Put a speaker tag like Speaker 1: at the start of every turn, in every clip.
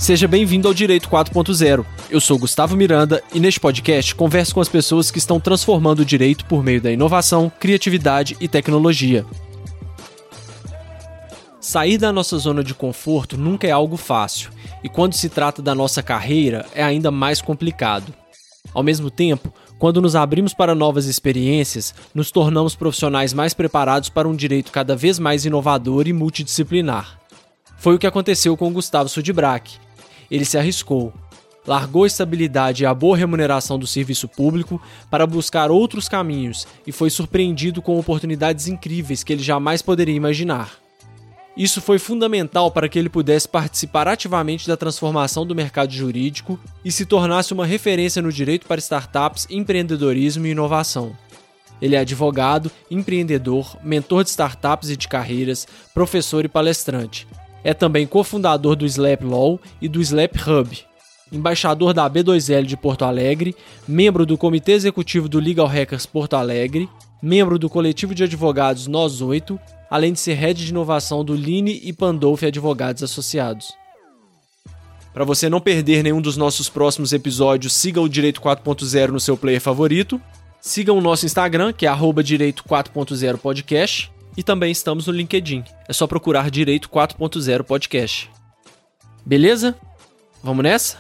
Speaker 1: Seja bem-vindo ao Direito 4.0. Eu sou Gustavo Miranda e neste podcast converso com as pessoas que estão transformando o direito por meio da inovação, criatividade e tecnologia. Sair da nossa zona de conforto nunca é algo fácil, e quando se trata da nossa carreira é ainda mais complicado. Ao mesmo tempo, quando nos abrimos para novas experiências, nos tornamos profissionais mais preparados para um direito cada vez mais inovador e multidisciplinar. Foi o que aconteceu com o Gustavo Sudbrack. Ele se arriscou, largou a estabilidade e a boa remuneração do serviço público para buscar outros caminhos e foi surpreendido com oportunidades incríveis que ele jamais poderia imaginar. Isso foi fundamental para que ele pudesse participar ativamente da transformação do mercado jurídico e se tornasse uma referência no direito para startups, empreendedorismo e inovação. Ele é advogado, empreendedor, mentor de startups e de carreiras, professor e palestrante. É também cofundador do Slap Law e do Slap Hub, embaixador da B2L de Porto Alegre, membro do Comitê Executivo do Legal Hackers Porto Alegre, membro do coletivo de advogados Nós 8, além de ser head de inovação do Line e Pandolfi Advogados Associados. Para você não perder nenhum dos nossos próximos episódios, siga o Direito 4.0 no seu player favorito, siga o nosso Instagram, que é @Direito 4.0 Podcast, e também estamos no LinkedIn. É só procurar Direito 4.0 Podcast. Beleza? Vamos nessa?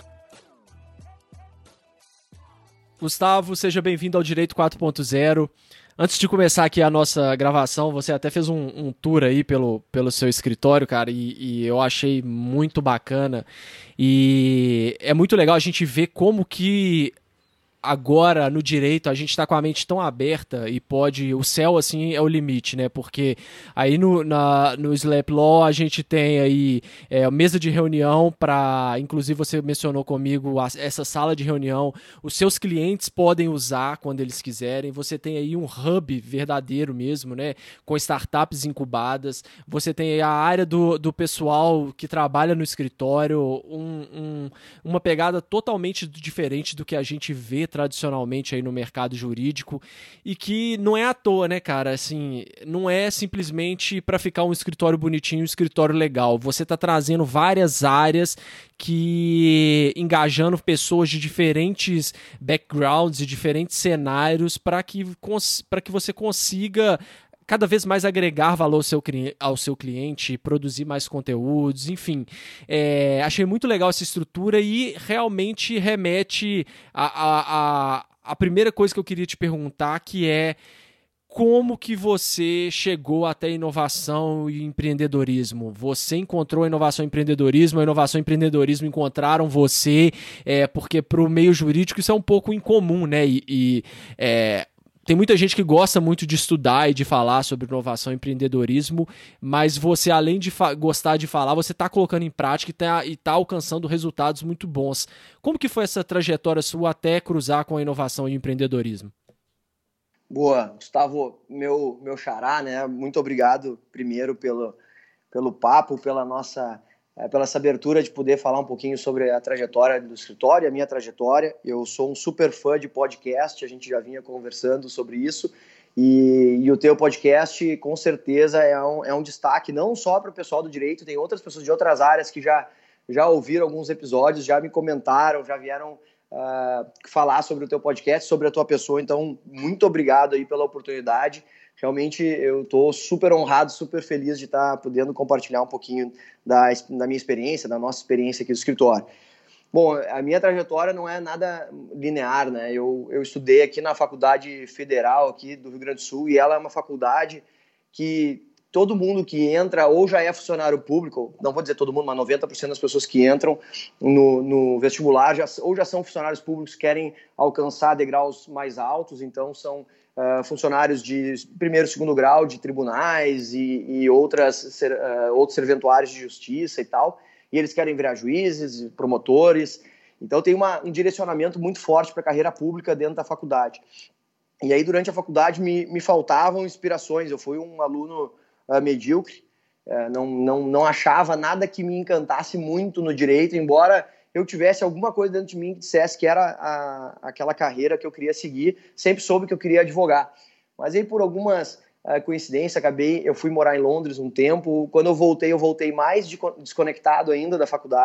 Speaker 1: Gustavo, seja bem-vindo ao Direito 4.0. Antes de começar aqui a nossa gravação, você até fez um tour aí pelo seu escritório, cara, e eu achei muito bacana. E é muito legal a gente ver como que agora, no direito, a gente está com a mente tão aberta e pode... O céu, assim, é o limite, né? Porque aí no Slap Law a gente tem aí mesa de reunião para... Inclusive, você mencionou comigo essa sala de reunião. Os seus clientes podem usar quando eles quiserem. Você tem aí um hub verdadeiro mesmo, né? Com startups incubadas. Você tem aí a área do pessoal que trabalha no escritório. Uma pegada totalmente diferente do que a gente vê tradicionalmente aí no mercado jurídico e que não é à toa, né, cara? Assim, não é simplesmente para ficar um escritório bonitinho, um escritório legal. Você está trazendo várias áreas que engajando pessoas de diferentes backgrounds e diferentes cenários para que você consiga cada vez mais agregar valor ao seu cliente, produzir mais conteúdos, enfim. Achei muito legal essa estrutura e realmente remete a primeira coisa que eu queria te perguntar, que é como que você chegou até a inovação e empreendedorismo? Você encontrou a inovação e empreendedorismo, a inovação e empreendedorismo encontraram você, porque para o meio jurídico isso é um pouco incomum, né? Tem muita gente que gosta muito de estudar e de falar sobre inovação e empreendedorismo, mas você, além de gostar de falar, você está colocando em prática e está alcançando resultados muito bons. Como que foi essa trajetória sua até cruzar com a inovação e o empreendedorismo?
Speaker 2: Boa, Gustavo, meu xará, né? Muito obrigado primeiro pelo papo, pela essa abertura de poder falar um pouquinho sobre a trajetória do escritório, a minha trajetória. Eu sou um super fã de podcast, a gente já vinha conversando sobre isso, e o teu podcast com certeza é um destaque não só para o pessoal do direito, tem outras pessoas de outras áreas que já ouviram alguns episódios, já me comentaram, já vieram falar sobre o teu podcast, sobre a tua pessoa, então muito obrigado aí pela oportunidade. Realmente eu estou super honrado, super feliz de estar podendo compartilhar um pouquinho da minha experiência, da nossa experiência aqui do escritório. Bom, a minha trajetória não é nada linear, né? Eu estudei aqui na Faculdade Federal aqui do Rio Grande do Sul e ela é uma faculdade que todo mundo que entra ou já é funcionário público, não vou dizer todo mundo, mas 90% das pessoas que entram no vestibular ou já são funcionários públicos, querem alcançar degraus mais altos, então são funcionários de primeiro e segundo grau de tribunais e outros serventuários de justiça e tal, e eles querem virar juízes, promotores, então tem um direcionamento muito forte para a carreira pública dentro da faculdade. E aí durante a faculdade me faltavam inspirações, eu fui um aluno medíocre, não achava nada que me encantasse muito no direito, embora eu tivesse alguma coisa dentro de mim que dissesse que era aquela carreira que eu queria seguir, sempre soube que eu queria advogar. Mas aí por algumas coincidências, eu fui morar em Londres um tempo, quando eu voltei mais desconectado ainda da faculdade,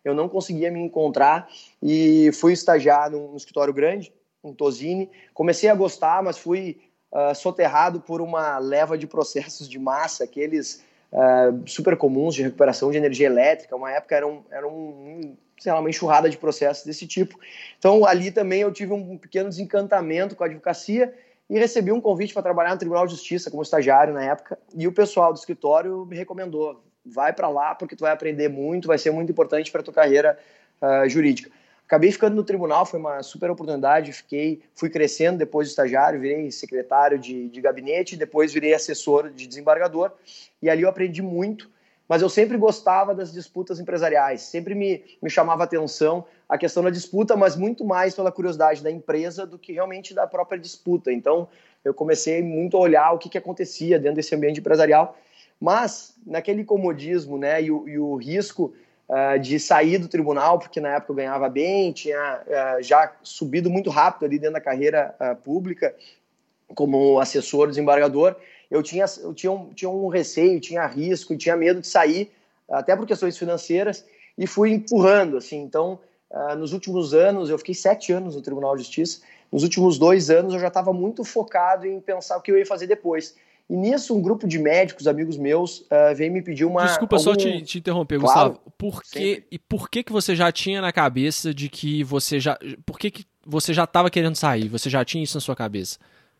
Speaker 2: eu não conseguia me encontrar e fui estagiar num escritório grande, um Tosini. Comecei a gostar, mas fui soterrado por uma leva de processos de massa, aqueles super comuns de recuperação de energia elétrica. Uma época era sei lá, uma enxurrada de processos desse tipo. Então, ali também eu tive um pequeno desencantamento com a advocacia e recebi um convite para trabalhar no Tribunal de Justiça como estagiário na época, e o pessoal do escritório me recomendou: vai para lá porque tu vai aprender muito, vai ser muito importante para a tua carreira jurídica. Acabei ficando no tribunal, foi uma super oportunidade, fui crescendo depois de estagiário, virei secretário de gabinete, depois virei assessor de desembargador, e ali eu aprendi muito, mas eu sempre gostava das disputas empresariais, sempre me chamava a atenção a questão da disputa, mas muito mais pela curiosidade da empresa do que realmente da própria disputa. Então, eu comecei muito a olhar o que acontecia dentro desse ambiente empresarial, mas naquele comodismo, né, e o risco de sair do tribunal, porque na época eu ganhava bem, tinha já subido muito rápido ali dentro da carreira pública como assessor, desembargador. Eu tinha um receio, tinha risco, tinha medo de sair, até por questões financeiras, e fui empurrando, assim. Então, nos últimos anos, eu fiquei 7 anos no Tribunal de Justiça, nos últimos 2 anos eu já estava muito focado em pensar o que eu ia fazer depois. E nisso, um grupo de médicos, amigos meus, veio me pedir uma...
Speaker 1: Desculpa só te interromper,
Speaker 2: claro,
Speaker 1: Gustavo. Por que você já tinha na cabeça de que você já... Por que você já estava querendo sair? Você já tinha isso na sua cabeça?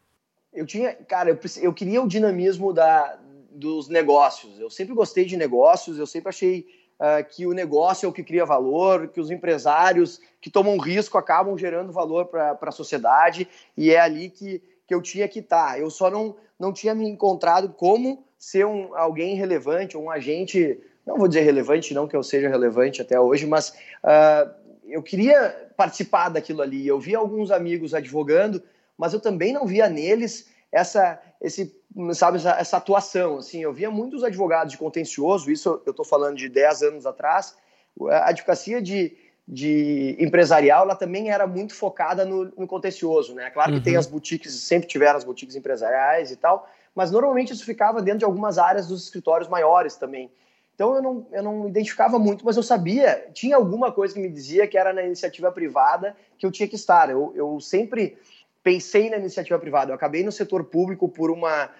Speaker 2: Eu queria o dinamismo dos negócios. Eu sempre gostei de negócios, eu sempre achei que o negócio é o que cria valor, que os empresários que tomam risco acabam gerando valor para a sociedade, e é ali que eu tinha que estar. Eu só não tinha me encontrado como ser alguém relevante, um agente, não vou dizer relevante, não que eu seja relevante até hoje, mas eu queria participar daquilo ali. Eu via alguns amigos advogando, mas eu também não via neles essa atuação. Assim, eu via muitos advogados de contencioso, isso eu estou falando de 10 anos atrás. A advocacia de empresarial, ela também era muito focada no contencioso, né? Claro que tem as boutiques, sempre tiveram as boutiques empresariais e tal, mas normalmente isso ficava dentro de algumas áreas dos escritórios maiores também. Então eu não identificava muito, mas eu sabia, tinha alguma coisa que me dizia que era na iniciativa privada que eu tinha que estar. Eu sempre pensei na iniciativa privada. Eu acabei no setor público por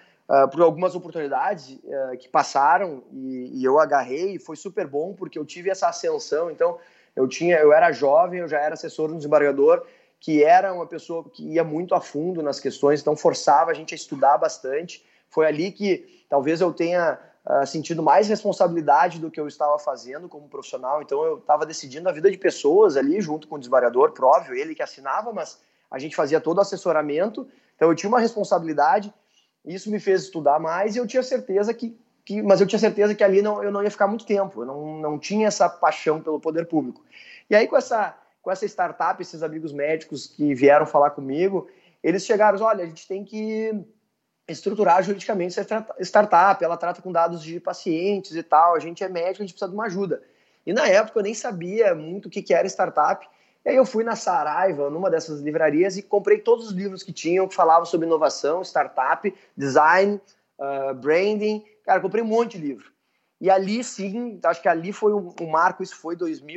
Speaker 2: algumas oportunidades que passaram e eu agarrei, e foi super bom porque eu tive essa ascensão. Então, eu era jovem, eu já era assessor de um desembargador, que era uma pessoa que ia muito a fundo nas questões, então forçava a gente a estudar bastante. Foi ali que talvez eu tenha sentido mais responsabilidade do que eu estava fazendo como profissional. Então, eu estava decidindo a vida de pessoas ali, junto com o desembargador, óbvio, ele que assinava, mas a gente fazia todo o assessoramento, então eu tinha uma responsabilidade, isso me fez estudar mais, e eu tinha certeza mas eu tinha certeza que ali eu não ia ficar muito tempo, eu não tinha essa paixão pelo poder público. E aí com essa startup, esses amigos médicos que vieram falar comigo, eles chegaram, olha, a gente tem que estruturar juridicamente essa startup, ela trata com dados de pacientes e tal, a gente é médico, a gente precisa de uma ajuda. E na época eu nem sabia muito o que era startup. E aí eu fui na Saraiva, numa dessas livrarias, e comprei todos os livros que tinham, que falavam sobre inovação, startup, design, branding. Cara, comprei um monte de livro. E ali, sim, acho que ali foi um marco, isso foi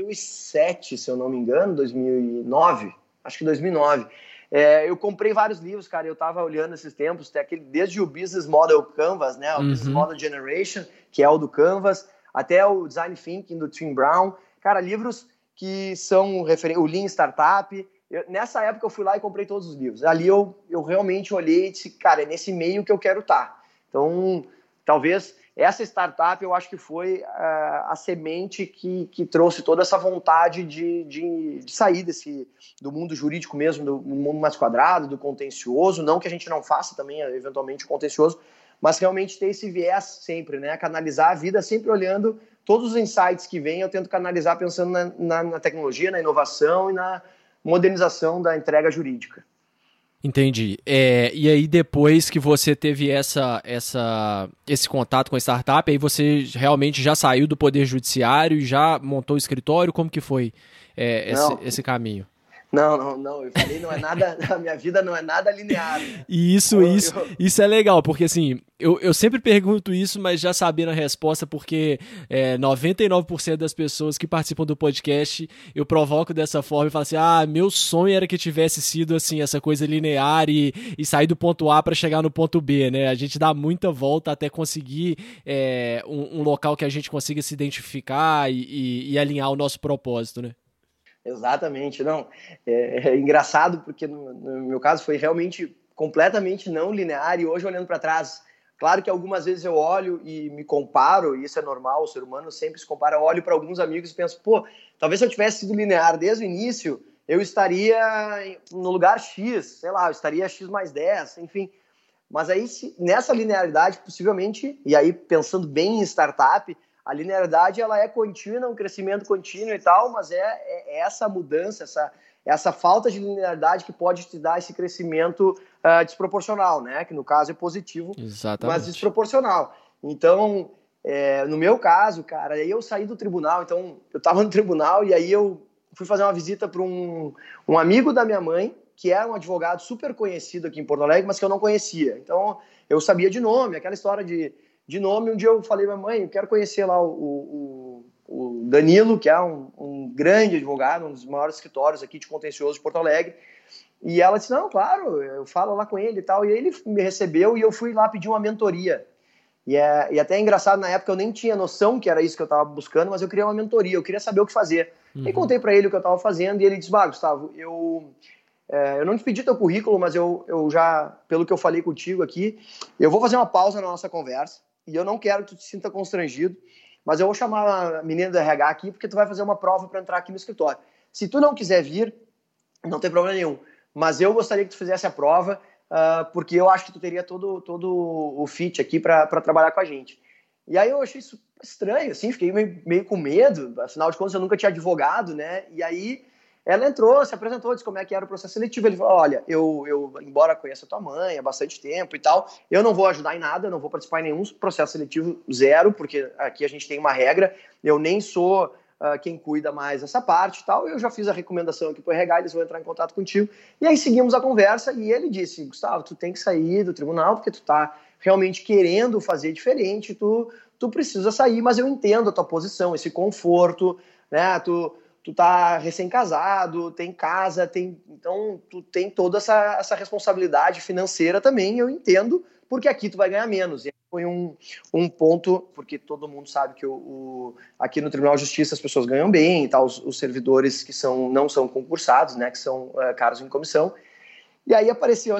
Speaker 2: 2007, se eu não me engano, 2009, acho que 2009. Eu comprei vários livros, cara, eu estava olhando esses tempos, desde o Business Model Canvas, né, o Business Model Generation, que é o do Canvas, até o Design Thinking do Tim Brown. Cara, livros que são o Lean Startup. Nessa época eu fui lá e comprei todos os livros. Ali eu realmente olhei e disse, cara, é nesse meio que eu quero estar. Então, talvez essa startup eu acho que foi a semente que trouxe toda essa vontade de sair do mundo jurídico mesmo, do mundo mais quadrado, do contencioso. Não que a gente não faça também, eventualmente, o contencioso, mas realmente ter esse viés sempre, né? Canalizar a vida sempre olhando todos os insights que vêm, eu tento canalizar pensando na tecnologia, na inovação e na modernização da entrega jurídica.
Speaker 1: Entendi. E aí, depois que você teve esse contato com a startup, aí você realmente já saiu do Poder Judiciário e já montou o escritório? Como que foi esse caminho?
Speaker 2: Não. Eu falei, não é nada, a minha vida não é nada linear. Né?
Speaker 1: E isso é legal, porque assim, eu sempre pergunto isso, mas já sabendo a resposta, porque 99% das pessoas que participam do podcast, eu provoco dessa forma e falo assim, meu sonho era que tivesse sido assim, essa coisa linear e sair do ponto A para chegar no ponto B, né? A gente dá muita volta até conseguir um local que a gente consiga se identificar e alinhar o nosso propósito, né?
Speaker 2: Exatamente, não. É engraçado porque no meu caso foi realmente completamente não linear e hoje olhando para trás, claro que algumas vezes eu olho e me comparo, e isso é normal, o ser humano sempre se compara, eu olho para alguns amigos e penso, talvez se eu tivesse sido linear desde o início, eu estaria no lugar X, sei lá, eu estaria X mais 10, enfim. Mas aí, nessa linearidade, possivelmente, e aí pensando bem em startup, a linearidade ela é contínua, um crescimento contínuo e tal, mas é essa mudança, essa falta de linearidade que pode te dar esse crescimento desproporcional, né? Que no caso é positivo,
Speaker 1: exatamente,
Speaker 2: mas desproporcional. Então, no meu caso, cara, aí eu saí do tribunal, então eu estava no tribunal e aí eu fui fazer uma visita para um amigo da minha mãe, que era um advogado super conhecido aqui em Porto Alegre, mas que eu não conhecia. Então, eu sabia de nome, aquela história de nome. Um dia eu falei, mãe, eu quero conhecer lá o Danilo, que é um grande advogado, um dos maiores escritórios aqui de contencioso de Porto Alegre. E ela disse, não, claro, eu falo lá com ele e tal. E aí ele me recebeu e eu fui lá pedir uma mentoria. E até é engraçado, na época eu nem tinha noção que era isso que eu estava buscando, mas eu queria uma mentoria, eu queria saber o que fazer. E contei para ele o que eu estava fazendo e ele disse, Gustavo, eu não te pedi teu currículo, mas eu já, pelo que eu falei contigo aqui, eu vou fazer uma pausa na nossa conversa e eu não quero que tu te sinta constrangido, mas eu vou chamar a menina do RH aqui porque tu vai fazer uma prova para entrar aqui no escritório. Se tu não quiser vir, não tem problema nenhum, mas eu gostaria que tu fizesse a prova porque eu acho que tu teria todo o fit aqui para trabalhar com a gente. E aí eu achei isso estranho, assim, fiquei meio com medo, afinal de contas eu nunca tinha advogado, né? E aí ela entrou, se apresentou, disse como é que era o processo seletivo. Ele falou, olha, eu embora conheça tua mãe há bastante tempo e tal, eu não vou ajudar em nada, eu não vou participar em nenhum processo seletivo, zero, porque aqui a gente tem uma regra, eu nem sou quem cuida mais dessa parte e tal, eu já fiz a recomendação aqui pro RH, eles vão entrar em contato contigo. E aí seguimos a conversa e ele disse, Gustavo, tu tem que sair do tribunal porque tu tá realmente querendo fazer diferente, tu precisa sair, mas eu entendo a tua posição, esse conforto, né, tu tá recém-casado, tem casa, então tu tem toda essa responsabilidade financeira também, eu entendo, porque aqui tu vai ganhar menos. E foi um ponto, porque todo mundo sabe que aqui no Tribunal de Justiça as pessoas ganham bem e tal, os servidores que não são concursados, né, que são caras em comissão. E aí apareceu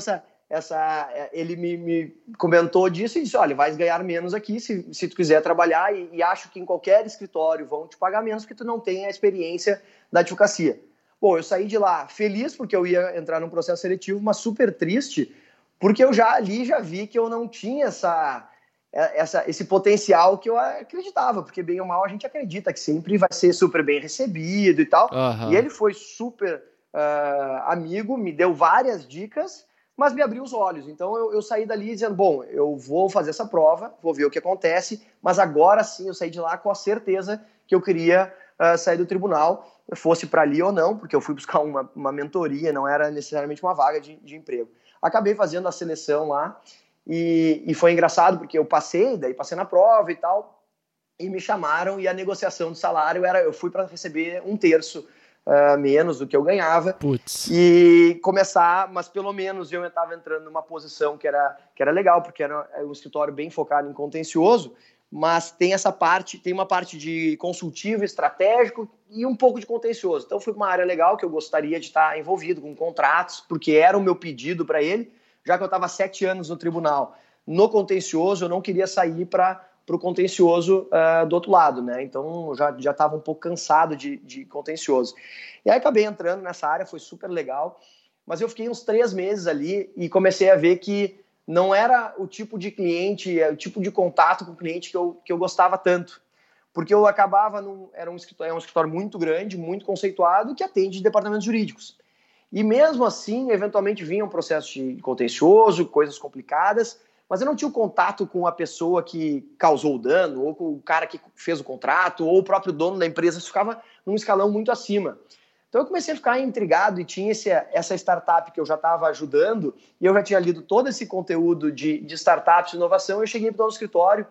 Speaker 2: ele me comentou disso e disse, olha, vais ganhar menos aqui se tu quiser trabalhar e acho que em qualquer escritório vão te pagar menos porque tu não tem a experiência da advocacia. Bom, eu saí de lá feliz porque eu ia entrar num processo seletivo, mas super triste porque eu já vi que eu não tinha esse potencial que eu acreditava, porque bem ou mal a gente acredita que sempre vai ser super bem recebido e tal.
Speaker 1: Uhum.
Speaker 2: E ele foi super amigo, me deu várias dicas, mas me abriu os olhos. Então eu saí dali dizendo, bom, eu vou fazer essa prova, vou ver o que acontece, mas agora sim eu saí de lá com a certeza que eu queria sair do tribunal, fosse para ali ou não, porque eu fui buscar uma mentoria, não era necessariamente uma vaga de emprego. Acabei fazendo a seleção lá e foi engraçado porque eu passei na prova e tal, e me chamaram e a negociação do salário eu fui para receber 1/3 menos do que eu ganhava.
Speaker 1: Putz.
Speaker 2: E começar, mas pelo menos eu estava entrando numa posição que era legal, porque era um escritório bem focado em contencioso, mas tem uma parte de consultivo, estratégico e um pouco de contencioso. Então foi uma área legal que eu gostaria de estar envolvido com contratos, porque era o meu pedido para ele, já que eu estava 7 anos no tribunal. No contencioso, eu não queria sair para o contencioso do outro lado, né? Então já estava um pouco cansado de contencioso. E aí acabei entrando nessa área, foi super legal, mas eu fiquei uns 3 meses ali e comecei a ver que não era o tipo de cliente, o tipo de contato com o cliente que eu gostava tanto. Porque eu acabava, era um escritório muito grande, muito conceituado, que atende departamentos jurídicos. E mesmo assim, eventualmente vinha um processo de contencioso, coisas complicadas, mas eu não tinha o contato com a pessoa que causou o dano, ou com o cara que fez o contrato, ou o próprio dono da empresa, isso ficava num escalão muito acima. Então Então eu comecei a ficar intrigado e tinha essa startup que eu já estava ajudando e eu já tinha lido todo esse conteúdo de startups e inovação. Eu cheguei para o escritório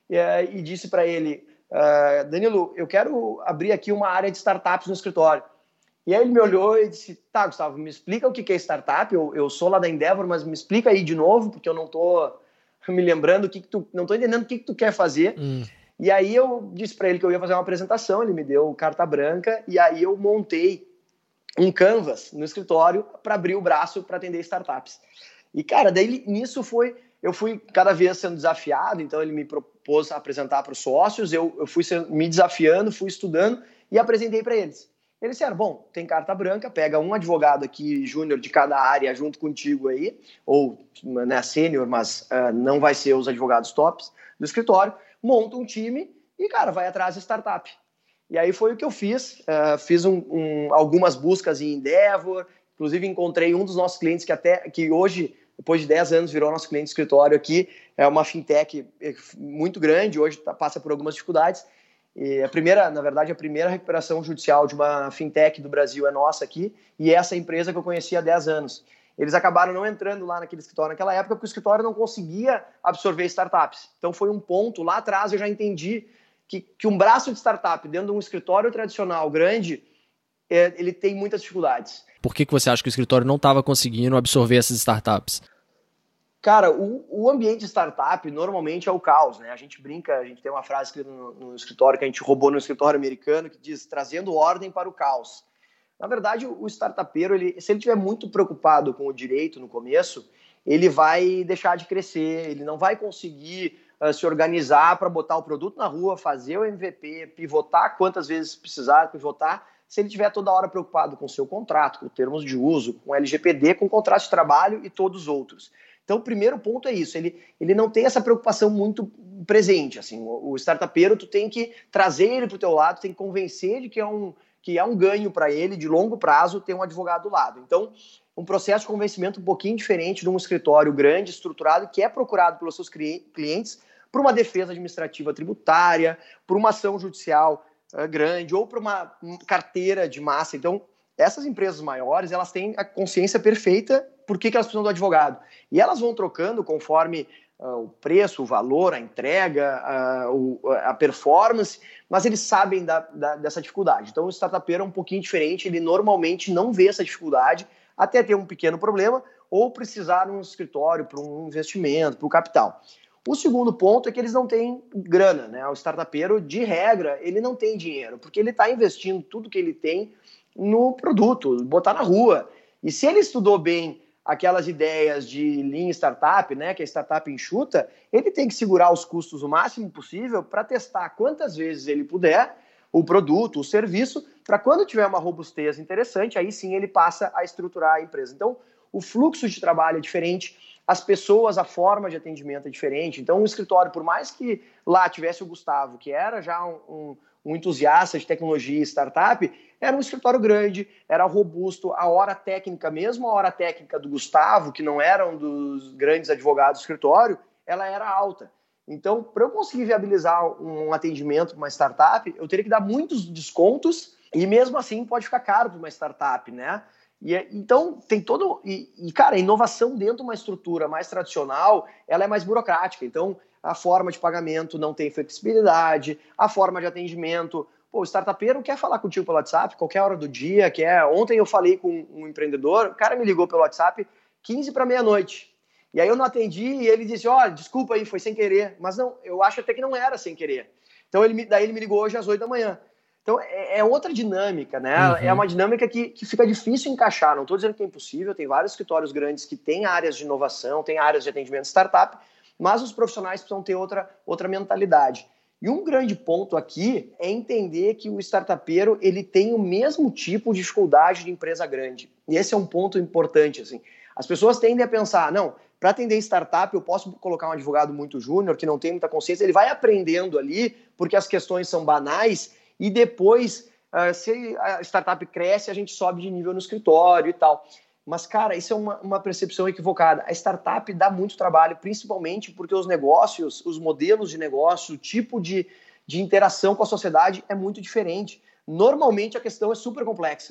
Speaker 2: e disse para ele, Danilo, eu quero abrir aqui uma área de startups no escritório. E aí ele me olhou e disse, tá, Gustavo, me explica o que é startup, eu sou lá da Endeavor, mas me explica aí de novo, porque eu não estou me lembrando não estou entendendo o que tu quer fazer. E aí eu disse para ele que eu ia fazer uma apresentação, ele me deu carta branca, e aí eu montei um canvas no escritório para abrir o braço para atender startups. E, cara, daí nisso eu fui cada vez sendo desafiado, então ele me propôs apresentar para os sócios, eu fui me desafiando, fui estudando e apresentei para eles. Eles disseram, bom, tem carta branca, pega um advogado aqui, júnior de cada área junto contigo aí, ou né, sênior, mas não vai ser os advogados tops do escritório, monta um time e, cara, vai atrás de startup. E aí foi o que eu fiz, fiz algumas buscas em Endeavor, inclusive encontrei um dos nossos clientes que hoje, depois de 10 anos, virou nosso cliente de escritório aqui, é uma fintech muito grande, hoje passa por algumas dificuldades. E a primeira recuperação judicial de uma fintech do Brasil é nossa aqui, e essa empresa que eu conheci há 10 anos. Eles acabaram não entrando lá naquele escritório naquela época, porque o escritório não conseguia absorver startups. Então foi um ponto, lá atrás eu já entendi que um braço de startup dentro de um escritório tradicional grande, ele tem muitas dificuldades.
Speaker 1: Por que você acha que o escritório não estava conseguindo absorver essas startups?
Speaker 2: Cara, o ambiente de startup normalmente é o caos, né? A gente brinca, a gente tem uma frase aqui no escritório que a gente roubou no escritório americano que diz, trazendo ordem para o caos. Na verdade, o startupeiro, se ele estiver muito preocupado com o direito no começo, ele vai deixar de crescer, ele não vai conseguir se organizar para botar o produto na rua, fazer o MVP, pivotar quantas vezes precisar pivotar, se ele estiver toda hora preocupado com o seu contrato, com termos de uso, com LGPD, com contrato de trabalho e todos os outros. Então, o primeiro ponto é isso, ele não tem essa preocupação muito presente. Assim, o startupeiro, tu tem que trazer ele para o teu lado, tem que convencer de que é um ganho para ele, de longo prazo, ter um advogado do lado. Então, um processo de convencimento um pouquinho diferente de um escritório grande, estruturado, que é procurado pelos seus clientes por uma defesa administrativa tributária, por uma ação judicial grande ou por uma carteira de massa. Então, essas empresas maiores, elas têm a consciência perfeita por que elas precisam do advogado. E elas vão trocando conforme o preço, o valor, a entrega, a performance, mas eles sabem dessa dificuldade. Então, o startupeiro é um pouquinho diferente, ele normalmente não vê essa dificuldade até ter um pequeno problema ou precisar de um escritório para um investimento, para o capital. O segundo ponto é que eles não têm grana, né? O startupeiro, de regra, ele não tem dinheiro, porque ele está investindo tudo que ele tem no produto, botar na rua. E se ele estudou bem aquelas ideias de Lean Startup, né, que é startup enxuta, ele tem que segurar os custos o máximo possível para testar quantas vezes ele puder o produto, o serviço, para quando tiver uma robustez interessante, aí sim ele passa a estruturar a empresa. Então, o fluxo de trabalho é diferente, as pessoas, a forma de atendimento é diferente. Então, o escritório, por mais que lá tivesse o Gustavo, que era já um entusiasta de tecnologia e startup, era um escritório grande, era robusto, a hora técnica, mesmo a hora técnica do Gustavo, que não era um dos grandes advogados do escritório, ela era alta. Então, para eu conseguir viabilizar um atendimento para uma startup, eu teria que dar muitos descontos e mesmo assim pode ficar caro para uma startup, né? Então, tem todo... cara, a inovação dentro de uma estrutura mais tradicional, ela é mais burocrática. Então, a forma de pagamento não tem flexibilidade, a forma de atendimento... Pô, o startupeiro quer falar contigo pelo WhatsApp qualquer hora do dia, Ontem eu falei com um empreendedor, o cara me ligou pelo WhatsApp 15 para meia-noite. E aí eu não atendi e ele disse, desculpa aí, foi sem querer. Mas não, eu acho até que não era sem querer. Então, daí ele me ligou hoje às 8 da manhã. Então, é outra dinâmica, né? Uhum. É uma dinâmica que fica difícil encaixar. Não estou dizendo que é impossível, tem vários escritórios grandes que têm áreas de inovação, têm áreas de atendimento startup, mas os profissionais precisam ter outra mentalidade. E um grande ponto aqui é entender que o startupeiro ele tem o mesmo tipo de dificuldade de empresa grande. E esse é um ponto importante. Assim. As pessoas tendem a pensar, não, para atender startup eu posso colocar um advogado muito júnior, que não tem muita consciência, ele vai aprendendo ali, porque as questões são banais, e depois, se a startup cresce, a gente sobe de nível no escritório e tal. Mas, cara, isso é uma percepção equivocada. A startup dá muito trabalho, principalmente porque os negócios, os modelos de negócio, o tipo de interação com a sociedade é muito diferente. Normalmente, a questão é super complexa.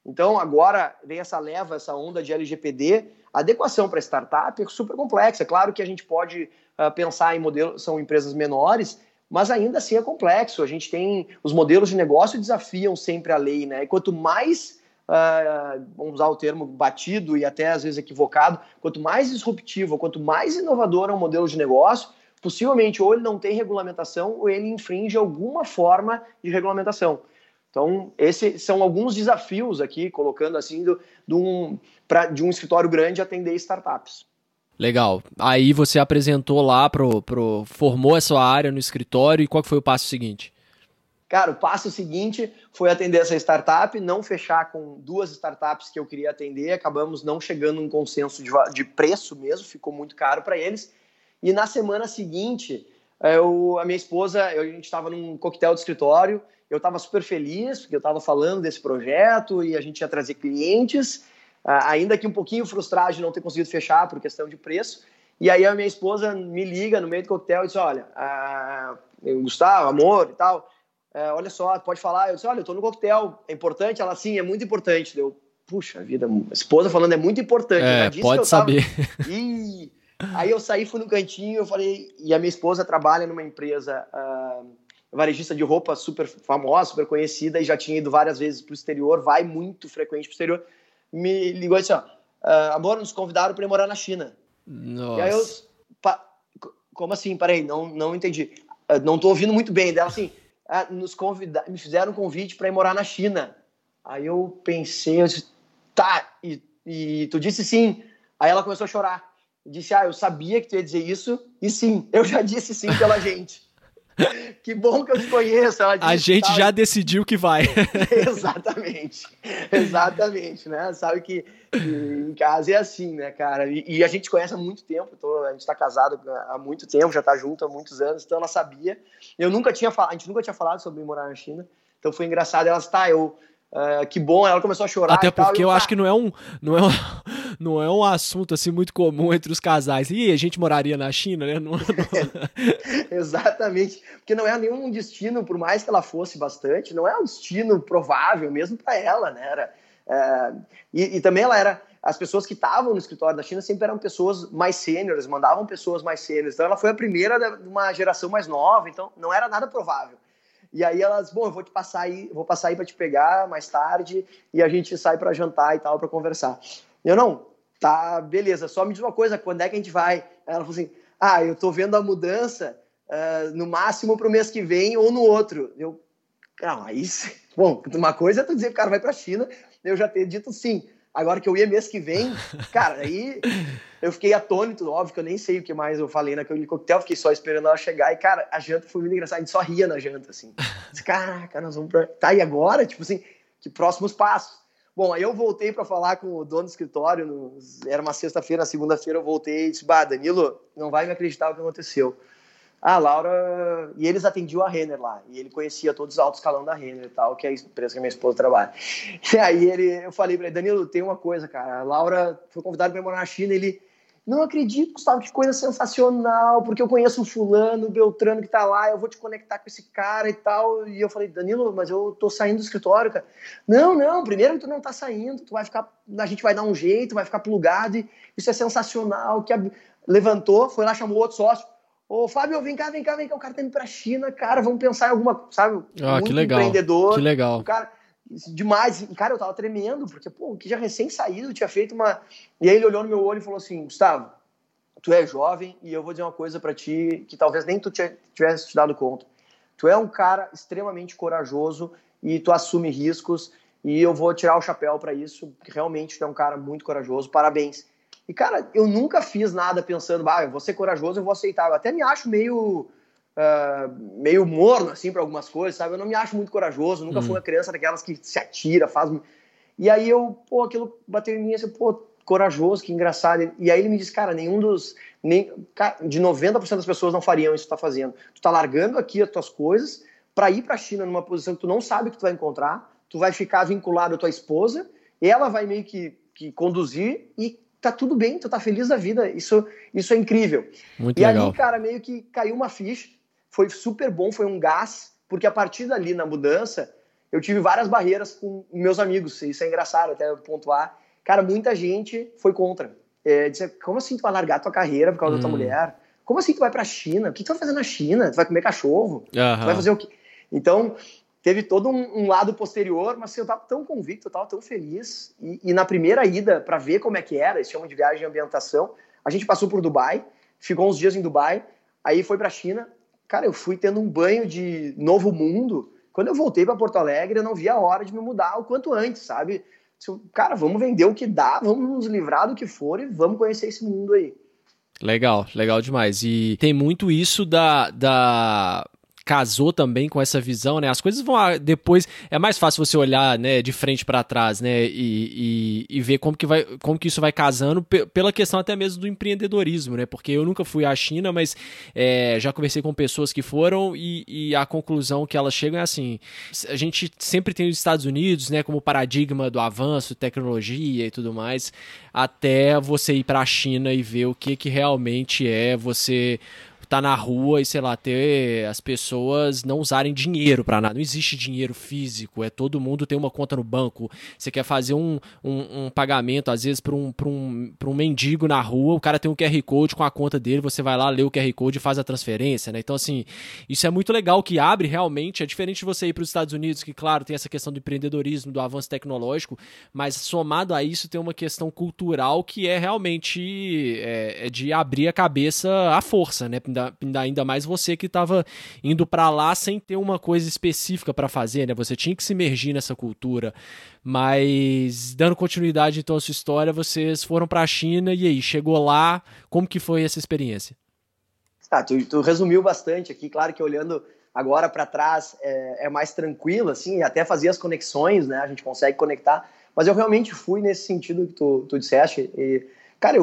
Speaker 2: Então, agora vem essa leva, essa onda de LGPD, a adequação para startup é super complexa. É claro que a gente pode pensar em modelos, são empresas menores, mas ainda assim é complexo. A gente tem os modelos de negócio desafiam sempre a lei, né? E quanto mais, vamos usar o termo batido e até às vezes equivocado, quanto mais disruptivo, quanto mais inovador é um modelo de negócio, possivelmente ou ele não tem regulamentação ou ele infringe alguma forma de regulamentação. Então, esses são alguns desafios aqui, colocando assim, de um escritório grande atender startups.
Speaker 1: Legal. Aí você apresentou lá, formou essa área no escritório, e qual que foi o passo seguinte?
Speaker 2: Cara, o passo seguinte foi atender essa startup, não fechar com 2 startups que eu queria atender, acabamos não chegando a um consenso de preço mesmo, ficou muito caro para eles. E na semana seguinte, a minha esposa, a gente estava num coquetel de escritório, eu estava super feliz, porque eu estava falando desse projeto e a gente ia trazer clientes, ainda que um pouquinho frustrado de não ter conseguido fechar por questão de preço. E aí a minha esposa me liga no meio do coquetel e diz, olha, Gustavo, amor e tal, olha só, pode falar. Eu disse, olha, eu estou no coquetel, é importante? Ela, sim, é muito importante. Eu, puxa vida, a esposa falando é muito importante. Eu já disse
Speaker 1: pode
Speaker 2: que eu
Speaker 1: saber.
Speaker 2: Ih... Aí eu saí, fui no cantinho, eu falei, e a minha esposa trabalha numa empresa varejista de roupa super famosa, super conhecida, e já tinha ido várias vezes para o exterior, vai muito frequente para o exterior, me ligou e disse, amor, nos convidaram para ir morar na China.
Speaker 1: Nossa.
Speaker 2: E aí eu, como assim? Peraí, não entendi. Não estou ouvindo muito bem. Dela assim, me fizeram um convite para ir morar na China. Aí eu pensei, eu disse, tá, e tu disse sim. Aí ela começou a chorar. Disse, eu sabia que tu ia dizer isso, e sim, eu já disse sim pela gente. Que bom que eu te conheço. Ela disse,
Speaker 1: a gente já decidiu que vai.
Speaker 2: Exatamente, né? Sabe que em casa é assim, né, cara? E a gente conhece há muito tempo, a gente tá casado há muito tempo, já tá junto há muitos anos, então ela sabia. A gente nunca tinha falado sobre morar na China, então foi engraçado. Ela disse, que bom, ela começou a chorar.
Speaker 1: Até
Speaker 2: e tal,
Speaker 1: porque eu acho que não é um assunto assim muito comum entre os casais. E a gente moraria na China, né?
Speaker 2: Exatamente, porque não é nenhum destino, por mais que ela fosse bastante, não é um destino provável mesmo para ela, né? E também as pessoas que estavam no escritório da China sempre eram pessoas mais sêniores, mandavam pessoas mais sêniores, então ela foi a primeira de uma geração mais nova, então não era nada provável. E aí elas, bom, eu vou passar aí para te pegar mais tarde e a gente sai para jantar e tal, para conversar. Eu não, tá, beleza, só me diz uma coisa, quando é que a gente vai? Ela falou assim, eu tô vendo a mudança no máximo pro mês que vem ou no outro. Eu, bom, uma coisa é tu dizer que o cara vai pra China, eu já ter dito sim. Agora que eu ia mês que vem, cara, aí eu fiquei atônito, óbvio que eu nem sei o que mais eu falei naquele coquetel, fiquei só esperando ela chegar e, cara, a janta foi muito engraçada, a gente só ria na janta, assim. Disse, caraca, nós vamos pra... Tá, e agora? Tipo assim, que próximos passos? Bom, aí eu voltei para falar com o dono do escritório, era uma sexta-feira, na segunda-feira eu voltei e disse, Danilo, não vai me acreditar o que aconteceu. Laura... E eles atendiam a Renner lá, e ele conhecia todos os altos escalão da Renner e tal, que é a empresa que a minha esposa trabalha. E aí eu falei para ele, Danilo, tem uma coisa, cara, a Laura foi convidada para morar na China, ele... Não acredito, Gustavo, que coisa sensacional, porque eu conheço um fulano, Beltrano que tá lá, eu vou te conectar com esse cara e tal. E eu falei, Danilo, mas eu tô saindo do escritório, cara. Não, primeiro que tu não tá saindo, a gente vai dar um jeito, vai ficar plugado, e isso é sensacional. Levantou, foi lá, chamou outro sócio. Ô, Fábio, vem cá, o cara tá indo pra China, cara, vamos pensar em alguma, sabe?
Speaker 1: Muito que legal,
Speaker 2: empreendedor.
Speaker 1: Que legal.
Speaker 2: O cara... demais, e cara, eu tava tremendo, porque, que já recém-saído, tinha feito uma... E aí ele olhou no meu olho e falou assim, Gustavo, tu é jovem e eu vou dizer uma coisa pra ti que talvez nem tu tivesse te dado conta. Tu é um cara extremamente corajoso e tu assume riscos e eu vou tirar o chapéu pra isso, porque realmente tu é um cara muito corajoso, parabéns. E, cara, eu nunca fiz nada pensando, eu vou ser corajoso, eu vou aceitar. Eu até me acho meio morno, assim, para algumas coisas, sabe? Eu não me acho muito corajoso, nunca fui uma criança daquelas que se atira, faz... E aí aquilo bateu em mim, assim, corajoso, que engraçado. E aí ele me disse, cara, de 90% das pessoas não fariam isso que tu tá fazendo. Tu tá largando aqui as tuas coisas para ir pra China numa posição que tu não sabe que tu vai encontrar, tu vai ficar vinculado à tua esposa, ela vai meio que conduzir e tá tudo bem, tu tá feliz da vida, isso é incrível.
Speaker 1: Muito
Speaker 2: e
Speaker 1: legal.
Speaker 2: Ali, cara, meio que caiu uma ficha, foi super bom, foi um gás, porque a partir dali, na mudança, eu tive várias barreiras com meus amigos, isso é engraçado até pontuar. Cara, muita gente foi contra. Dizer, como assim tu vai largar tua carreira por causa da tua mulher? Como assim tu vai pra China? O que tu vai fazer na China? Tu vai comer cachorro? Tu vai fazer o quê? Então, teve todo um lado posterior, mas assim, eu tava tão convicto, eu tava tão feliz. E na primeira ida, para ver como é que era, eles chamam de viagem de ambientação, a gente passou por Dubai, ficou uns dias em Dubai, aí foi pra China. Cara, eu fui tendo um banho de novo mundo. Quando eu voltei para Porto Alegre, eu não vi a hora de me mudar o quanto antes, sabe? Cara, vamos vender o que dá, vamos nos livrar do que for e vamos conhecer esse mundo aí.
Speaker 1: Legal, legal demais. E tem muito isso casou também com essa visão, né? As coisas vão depois, é mais fácil você olhar, né, de frente para trás, né, e ver como que isso vai casando pela questão até mesmo do empreendedorismo, né? Porque eu nunca fui à China, mas já conversei com pessoas que foram e a conclusão que elas chegam é assim: a gente sempre tem os Estados Unidos, né, como paradigma do avanço, tecnologia e tudo mais, até você ir para a China e ver o que realmente é você tá na rua e, sei lá, ter as pessoas não usarem dinheiro pra nada. Não existe dinheiro físico, todo mundo tem uma conta no banco. Você quer fazer um pagamento, às vezes, pra um mendigo na rua, o cara tem um QR Code com a conta dele, você vai lá, lê o QR Code e faz a transferência, né? Então, assim, isso é muito legal, que abre realmente, é diferente de você ir para os Estados Unidos, que, claro, tem essa questão do empreendedorismo, do avanço tecnológico, mas somado a isso tem uma questão cultural que é realmente de abrir a cabeça à força, né? Ainda mais você que estava indo para lá sem ter uma coisa específica para fazer, né? Você tinha que se imergir nessa cultura. Mas, dando continuidade então à sua história, vocês foram para a China e aí, chegou lá, como que foi essa experiência?
Speaker 2: Tu resumiu bastante aqui, claro que olhando agora para trás é mais tranquilo, assim, até fazer as conexões, né? A gente consegue conectar, mas eu realmente fui nesse sentido que tu disseste. E, cara,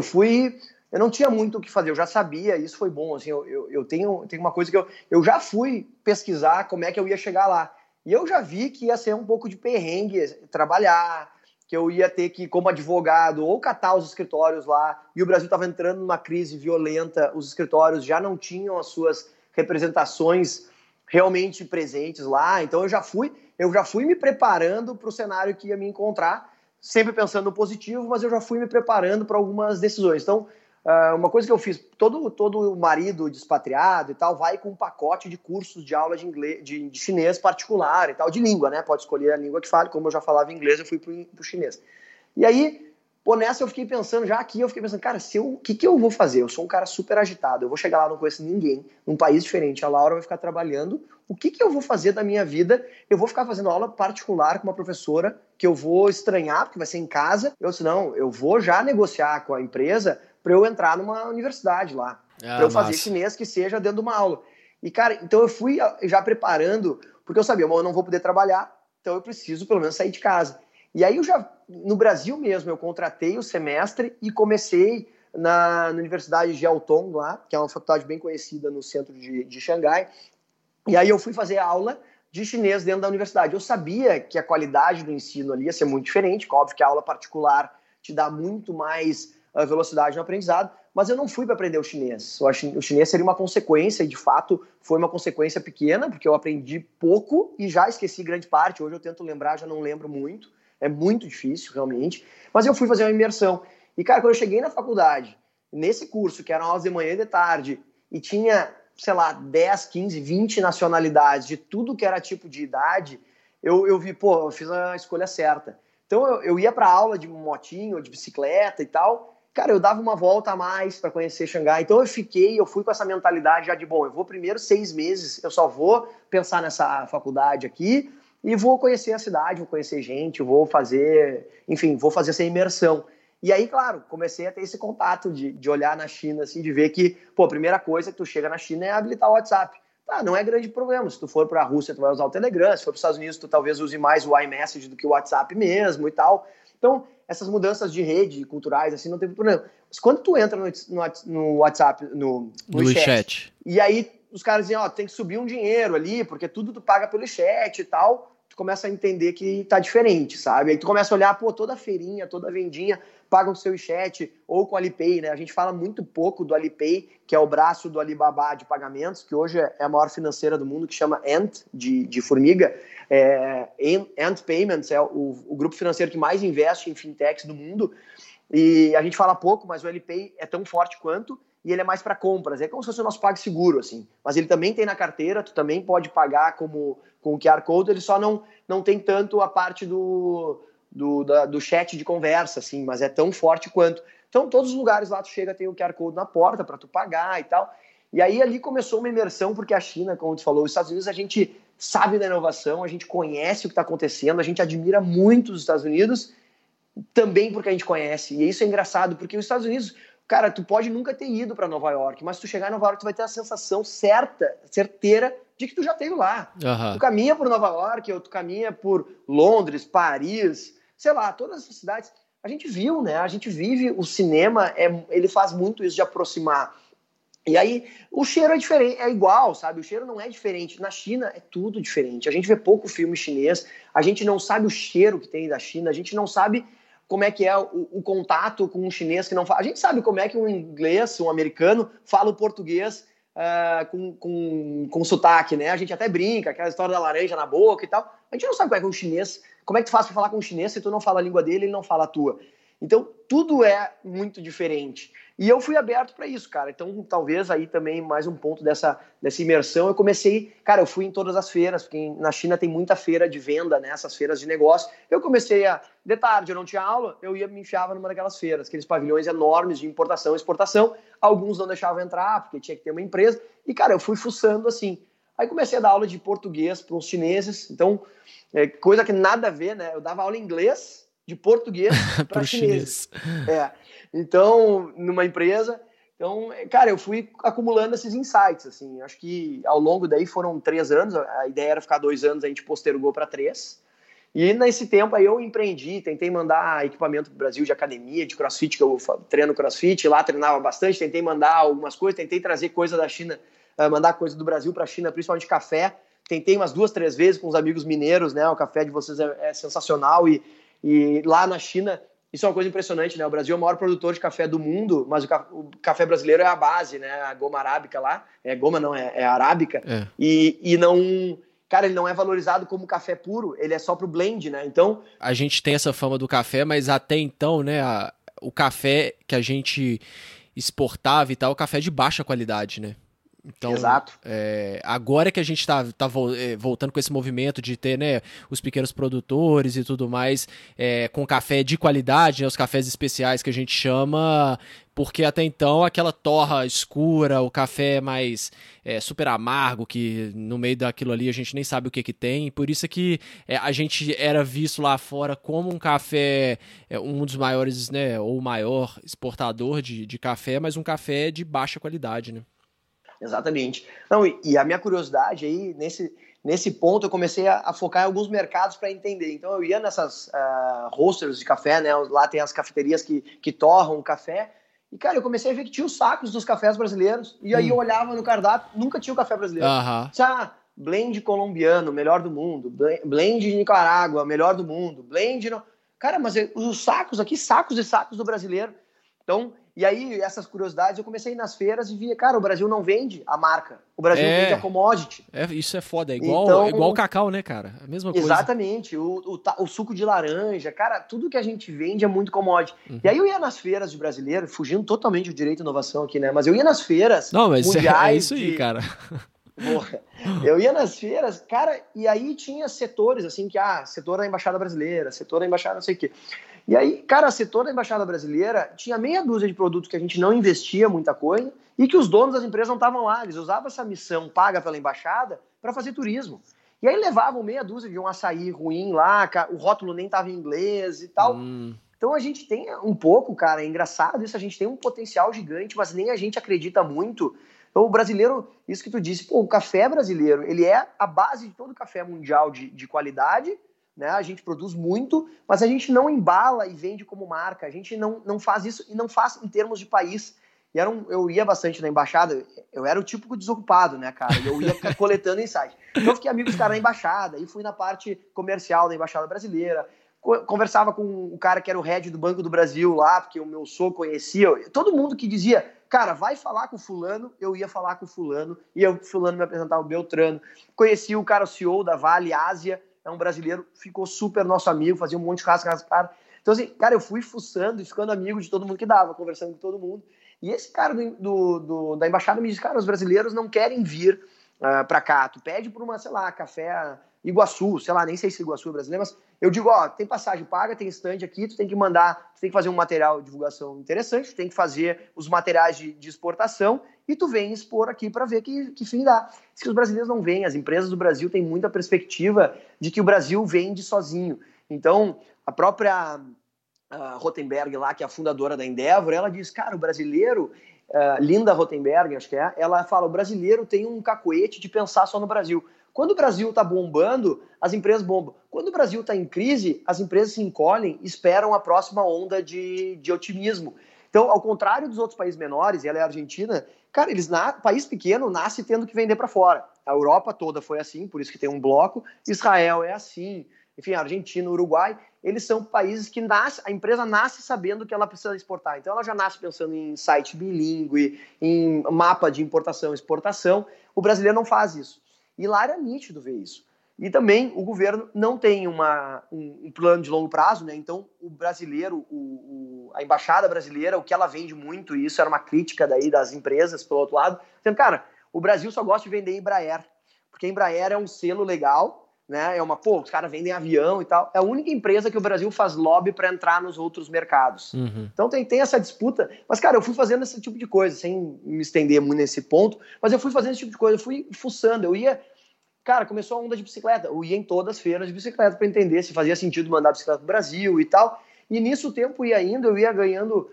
Speaker 2: eu não tinha muito o que fazer, eu já sabia, isso foi bom, assim, eu tenho uma coisa que eu já fui pesquisar como é que eu ia chegar lá, e eu já vi que ia ser um pouco de perrengue trabalhar, que eu ia ter que, como advogado, ou catar os escritórios lá, e o Brasil estava entrando numa crise violenta, os escritórios já não tinham as suas representações realmente presentes lá, então eu já fui me preparando para o cenário que ia me encontrar, sempre pensando no positivo, mas eu já fui me preparando para algumas decisões. Então, uma coisa que eu fiz, todo marido despatriado e tal vai com um pacote de cursos de aula de inglês, de chinês particular e tal, de língua, né? Pode escolher a língua que fale, como eu já falava inglês, eu fui pro chinês. E aí, nessa eu fiquei pensando, cara, o que eu vou fazer? Eu sou um cara super agitado, eu vou chegar lá, não conheço ninguém, num país diferente, a Laura vai ficar trabalhando, o que eu vou fazer da minha vida? Eu vou ficar fazendo aula particular com uma professora que eu vou estranhar, porque vai ser em casa. Eu disse, não, eu vou já negociar com a empresa para eu entrar numa universidade lá, para eu fazer chinês que seja dentro de uma aula. E, cara, então eu fui já preparando, porque eu sabia, eu não vou poder trabalhar, então eu preciso pelo menos sair de casa. E aí no Brasil mesmo, eu contratei o semestre e comecei na Universidade de Jiaotong lá, que é uma faculdade bem conhecida no centro de Xangai, e aí eu fui fazer aula de chinês dentro da universidade. Eu sabia que a qualidade do ensino ali ia ser muito diferente, óbvio que a aula particular te dá muito mais velocidade no aprendizado, mas eu não fui para aprender o chinês. O chinês seria uma consequência, e de fato foi uma consequência pequena, porque eu aprendi pouco e já esqueci grande parte. Hoje eu tento lembrar, já não lembro muito. É muito difícil, realmente. Mas eu fui fazer uma imersão. E, cara, quando eu cheguei na faculdade, nesse curso, que eram aulas de manhã e de tarde, e tinha, sei lá, 10, 15, 20 nacionalidades, de tudo que era tipo de idade, eu vi, eu fiz a escolha certa. Então, eu ia para aula de motinho, de bicicleta e tal. Cara, eu dava uma volta a mais para conhecer Xangai. Então, eu fui com essa mentalidade já de, eu vou primeiro 6 meses, eu só vou pensar nessa faculdade aqui, e vou conhecer a cidade, vou conhecer gente, vou fazer essa imersão. E aí, claro, comecei a ter esse contato de olhar na China, assim, de ver que, a primeira coisa que tu chega na China é habilitar o WhatsApp. Tá, não é grande problema. Se tu for para a Rússia, tu vai usar o Telegram. Se for para os Estados Unidos, tu talvez use mais o iMessage do que o WhatsApp mesmo e tal. Então, essas mudanças de rede culturais, assim, não teve problema. Mas quando tu entra no WhatsApp, no chat, e aí os caras dizem, tem que subir um dinheiro ali, porque tudo tu paga pelo chat e tal. Tu começa a entender que tá diferente, sabe? Aí tu começa a olhar, pô, toda feirinha, toda vendinha paga o seu chat ou com o Alipay, né? A gente fala muito pouco do Alipay, que é o braço do Alibaba de pagamentos, que hoje é a maior financeira do mundo, que chama Ant, de formiga. Ant Payments é o grupo financeiro que mais investe em fintechs do mundo. E a gente fala pouco, mas o Alipay é tão forte quanto, e ele é mais para compras. É como se fosse o nosso PagSeguro, assim. Mas ele também tem na carteira, tu também pode pagar com o QR Code, ele só não tem tanto a parte do chat de conversa, assim, mas é tão forte quanto. Então, todos os lugares lá tu chega, tem o QR Code na porta para tu pagar e tal. E aí ali começou uma imersão, porque a China, como tu falou, os Estados Unidos, a gente sabe da inovação, a gente conhece o que está acontecendo, a gente admira muito os Estados Unidos, também porque a gente conhece. E isso é engraçado, porque os Estados Unidos, cara, tu pode nunca ter ido para Nova York, mas se tu chegar em Nova York, tu vai ter a sensação certeira de que tu já esteve lá.
Speaker 1: Uhum.
Speaker 2: Tu caminha por Nova York, ou tu caminha por Londres, Paris, sei lá, todas essas cidades. A gente viu, né? A gente vive o cinema, ele faz muito isso de aproximar. E aí, o cheiro é diferente, é igual, sabe? O cheiro não é diferente. Na China é tudo diferente. A gente vê pouco filme chinês, a gente não sabe o cheiro que tem da China, a gente não sabe como é que é o contato com um chinês que não fala. A gente sabe como é que um inglês, um americano, fala o português com sotaque, né? A gente até brinca, aquela história da laranja na boca e tal. A gente não sabe como é que um chinês, como é que tu faz para falar com um chinês se tu não fala a língua dele, ele não fala a tua. Então, tudo é muito diferente. E eu fui aberto para isso, cara. Então, talvez aí também mais um ponto dessa imersão. Eu comecei, cara, eu fui em todas as feiras, porque na China tem muita feira de venda, né? Essas feiras de negócio. Eu comecei de tarde, eu não tinha aula, eu me enfiava numa daquelas feiras, aqueles pavilhões enormes de importação e exportação. Alguns não deixavam entrar, porque tinha que ter uma empresa. E, cara, eu fui fuçando assim. Aí comecei a dar aula de português para os chineses. Então, coisa que nada a ver, né? Eu dava aula em inglês, de português para chineses. Então, numa empresa. Então, cara, eu fui acumulando esses insights, assim. Acho que ao longo daí foram 3 anos. A ideia era ficar 2 anos, a gente postergou para 3. E nesse tempo aí eu empreendi, tentei mandar equipamento para o Brasil de academia, de crossfit, que eu treino crossfit, lá treinava bastante, tentei mandar algumas coisas, tentei trazer coisa da China, mandar coisa do Brasil para a China, principalmente café. Tentei umas 2, 3 vezes com os amigos mineiros, né? O café de vocês é sensacional e lá na China, isso é uma coisa impressionante, né? O Brasil é o maior produtor de café do mundo, mas o café brasileiro é a base, né? A goma arábica lá. Goma não, é arábica. E não... Cara, ele não é valorizado como café puro, ele é só pro blend, né? Então...
Speaker 1: A gente tem essa fama do café, mas até então, né? O café que a gente exportava e tal, o café de baixa qualidade, né? Então,
Speaker 2: exato.
Speaker 1: Agora que a gente tá voltando com esse movimento de ter, né, os pequenos produtores e tudo mais, com café de qualidade, né, os cafés especiais que a gente chama, porque até então aquela torra escura, o café mais super amargo, que no meio daquilo ali a gente nem sabe o que tem, por isso é que a gente era visto lá fora como um café, um dos maiores, né, ou o maior exportador de café, mas um café de baixa qualidade, né?
Speaker 2: Exatamente. Não, e a minha curiosidade aí, nesse ponto, eu comecei a focar em alguns mercados para entender. Então, eu ia nessas roasters de café, né? Lá tem as cafeterias que torram café. E, cara, eu comecei a ver que tinha os sacos dos cafés brasileiros. E aí eu olhava no cardápio, nunca tinha o café brasileiro. Blend colombiano, melhor do mundo. Blend de Nicarágua, melhor do mundo. Blend... Cara, mas os sacos aqui, sacos e sacos do brasileiro. Então... E aí, essas curiosidades, eu comecei a ir nas feiras e via, cara, o Brasil não vende a marca. O Brasil vende a commodity.
Speaker 1: Isso é foda. É igual o cacau, né, cara? A mesma coisa.
Speaker 2: Exatamente. O suco de laranja. Cara, tudo que a gente vende é muito commodity. E aí eu ia nas feiras de brasileiro, fugindo totalmente do direito e inovação aqui, né? Mas eu ia nas feiras mundiais.
Speaker 1: É isso aí, cara.
Speaker 2: Porra. Eu ia nas feiras, cara, e aí tinha setores, assim, setor da Embaixada Brasileira, setor da Embaixada não sei o quê. E aí, cara, setor da Embaixada Brasileira tinha meia dúzia de produtos que a gente não investia muita coisa e que os donos das empresas não estavam lá. Eles usavam essa missão paga pela Embaixada para fazer turismo. E aí levavam meia dúzia de um açaí ruim lá, o rótulo nem estava em inglês e tal. Então a gente tem um pouco, cara, é engraçado isso, a gente tem um potencial gigante, mas nem a gente acredita muito. Então, o brasileiro, isso que tu disse, o café brasileiro, ele é a base de todo o café mundial de qualidade, né? A gente produz muito, mas a gente não embala e vende como marca, a gente não faz isso e não faz em termos de país. eu ia bastante na embaixada, eu era o típico desocupado, né, cara? Eu ia ficar coletando insight. Então eu fiquei amigo dos caras na embaixada, e fui na parte comercial da embaixada brasileira, conversava com o cara que era o head do Banco do Brasil lá, porque o meu sogro conhecia, todo mundo que dizia, cara, vai falar com o fulano, eu ia falar com o fulano, e o fulano me apresentava o Beltrano. Conheci o cara, o CEO da Vale Ásia, é um brasileiro, ficou super nosso amigo, fazia um monte de churrasco com as caras. Então assim, cara, eu fui fuçando e ficando amigo de todo mundo que dava, conversando com todo mundo. E esse cara da embaixada me disse, cara, os brasileiros não querem vir pra cá, tu pede por uma, sei lá, café Iguaçu, sei lá, nem sei se Iguaçu é brasileiro, mas eu digo, ó, tem passagem paga, tem stand aqui, tu tem que mandar, tu tem que fazer um material de divulgação interessante, tu tem que fazer os materiais de exportação e tu vem expor aqui para ver que fim dá. Se os brasileiros não vêm, as empresas do Brasil têm muita perspectiva de que o Brasil vende sozinho. Então, a própria Rotenberg lá, que é a fundadora da Endeavor, ela diz, cara, o brasileiro, Linda Rotenberg, acho que é, ela fala, o brasileiro tem um cacoete de pensar só no Brasil. Quando o Brasil está bombando, as empresas bombam. Quando o Brasil está em crise, as empresas se encolhem e esperam a próxima onda de otimismo. Então, ao contrário dos outros países menores, e ela é a Argentina, cara, país pequeno nasce tendo que vender para fora. A Europa toda foi assim, por isso que tem um bloco. Israel é assim. Enfim, a Argentina, o Uruguai, eles são países que a empresa nasce sabendo que ela precisa exportar. Então, ela já nasce pensando em site bilíngue, em mapa de importação e exportação. O brasileiro não faz isso. E lá era nítido ver isso. E também o governo não tem um plano de longo prazo, né? Então o brasileiro, a embaixada brasileira, o que ela vende muito, e isso era uma crítica daí das empresas, pelo outro lado, dizendo, cara, o Brasil só gosta de vender Embraer, porque a Embraer é um selo legal, né? Os caras vendem avião e tal. É a única empresa que o Brasil faz lobby para entrar nos outros mercados. Uhum. Então tem essa disputa. Mas, cara, eu fui fazendo esse tipo de coisa, sem me estender muito nesse ponto, mas eu fui fazendo esse tipo de coisa, eu fui fuçando, eu ia... Cara, começou a onda de bicicleta. Eu ia em todas as feiras de bicicleta para entender se fazia sentido mandar bicicleta pro Brasil e tal. E nisso o tempo ia indo, eu ia ganhando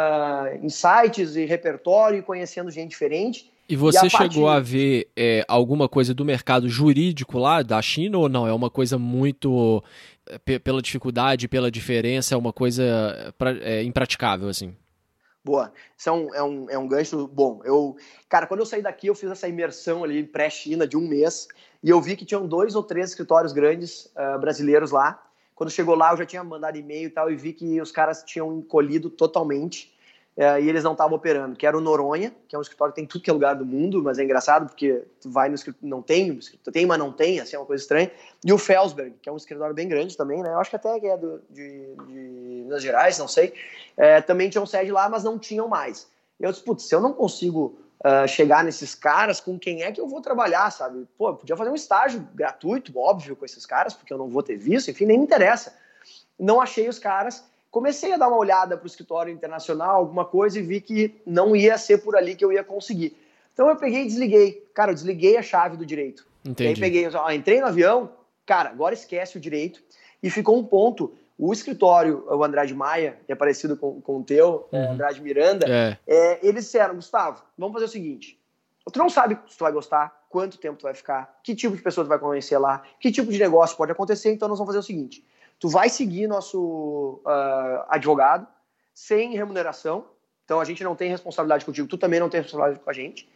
Speaker 2: insights e repertório e conhecendo gente diferente.
Speaker 1: E você chegou a ver alguma coisa do mercado jurídico lá da China ou não? É uma coisa muito, pela dificuldade, pela diferença, é uma coisa impraticável, assim?
Speaker 2: Boa, isso é um gancho bom. Cara, quando eu saí daqui, eu fiz essa imersão ali pré-China de um mês e eu vi que tinham 2 ou 3 escritórios grandes brasileiros lá. Quando chegou lá, eu já tinha mandado e-mail e tal e vi que os caras tinham encolhido totalmente e eles não estavam operando, que era o Noronha, que é um escritório que tem tudo que é lugar do mundo, mas é engraçado porque tu vai no escritório, não tem, mas não tem, assim, é uma coisa estranha. E o Felsberg, que é um escritório bem grande também, né? Eu acho que até é de Minas Gerais, não sei. Também tinham sede lá, mas não tinham mais. Eu disse, putz, se eu não consigo chegar nesses caras, com quem é que eu vou trabalhar, sabe? Pô, eu podia fazer um estágio gratuito, óbvio, com esses caras, porque eu não vou ter visto, enfim, nem me interessa. Não achei os caras, comecei a dar uma olhada para o escritório internacional, alguma coisa, e vi que não ia ser por ali que eu ia conseguir. Então eu peguei e desliguei. Cara, eu desliguei a chave do direito.
Speaker 1: Entendi.
Speaker 2: E aí peguei, entrei no avião, cara, agora esquece o direito. E ficou um ponto, o escritório, o Andrade Maia, que é parecido com o teu, Andrade Miranda, eles disseram, Gustavo, vamos fazer o seguinte, tu não sabe se tu vai gostar, quanto tempo tu vai ficar, que tipo de pessoa tu vai conhecer lá, que tipo de negócio pode acontecer, então nós vamos fazer o seguinte, tu vai seguir nosso advogado sem remuneração, então a gente não tem responsabilidade contigo, tu também não tem responsabilidade com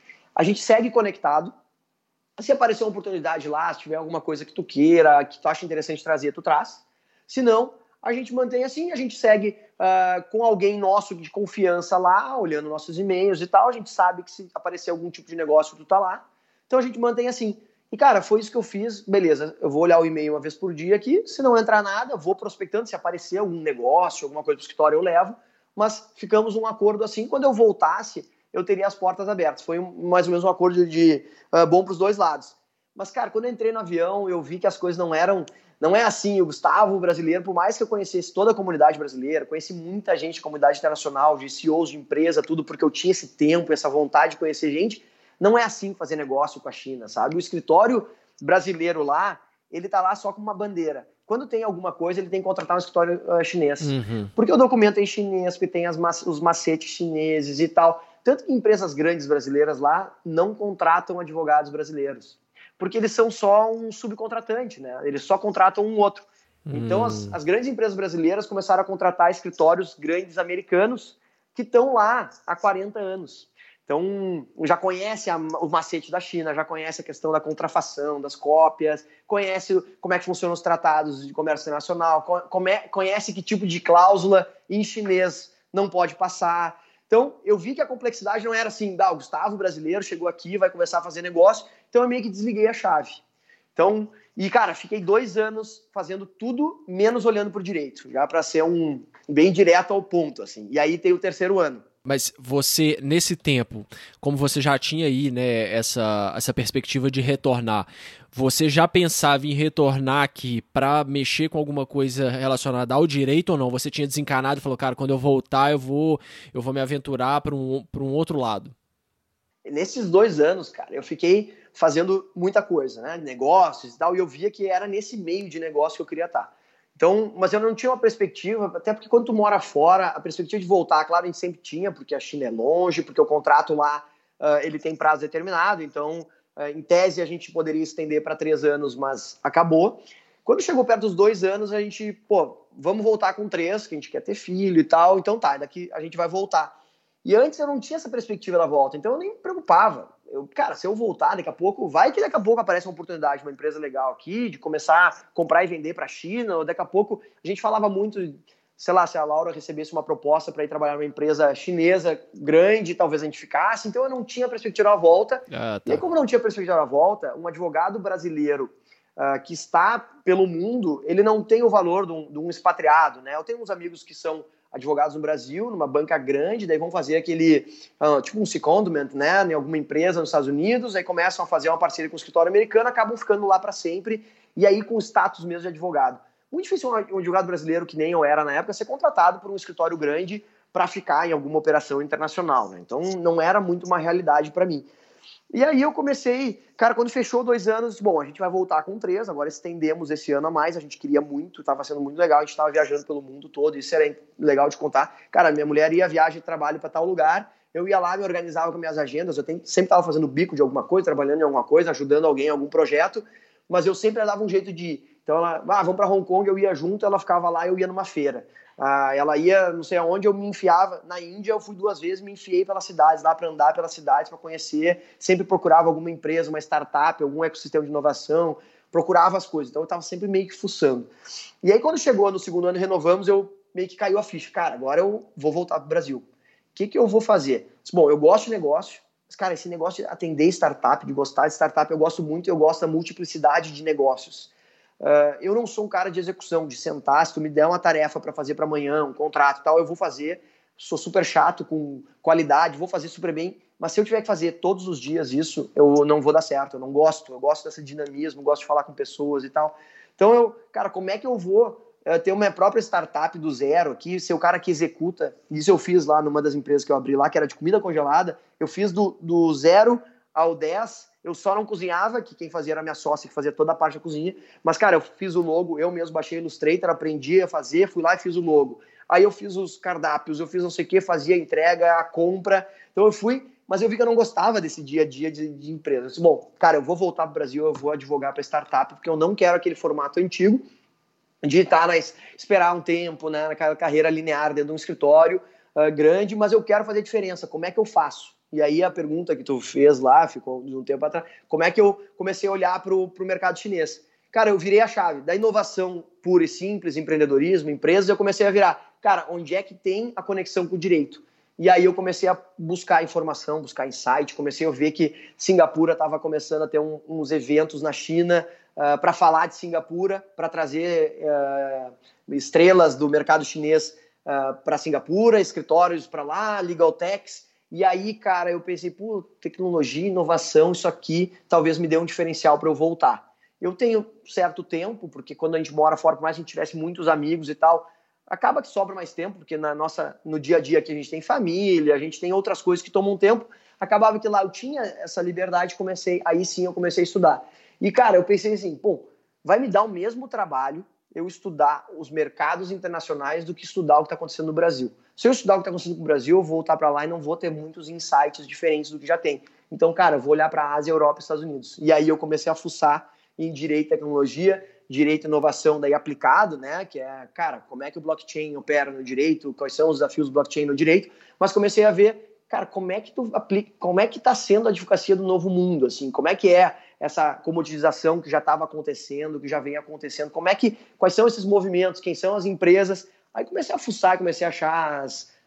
Speaker 2: a gente segue conectado, se aparecer uma oportunidade lá, se tiver alguma coisa que tu queira, que tu acha interessante trazer, tu traz, se não, a gente mantém assim, a gente segue com alguém nosso de confiança lá, olhando nossos e-mails e tal, a gente sabe que se aparecer algum tipo de negócio, tu tá lá, então a gente mantém assim. E, cara, foi isso que eu fiz. Beleza, eu vou olhar o e-mail uma vez por dia aqui. Se não entrar nada, eu vou prospectando. Se aparecer algum negócio, alguma coisa pro escritório, eu levo. Mas ficamos num acordo assim. Quando eu voltasse, eu teria as portas abertas. Foi mais ou menos um acordo bom pros dois lados. Mas, cara, quando eu entrei no avião, eu vi que as coisas não eram... Não é assim, o Gustavo brasileiro, por mais que eu conhecesse toda a comunidade brasileira, conheci muita gente da comunidade internacional, de CEOs de empresa, tudo, porque eu tinha esse tempo, essa vontade de conhecer gente... Não é assim fazer negócio com a China, sabe? O escritório brasileiro lá, ele tá lá só com uma bandeira. Quando tem alguma coisa, ele tem que contratar um escritório chinês. Uhum. Porque o documento é em chinês, porque tem os macetes chineses e tal. Tanto que empresas grandes brasileiras lá não contratam advogados brasileiros. Porque eles são só um subcontratante, né? Eles só contratam um outro. Então, as grandes empresas brasileiras começaram a contratar escritórios grandes americanos que estão lá há 40 anos. Então, já conhece o macete da China, já conhece a questão da contrafação, das cópias, conhece como é que funcionam os tratados de comércio internacional, conhece que tipo de cláusula em chinês não pode passar. Então, eu vi que a complexidade não era assim, o Gustavo brasileiro chegou aqui, vai começar a fazer negócio, então eu meio que desliguei a chave. Então, e cara, fiquei 2 anos fazendo tudo, menos olhando para o direito, já para ser bem direto ao ponto, assim. E aí tem o 3º ano.
Speaker 1: Mas você, nesse tempo, como você já tinha aí, né, essa perspectiva de retornar, você já pensava em retornar aqui para mexer com alguma coisa relacionada ao direito ou não? Você tinha desencanado e falou, cara, quando eu voltar eu vou me aventurar para um outro lado?
Speaker 2: Nesses 2 anos, cara, eu fiquei fazendo muita coisa, né, negócios e tal, e eu via que era nesse meio de negócio que eu queria estar. Então, mas eu não tinha uma perspectiva, até porque quando tu mora fora, a perspectiva de voltar, claro, a gente sempre tinha, porque a China é longe, porque o contrato lá ele tem prazo determinado, então, em tese, a gente poderia estender para 3 anos, mas acabou. Quando chegou perto dos 2 anos, a gente, vamos voltar com 3, que a gente quer ter filho e tal, então tá, daqui a gente vai voltar. E antes eu não tinha essa perspectiva da volta, então eu nem me preocupava. Cara, se eu voltar daqui a pouco, daqui a pouco aparece uma oportunidade, uma empresa legal aqui, de começar a comprar e vender para a China, ou daqui a pouco a gente falava muito, sei lá, se a Laura recebesse uma proposta para ir trabalhar numa empresa chinesa grande, talvez a gente ficasse, então eu não tinha perspectiva da volta.
Speaker 1: Tá.
Speaker 2: E aí, como não tinha perspectiva da volta, um advogado brasileiro que está pelo mundo, ele não tem o valor de um expatriado, né? Eu tenho uns amigos que são advogados no Brasil, numa banca grande, daí vão fazer aquele, tipo um secondment, né, em alguma empresa nos Estados Unidos, aí começam a fazer uma parceria com o escritório americano, acabam ficando lá para sempre, e aí com o status mesmo de advogado. Muito difícil um advogado brasileiro, que nem eu era na época, ser contratado por um escritório grande para ficar em alguma operação internacional, né? Então não era muito uma realidade para mim. E aí eu comecei, cara, quando fechou 2 anos, bom, a gente vai voltar com 3, agora estendemos esse ano a mais, a gente queria muito, estava sendo muito legal, a gente estava viajando pelo mundo todo, isso era legal de contar. Cara, minha mulher ia viagem de trabalho para tal lugar, eu ia lá, me organizava com minhas agendas, eu sempre estava fazendo bico de alguma coisa, trabalhando em alguma coisa, ajudando alguém em algum projeto, mas eu sempre dava um jeito de ir. Então ela, vamos para Hong Kong, eu ia junto, ela ficava lá, eu ia numa feira. Ela ia, não sei aonde, eu me enfiava. Na Índia eu fui 2 vezes, me enfiei pelas cidades, lá para andar pelas cidades, para conhecer. Sempre procurava alguma empresa, uma startup, algum ecossistema de inovação, procurava as coisas. Então eu estava sempre meio que fuçando. E aí quando chegou no 2º ano, renovamos, eu meio que caiu a ficha. Cara, agora eu vou voltar para o Brasil. O que eu vou fazer? Bom, eu gosto de negócio, mas cara, esse negócio de atender startup, de gostar de startup, eu gosto muito, eu gosto da multiplicidade de negócios. Eu não sou um cara de execução, de sentar, se tu me der uma tarefa para fazer para amanhã, um contrato e tal, eu vou fazer, sou super chato com qualidade, vou fazer super bem, mas se eu tiver que fazer todos os dias isso, eu não vou dar certo, eu gosto desse dinamismo, gosto de falar com pessoas e tal. Então, cara, como é que eu vou ter uma própria startup do zero aqui, ser o cara que executa? Isso eu fiz lá numa das empresas que eu abri lá, que era de comida congelada, eu fiz do 0 ao 10, eu só não cozinhava, que quem fazia era a minha sócia, que fazia toda a parte da cozinha. Mas, cara, eu fiz o logo, eu mesmo baixei o Illustrator, aprendi a fazer, fui lá e fiz o logo. Aí eu fiz os cardápios, eu fiz não sei o que, fazia a entrega, a compra. Então eu fui, mas eu vi que eu não gostava desse dia a dia de empresa. Eu disse, bom, cara, eu vou voltar para o Brasil, eu vou advogar para startup, porque eu não quero aquele formato antigo de estar esperar um tempo, né, naquela carreira linear dentro de um escritório grande, mas eu quero fazer diferença. Como é que eu faço? E aí a pergunta que tu fez lá, ficou de um tempo atrás, como é que eu comecei a olhar para o mercado chinês? Cara, eu virei a chave da inovação pura e simples, empreendedorismo, empresas, eu comecei a virar, cara, onde é que tem a conexão com o direito? E aí eu comecei a buscar informação, buscar insight, comecei a ver que Singapura estava começando a ter uns eventos na China para falar de Singapura, para trazer estrelas do mercado chinês para Singapura, escritórios para lá, legal techs. E aí, cara, eu pensei, tecnologia, inovação, isso aqui talvez me dê um diferencial para eu voltar. Eu tenho certo tempo, porque quando a gente mora fora, por mais que a gente tivesse muitos amigos e tal, acaba que sobra mais tempo, porque no dia a dia aqui a gente tem família, a gente tem outras coisas que tomam tempo. Acabava que lá eu tinha essa liberdade, aí sim eu comecei a estudar. E, cara, eu pensei assim, vai me dar o mesmo trabalho eu estudar os mercados internacionais do que estudar o que está acontecendo no Brasil. Se eu estudar o que está acontecendo no Brasil, eu vou voltar para lá e não vou ter muitos insights diferentes do que já tem. Então, cara, eu vou olhar para a Ásia, Europa e Estados Unidos. E aí eu comecei a fuçar em direito e tecnologia. direito e inovação daí aplicado, né? Que é, cara, como é que o blockchain opera no direito, quais são os desafios do blockchain no direito, mas comecei a ver, cara, como é que tu aplica, como é que está sendo a advocacia do novo mundo, assim, como é que é essa comoditização que já estava acontecendo, que já vem acontecendo, quais são esses movimentos, quem são as empresas. Aí comecei a fuçar, comecei a achar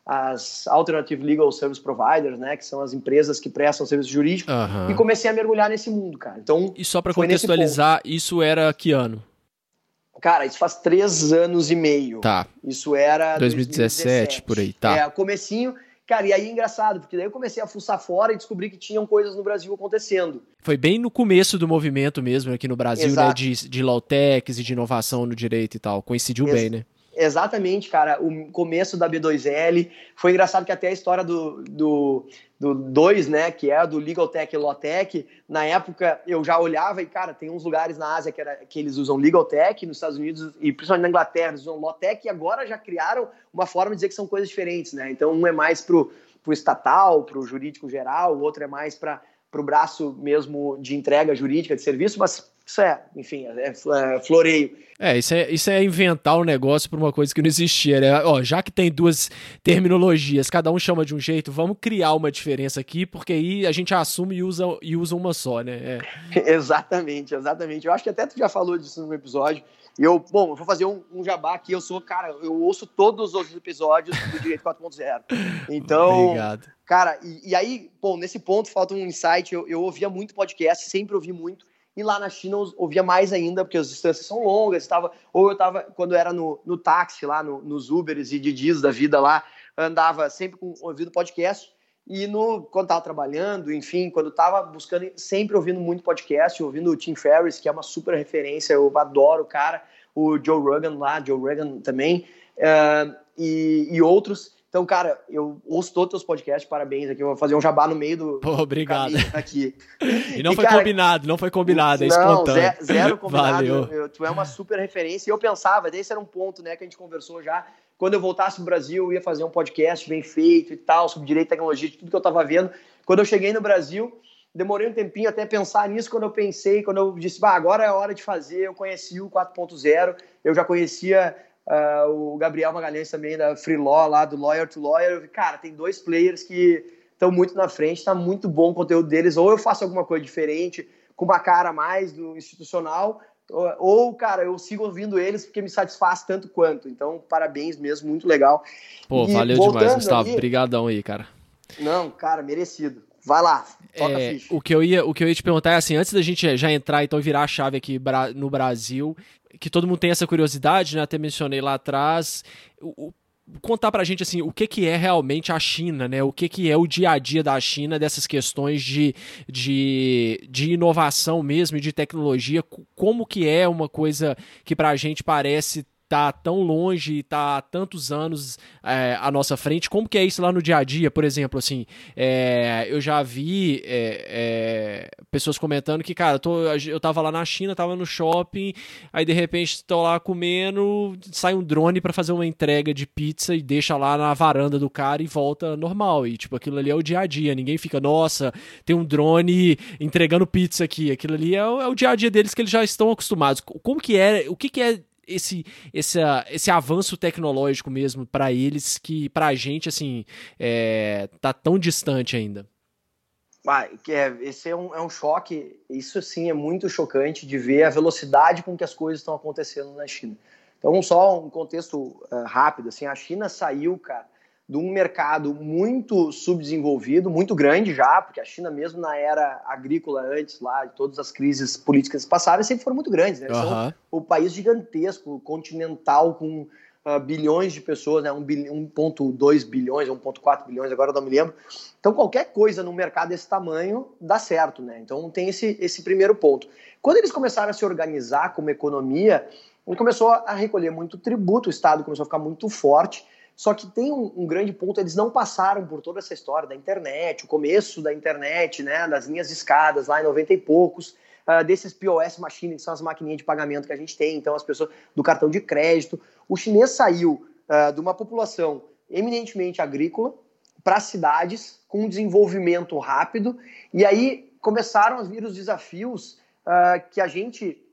Speaker 2: as Alternative Legal Service Providers, né, que são as empresas que prestam serviço jurídico, e comecei a mergulhar nesse mundo, cara. Então,
Speaker 1: e só para contextualizar, isso era que ano?
Speaker 2: Cara, isso faz 3 anos e meio.
Speaker 1: Tá.
Speaker 2: Isso era
Speaker 1: 2017, por aí, tá.
Speaker 2: O comecinho. Cara, e aí é engraçado, porque daí eu comecei a fuçar fora e descobri que tinham coisas no Brasil acontecendo.
Speaker 1: Foi bem no começo do movimento mesmo aqui no Brasil,
Speaker 2: Exato.
Speaker 1: né, de Law-Techs e de inovação no direito e tal. Coincidiu bem, né?
Speaker 2: Exatamente, cara. O começo da B2L. Foi engraçado que até a história do 2, né, que é do Legal Tech e Law Tech, na época eu já olhava e, cara, tem uns lugares na Ásia que eles usam Legal Tech, nos Estados Unidos e principalmente na Inglaterra eles usam Law Tech, e agora já criaram uma forma de dizer que são coisas diferentes, né? Então um é mais pro estatal, pro jurídico geral, o outro é mais pro braço mesmo de entrega jurídica de serviço, mas isso enfim, floreio.
Speaker 1: Isso é inventar um negócio por uma coisa que não existia, né? Ó, já que tem duas terminologias, cada um chama de um jeito, vamos criar uma diferença aqui, porque aí a gente assume e usa uma só, né?
Speaker 2: Exatamente. Eu acho que até tu já falou disso no episódio. E eu vou fazer um jabá aqui. Eu ouço todos os episódios do Direito 4.0. Então,
Speaker 1: obrigado.
Speaker 2: Cara, e aí, nesse ponto falta um insight. Eu ouvia muito podcast, sempre ouvi muito. E lá na China eu ouvia mais ainda, porque as distâncias são longas. Quando era no táxi, lá nos Ubers e Didis da vida lá, andava sempre ouvindo podcast. E quando estava trabalhando, enfim, quando estava buscando, sempre ouvindo muito podcast, ouvindo o Tim Ferriss, que é uma super referência, eu adoro o cara, o Joe Rogan também, e outros. Então, cara, eu ouço todos os teus podcasts, parabéns aqui, eu vou fazer um jabá no meio do
Speaker 1: obrigado.
Speaker 2: caminho aqui.
Speaker 1: E não foi combinado, é espontâneo.
Speaker 2: Zero combinado.
Speaker 1: Valeu.
Speaker 2: Tu é uma super referência, e eu pensava, esse era um ponto, né, que a gente conversou já, quando eu voltasse pro Brasil, eu ia fazer um podcast bem feito e tal, sobre direito e tecnologia, de tudo que eu tava vendo. Quando eu cheguei no Brasil, demorei um tempinho até pensar nisso, quando eu disse, agora é a hora de fazer, eu conheci o 4.0, eu já conhecia o Gabriel Magalhães também, da Free Law, lá do Lawyer to Lawyer. Cara, tem 2 players que estão muito na frente, tá muito bom o conteúdo deles, ou eu faço alguma coisa diferente, com uma cara mais do institucional, ou, cara, eu sigo ouvindo eles porque me satisfaz tanto quanto. Então, parabéns mesmo, muito legal.
Speaker 1: Valeu demais, Gustavo. Obrigadão aí, cara.
Speaker 2: Não, cara, merecido. Vai lá, toca a ficha.
Speaker 1: O que eu ia te perguntar é assim, antes da gente já entrar então e virar a chave aqui no Brasil, que todo mundo tem essa curiosidade, né? Até mencionei lá atrás, contar pra gente assim, o que é realmente a China, né? O que é o dia a dia da China, dessas questões de inovação mesmo e de tecnologia, como que é uma coisa que pra gente parece tá tão longe e tá há tantos anos à nossa frente, como que é isso lá no dia a dia, por exemplo, assim, eu já vi pessoas comentando que, cara, eu tava lá na China, tava no shopping, aí de repente tô lá comendo, sai um drone pra fazer uma entrega de pizza e deixa lá na varanda do cara e volta normal, e tipo, aquilo ali é o dia a dia, ninguém fica, nossa, tem um drone entregando pizza aqui, aquilo ali é o dia a dia deles que eles já estão acostumados. Como que é, o que é esse avanço tecnológico mesmo para eles, que pra gente, assim, tá tão distante ainda?
Speaker 2: Esse é um choque, isso sim é muito chocante de ver a velocidade com que as coisas estão acontecendo na China. Então, só um contexto rápido, assim, a China saiu, cara, de um mercado muito subdesenvolvido, muito grande já, porque a China mesmo na era agrícola antes lá, de todas as crises políticas passadas, sempre foram muito grandes, né? Eles são o país gigantesco, continental, com bilhões de pessoas, né? 1,2 bilhões, 1,4 bilhões, agora eu não me lembro. Então qualquer coisa num mercado desse tamanho dá certo, né? Então tem esse primeiro ponto. Quando eles começaram a se organizar como economia, ele começou a recolher muito tributo, o Estado começou a ficar muito forte. Só que tem um grande ponto, eles não passaram por toda essa história da internet, o começo da internet, né, das linhas de escadas lá em 90 e poucos, desses POS machine, que são as maquininhas de pagamento que a gente tem, então as pessoas do cartão de crédito. O chinês saiu de uma população eminentemente agrícola para cidades com um desenvolvimento rápido, e aí começaram a vir os desafios que a gente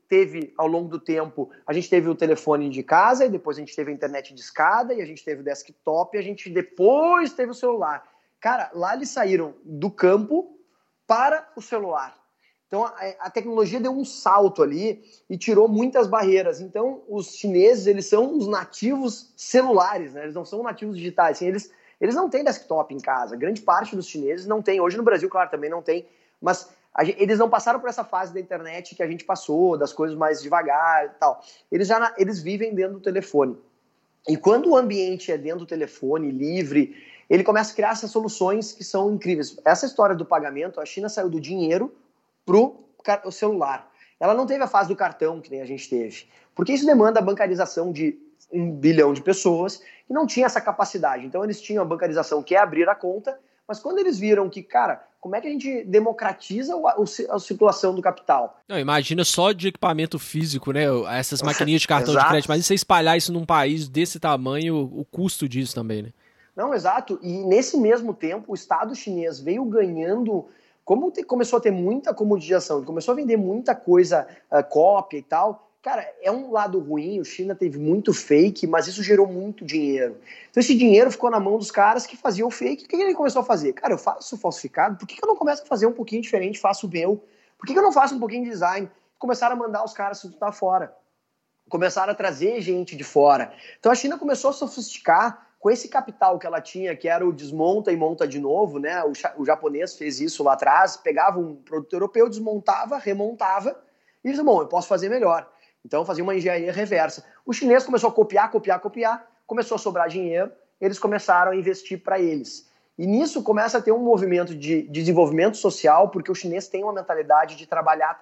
Speaker 2: teve, ao longo do tempo, a gente teve o telefone de casa, e depois a gente teve a internet de escada, e a gente teve o desktop, e a gente depois teve o celular. Cara, lá eles saíram do campo para o celular. Então a tecnologia deu um salto ali e tirou muitas barreiras. Então os chineses, eles são os nativos celulares, né? Eles não são nativos digitais. Assim, eles não têm desktop em casa. Grande parte dos chineses não tem. Hoje no Brasil, claro, também não tem. Mas eles não passaram por essa fase da internet que a gente passou, das coisas mais devagar e tal. Eles vivem dentro do telefone. E quando o ambiente é dentro do telefone, livre, ele começa a criar essas soluções que são incríveis. Essa história do pagamento, a China saiu do dinheiro para o celular. Ela não teve a fase do cartão que nem a gente teve. Porque isso demanda a bancarização de 1 bilhão de pessoas e não tinha essa capacidade. Então eles tinham a bancarização, que é abrir a conta, mas quando eles viram que, cara, como é que a gente democratiza a circulação do capital?
Speaker 1: Não, imagina só de equipamento físico, né? Essas maquininhas de cartão de
Speaker 2: Exato.
Speaker 1: crédito. Mas e você espalhar isso num país desse tamanho, o custo disso também, né?
Speaker 2: Não, exato. E nesse mesmo tempo, o Estado chinês veio ganhando, como começou a ter muita comodização, começou a vender muita coisa, cópia e tal. Cara, é um lado ruim, o China teve muito fake, mas isso gerou muito dinheiro. Então esse dinheiro ficou na mão dos caras que faziam o fake. O que ele começou a fazer? Cara, eu faço falsificado, por que eu não começo a fazer um pouquinho diferente, faço o meu? Por que eu não faço um pouquinho de design? Começaram a mandar os caras se estudar fora. Começaram a trazer gente de fora. Então a China começou a sofisticar com esse capital que ela tinha, que era o desmonta e monta de novo, né? O japonês fez isso lá atrás, pegava um produto europeu, desmontava, remontava e disse, bom, eu posso fazer melhor. Então fazia uma engenharia reversa. O chinês começou a copiar, começou a sobrar dinheiro, eles começaram a investir para eles. E nisso começa a ter um movimento de desenvolvimento social, porque o chinês tem uma mentalidade de trabalhar,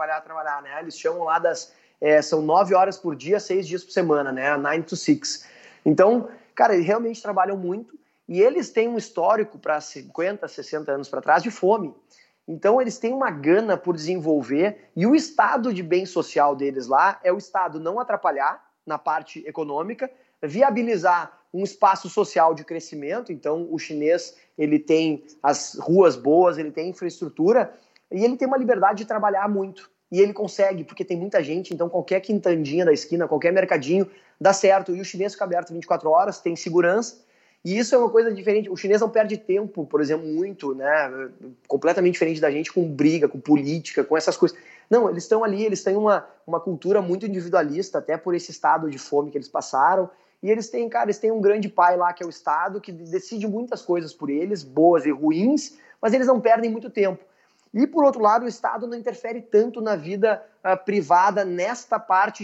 Speaker 2: né? Eles chamam lá são 9 horas por dia, 6 dias por semana, né? 9 to 6. Então, cara, eles realmente trabalham muito e eles têm um histórico para 50, 60 anos para trás de fome. Então, eles têm uma gana por desenvolver e o estado de bem social deles lá é o estado não atrapalhar na parte econômica, viabilizar um espaço social de crescimento. Então, o chinês, ele tem as ruas boas, ele tem infraestrutura e ele tem uma liberdade de trabalhar muito. E ele consegue, porque tem muita gente, então qualquer quintandinha da esquina, qualquer mercadinho, dá certo. E o chinês fica aberto 24 horas, tem segurança. E isso é uma coisa diferente. O chinês não perde tempo, por exemplo, muito, né? Completamente diferente da gente com briga, com política, com essas coisas. Não, eles estão ali, eles têm uma cultura muito individualista, até por esse estado de fome que eles passaram. E eles têm, cara, eles têm um grande pai lá, que é o Estado, que decide muitas coisas por eles, boas e ruins, mas eles não perdem muito tempo. E, por outro lado, o Estado não interfere tanto na vida privada nesta parte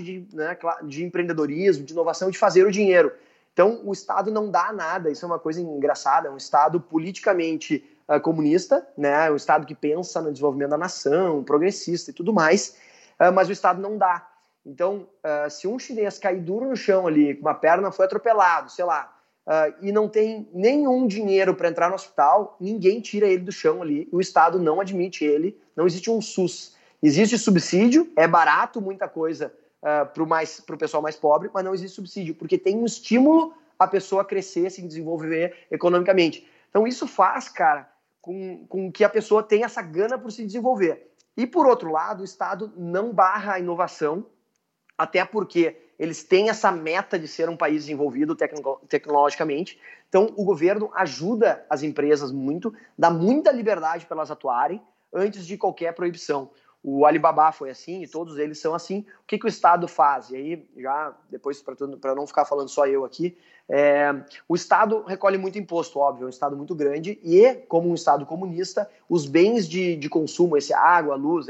Speaker 2: de empreendedorismo, de inovação, de fazer o dinheiro. Então, o Estado não dá nada, isso é uma coisa engraçada, é um Estado politicamente comunista, né? Um Estado que pensa no desenvolvimento da nação, progressista e tudo mais, mas o Estado não dá. Então, se um chinês cair duro no chão ali, com uma perna foi atropelado, sei lá, e não tem nenhum dinheiro para entrar no hospital, ninguém tira ele do chão ali, o Estado não admite ele, não existe um SUS. Existe subsídio, é barato muita coisa para o pessoal mais pobre, mas não existe subsídio, porque tem um estímulo a pessoa crescer, se desenvolver economicamente. Então isso faz, cara, com que a pessoa tenha essa gana por se desenvolver. E por outro lado, o Estado não barra a inovação, até porque eles têm essa meta de ser um país desenvolvido tecnologicamente. Então, o governo ajuda as empresas muito, dá muita liberdade para elas atuarem antes de qualquer proibição. O Alibaba foi assim e todos eles são assim. O que o Estado faz? E aí, já depois, para não ficar falando só eu aqui, o Estado recolhe muito imposto, óbvio, é um Estado muito grande e, como um Estado comunista, os bens de consumo, esse água, luz,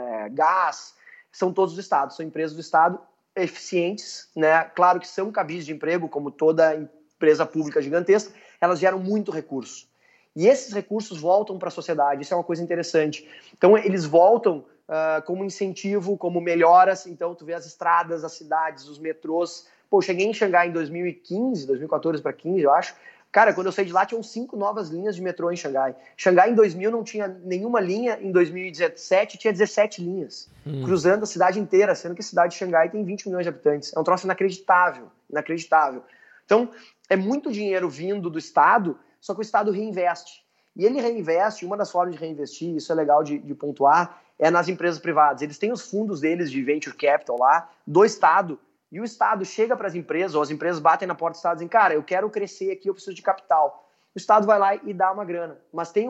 Speaker 2: gás, são todos do Estado, são empresas do Estado eficientes, né? Claro que são cabis de emprego, como toda empresa pública gigantesca, elas geram muito recurso. E esses recursos voltam para a sociedade, isso é uma coisa interessante. Então, eles voltam como incentivo, como melhoras. Então, tu vê as estradas, as cidades, os metrôs. Pô, eu cheguei em Xangai em 2015, 2014 para 15, eu acho. Cara, quando eu saí de lá, tinham 5 novas linhas de metrô em Xangai. Xangai, em 2000, não tinha nenhuma linha. Em 2017, tinha 17 linhas, cruzando a cidade inteira, sendo que a cidade de Xangai tem 20 milhões de habitantes. É um troço inacreditável, inacreditável. Então, é muito dinheiro vindo do Estado, só que o Estado reinveste. E ele reinveste, uma das formas de reinvestir, isso é legal de pontuar, é nas empresas privadas. Eles têm os fundos deles de venture capital lá, do Estado, e o Estado chega para as empresas, ou as empresas batem na porta do Estado e dizem, cara, eu quero crescer aqui, eu preciso de capital. O Estado vai lá e dá uma grana. Mas tem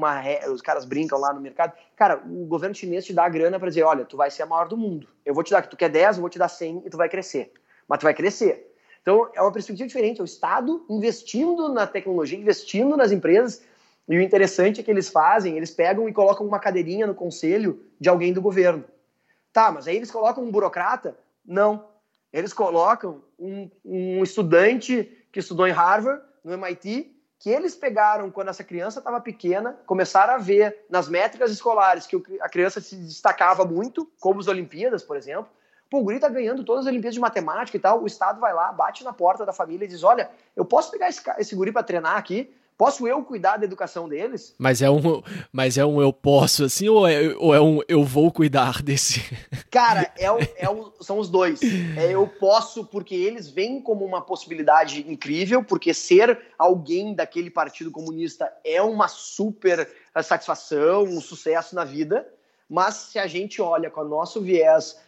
Speaker 2: os caras brincam lá no mercado, cara, o governo chinês te dá a grana para dizer, olha, tu vai ser a maior do mundo. Eu vou te dar, tu quer 10, eu vou te dar 100 e tu vai crescer. Mas tu vai crescer. Então, é uma perspectiva diferente. É o Estado investindo na tecnologia, investindo nas empresas. E o interessante é que eles pegam e colocam uma cadeirinha no conselho de alguém do governo. Tá, mas aí eles colocam um burocrata? Não. Eles colocam um estudante que estudou em Harvard, no MIT, que eles pegaram quando essa criança estava pequena, começaram a ver nas métricas escolares que a criança se destacava muito, como as Olimpíadas, por exemplo. Pô, o guri tá ganhando todas as Olimpíadas de matemática e tal, o Estado vai lá, bate na porta da família e diz, olha, eu posso pegar esse guri para treinar aqui? Posso eu cuidar da educação deles?
Speaker 1: Mas é um eu posso, assim, ou é um eu vou cuidar desse?
Speaker 2: Cara, são os dois. Eu posso porque eles veem como uma possibilidade incrível, porque ser alguém daquele Partido Comunista é uma super satisfação, um sucesso na vida, mas se a gente olha com o nosso viés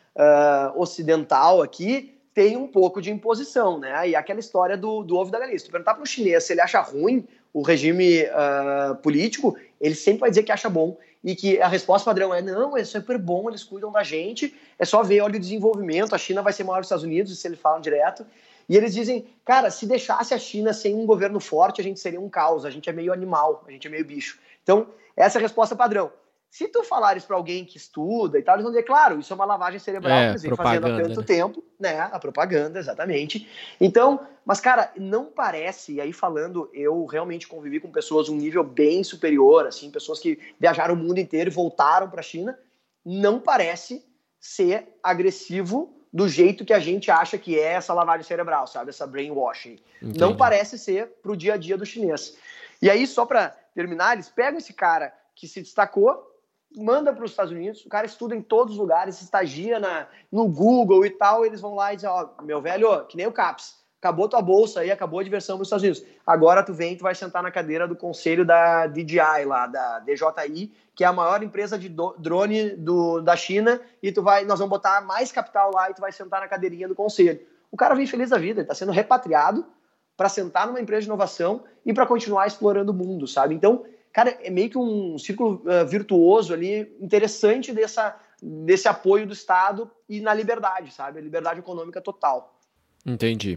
Speaker 2: ocidental aqui, tem um pouco de imposição, né? E aquela história do ovo da galinha. Se tu perguntar para um chinês se ele acha ruim o regime político, ele sempre vai dizer que acha bom. E que a resposta padrão é, não, é super bom, eles cuidam da gente, é só ver, olha o desenvolvimento, a China vai ser maior que os Estados Unidos, isso eles falam direto. E eles dizem, cara, se deixasse a China sem um governo forte, a gente seria um caos, a gente é meio animal, a gente é meio bicho. Então, essa é a resposta padrão. Se tu falares para alguém que estuda e tal, eles vão dizer, claro, isso é uma lavagem cerebral que eles vêm fazendo há tanto tempo, né? A propaganda, exatamente. Então, mas cara, não parece, e aí falando, eu realmente convivi com pessoas de um nível bem superior, assim, pessoas que viajaram o mundo inteiro e voltaram para a China, não parece ser agressivo do jeito que a gente acha que é essa lavagem cerebral, sabe? Essa brainwashing. Entendi. Não parece ser pro dia a dia do chinês. E aí, só para terminar, eles pegam esse cara que se destacou, manda para os Estados Unidos, o cara estuda em todos os lugares, estagia no Google e tal, eles vão lá e dizem, ó, meu velho, que nem o CAPS, acabou tua bolsa aí, acabou a diversão nos Estados Unidos, agora tu vai sentar na cadeira do conselho da DJI lá, da DJI, que é a maior empresa de drone da China, e nós vamos botar mais capital lá e tu vai sentar na cadeirinha do conselho. O cara vem feliz da vida, ele está sendo repatriado para sentar numa empresa de inovação e para continuar explorando o mundo, sabe? Então, cara, é meio que um círculo virtuoso ali, interessante desse apoio do Estado e na liberdade, sabe? A liberdade econômica total.
Speaker 1: Entendi.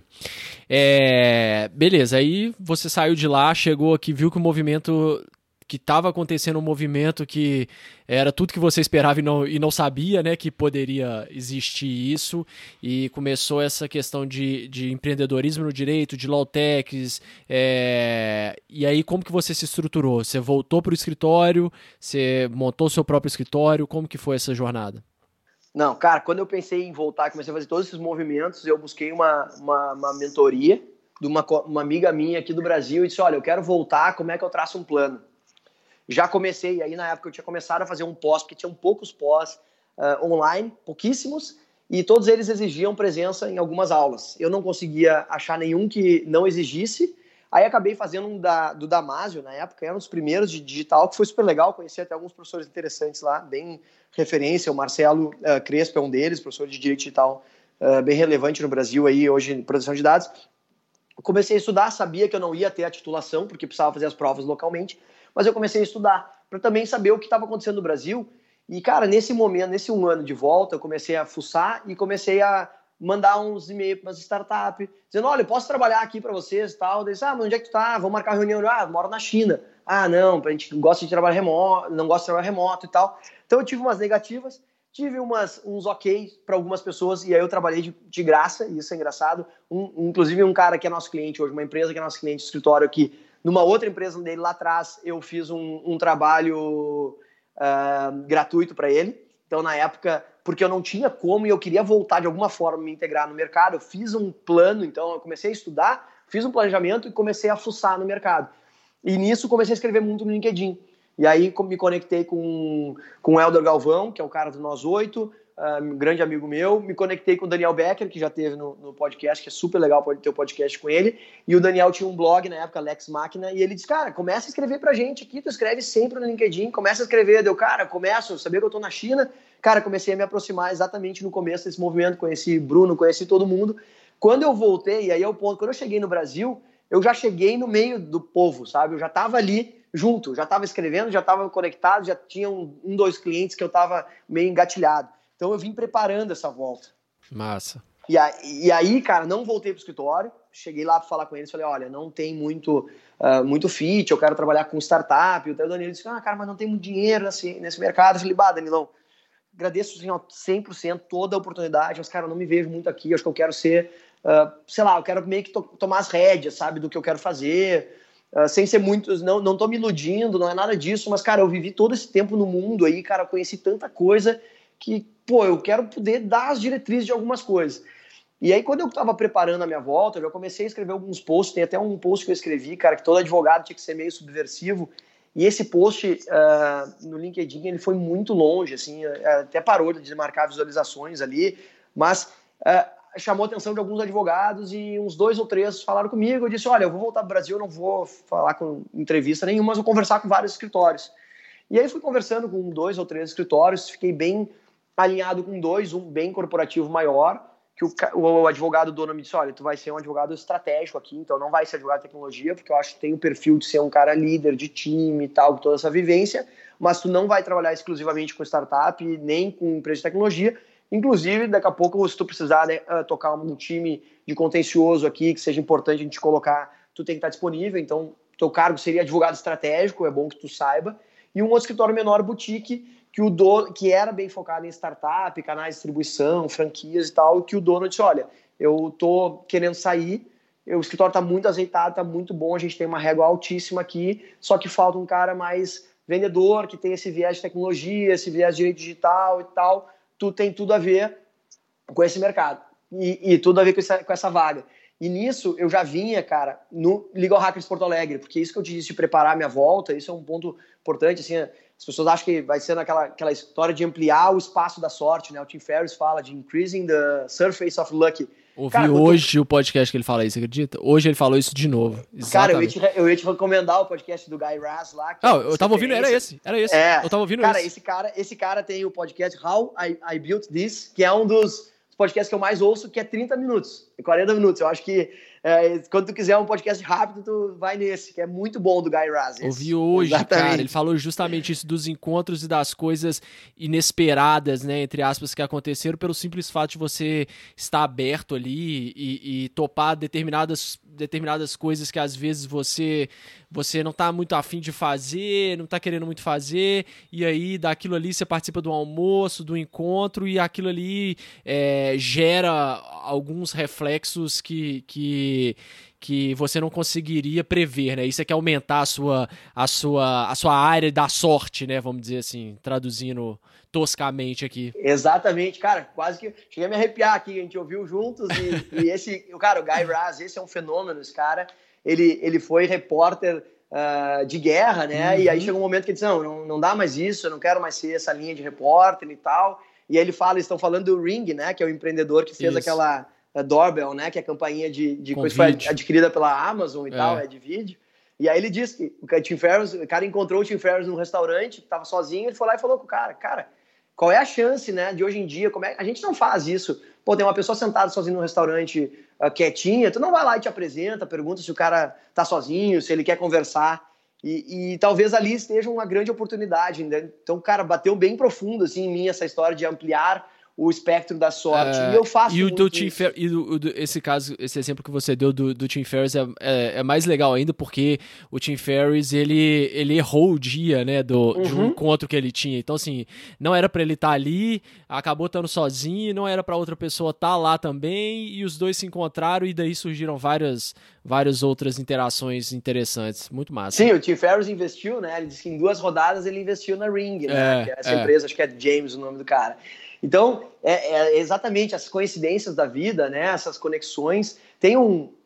Speaker 1: Beleza, aí você saiu de lá, chegou aqui, viu que o movimento, que estava acontecendo um movimento que era tudo que você esperava e não sabia, né, que poderia existir isso, e começou essa questão de empreendedorismo no direito, de law-techs, e aí como que você se estruturou? Você voltou para o escritório, você montou seu próprio escritório, como que foi essa jornada?
Speaker 2: Não, cara, quando eu pensei em voltar, comecei a fazer todos esses movimentos, eu busquei uma mentoria de uma amiga minha aqui do Brasil e disse, olha, eu quero voltar, como é que eu traço um plano? Já comecei, aí na época eu tinha começado a fazer um pós, porque tinham poucos pós online, pouquíssimos, e todos eles exigiam presença em algumas aulas. Eu não conseguia achar nenhum que não exigisse, aí acabei fazendo do Damásio, na época, era um dos primeiros de digital, que foi super legal, conheci até alguns professores interessantes lá, bem referência, o Marcelo Crespo é um deles, professor de direito digital bem relevante no Brasil, aí, hoje em proteção de dados. Comecei a estudar, sabia que eu não ia ter a titulação, porque precisava fazer as provas localmente, mas eu comecei a estudar para também saber o que estava acontecendo no Brasil. E, cara, nesse momento, nesse 1 ano de volta, eu comecei a fuçar e comecei a mandar uns e-mails para as startups, dizendo, olha, eu posso trabalhar aqui para vocês e tal. Eles, mas onde é que tu tá? Vamos marcar reunião. Eu moro na China. Não, a gente gosta de trabalhar remoto, não gosta de trabalhar remoto e tal. Então eu tive umas negativas, tive uns ok para algumas pessoas, e aí eu trabalhei de graça, e isso é engraçado. Inclusive um cara que é nosso cliente hoje, uma empresa que é nosso cliente, escritório aqui, numa outra empresa dele lá atrás, eu fiz um trabalho gratuito para ele. Então, na época, porque eu não tinha como e eu queria voltar de alguma forma, me integrar no mercado, eu fiz um plano, então eu comecei a estudar, fiz um planejamento e comecei a fuçar no mercado. E nisso comecei a escrever muito no LinkedIn. E aí me conectei com o Helder Galvão, que é o cara do Nós 8, um grande amigo meu, me conectei com o Daniel Becker, que já teve no podcast, que é super legal ter o podcast com ele, e o Daniel tinha um blog na época, Lex Machina, e ele disse, cara, começa a escrever pra gente aqui, tu escreve sempre no LinkedIn, começa a escrever, deu, cara, começo, sabia que eu tô na China, cara, comecei a me aproximar exatamente no começo desse movimento, conheci Bruno, conheci todo mundo. Quando eu voltei, e aí é o ponto, quando eu cheguei no Brasil, eu já cheguei no meio do povo, sabe? Eu já estava ali junto, já estava escrevendo, já estava conectado, já tinha dois clientes que eu estava meio engatilhado. Então eu vim preparando essa volta.
Speaker 1: Massa.
Speaker 2: E aí, cara, não voltei pro escritório, cheguei lá para falar com eles, falei, olha, não tem muito fit, eu quero trabalhar com startup. O Danilo disse, cara, mas não tem muito dinheiro nesse mercado. Eu falei, Danilão, agradeço assim, 100% toda a oportunidade, mas, cara, eu não me vejo muito aqui, acho que eu quero ser, sei lá, eu quero meio que tomar as rédeas, sabe, do que eu quero fazer, sem ser muito, não tô me iludindo, não é nada disso, mas, cara, eu vivi todo esse tempo no mundo aí, cara, conheci tanta coisa que, pô, eu quero poder dar as diretrizes de algumas coisas. E aí, quando eu tava preparando a minha volta, eu já comecei a escrever alguns posts, tem até um post que eu escrevi, cara, que todo advogado tinha que ser meio subversivo. E esse post no LinkedIn, ele foi muito longe, assim, até parou de marcar visualizações ali, mas chamou a atenção de alguns advogados e uns 2 ou 3 falaram comigo. Eu disse, olha, eu vou voltar para o Brasil, eu não vou falar com entrevista nenhuma, mas vou conversar com vários escritórios. E aí fui conversando com 2 ou 3 escritórios, fiquei bem alinhado com 2, um bem corporativo maior, que o advogado dono me disse, olha, tu vai ser um advogado estratégico aqui, então não vai ser advogado de tecnologia, porque eu acho que tem o perfil de ser um cara líder de time e tal, com toda essa vivência, mas tu não vai trabalhar exclusivamente com startup, nem com empresa de tecnologia. Inclusive, daqui a pouco, se tu precisar, né, tocar um time de contencioso aqui, que seja importante a gente colocar, tu tem que estar disponível, então teu cargo seria advogado estratégico, é bom que tu saiba. E um outro escritório menor, boutique, que era bem focado em startup, canais de distribuição, franquias e tal, que o dono disse, olha, eu tô querendo sair, o escritório está muito azeitado, está muito bom, a gente tem uma régua altíssima aqui, só que falta um cara mais vendedor, que tem esse viés de tecnologia, esse viés de direito digital e tal, tu tem tudo a ver com esse mercado, e tudo a ver com essa vaga. E nisso eu já vinha, cara, no Legal Hackers Porto Alegre, porque isso que eu te disse de preparar a minha volta, isso é um ponto importante, assim, as pessoas acham que vai ser aquela história de ampliar o espaço da sorte, né? O Tim Ferriss fala de increasing the surface of luck.
Speaker 1: Ouvi hoje o podcast que ele fala isso, acredita? Hoje ele falou isso de novo. Exatamente.
Speaker 2: Cara, eu ia te recomendar o podcast do Guy Raz lá.
Speaker 1: Não, eu tava ouvindo, era esse. Eu tava ouvindo
Speaker 2: cara, esse cara tem o podcast How I Built This, que é um dos podcasts que eu mais ouço, que é 30 minutos, 40 minutos. Eu acho que quando tu quiser um podcast rápido, tu vai nesse, que é muito bom, do Guy Raz.
Speaker 1: Ouvi hoje, cara, ele falou justamente isso dos encontros e das coisas inesperadas, né, entre aspas, que aconteceram pelo simples fato de você estar aberto ali e topar determinadas coisas que às vezes você não tá muito afim de fazer, não tá querendo muito fazer, e aí daquilo ali você participa do almoço, do encontro, e aquilo ali gera alguns reflexos que você não conseguiria prever, né? Isso é que aumentar a sua área da sorte, né? Vamos dizer assim, traduzindo toscamente aqui.
Speaker 2: Exatamente, cara, quase que cheguei a me arrepiar aqui, a gente ouviu juntos e o Guy Raz, esse é um fenômeno, esse cara, ele foi repórter de guerra, né? E aí chegou um momento que ele disse, não dá mais isso, eu não quero mais ser essa linha de repórter e tal. E aí eles estão falando do Ring, né? Que é o empreendedor que fez aquela Doorbell, né? Que é a campainha de coisa que foi adquirida pela Amazon e tal, de vídeo. E aí ele disse que o cara encontrou o Tim Ferriss num restaurante, que tava sozinho, ele foi lá e falou com o cara, qual é a chance, né, de hoje em dia, a gente não faz isso, pô, tem uma pessoa sentada sozinha num restaurante quietinha, tu não vai lá e te apresenta, pergunta se o cara tá sozinho, se ele quer conversar, e talvez ali esteja uma grande oportunidade, né? Então, cara, bateu bem profundo, assim, em mim, essa história de ampliar o espectro da sorte, e eu faço
Speaker 1: esse exemplo que você deu do Tim Ferriss é mais legal ainda, porque o Tim Ferriss, ele errou o dia, né, de um encontro que ele tinha, então assim, não era pra ele estar ali, acabou estando sozinho, não era pra outra pessoa estar lá também, e os dois se encontraram, e daí surgiram várias outras interações interessantes, muito massa.
Speaker 2: Sim, o Tim Ferriss investiu, né, ele disse que em 2 rodadas ele investiu na Ring, né, que é essa empresa, acho que é James o nome do cara. Então, exatamente as coincidências da vida, né? Essas conexões. Tem um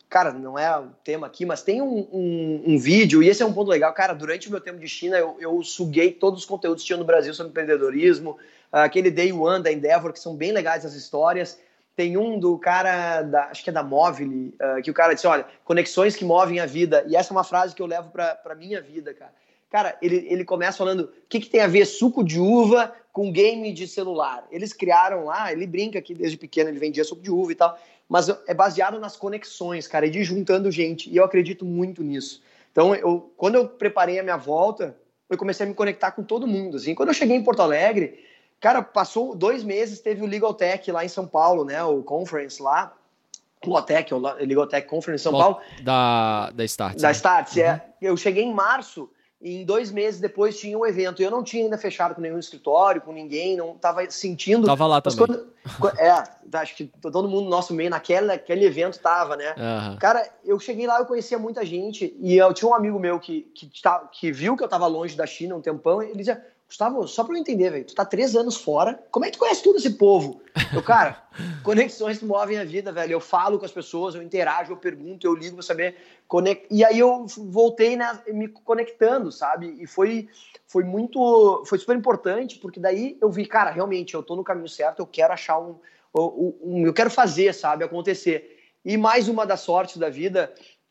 Speaker 2: cara, não é o tema aqui, mas tem um vídeo, e esse é um ponto legal, cara, durante o meu tempo de China, eu suguei todos os conteúdos que tinham no Brasil sobre empreendedorismo, aquele Day One da Endeavor, que são bem legais as histórias. Tem um do cara, acho que é da Movile, que o cara disse, olha, conexões que movem a vida, e essa é uma frase que eu levo pra minha vida, cara. Cara, ele começa falando o que tem a ver suco de uva com game de celular. Eles criaram lá, ele brinca que desde pequeno ele vendia suco de uva e tal, mas é baseado nas conexões, cara, e de juntando gente, e eu acredito muito nisso. Então, quando eu preparei a minha volta, eu comecei a me conectar com todo mundo, assim. Quando eu cheguei em Porto Alegre, cara, passou 2 meses, teve o Legal Tech lá em São Paulo, né, o Conference lá, o Lotec, o Legal Tech Conference em São Paulo.
Speaker 1: Da Startse.
Speaker 2: Da Startse, Eu cheguei em março, e em 2 meses depois tinha um evento. Eu não tinha ainda fechado com nenhum escritório, com ninguém, não estava sentindo.
Speaker 1: Tava lá também.
Speaker 2: Acho que todo mundo no nosso meio, naquele evento tava, né?
Speaker 1: Uhum.
Speaker 2: Cara, eu cheguei lá, eu conhecia muita gente, e eu tinha um amigo meu que viu que eu tava longe da China um tempão, e ele dizia, Gustavo, só pra eu entender, velho, tu tá 3 anos fora, como é que tu conhece todo esse povo? Eu, cara, conexões que movem a vida, velho, eu falo com as pessoas, eu interajo, eu pergunto, eu ligo pra saber, e aí eu voltei, né, me conectando, sabe, e foi super importante, porque daí eu vi, cara, realmente, eu tô no caminho certo, eu quero achar eu quero fazer, sabe, acontecer. E mais uma das sortes da vida,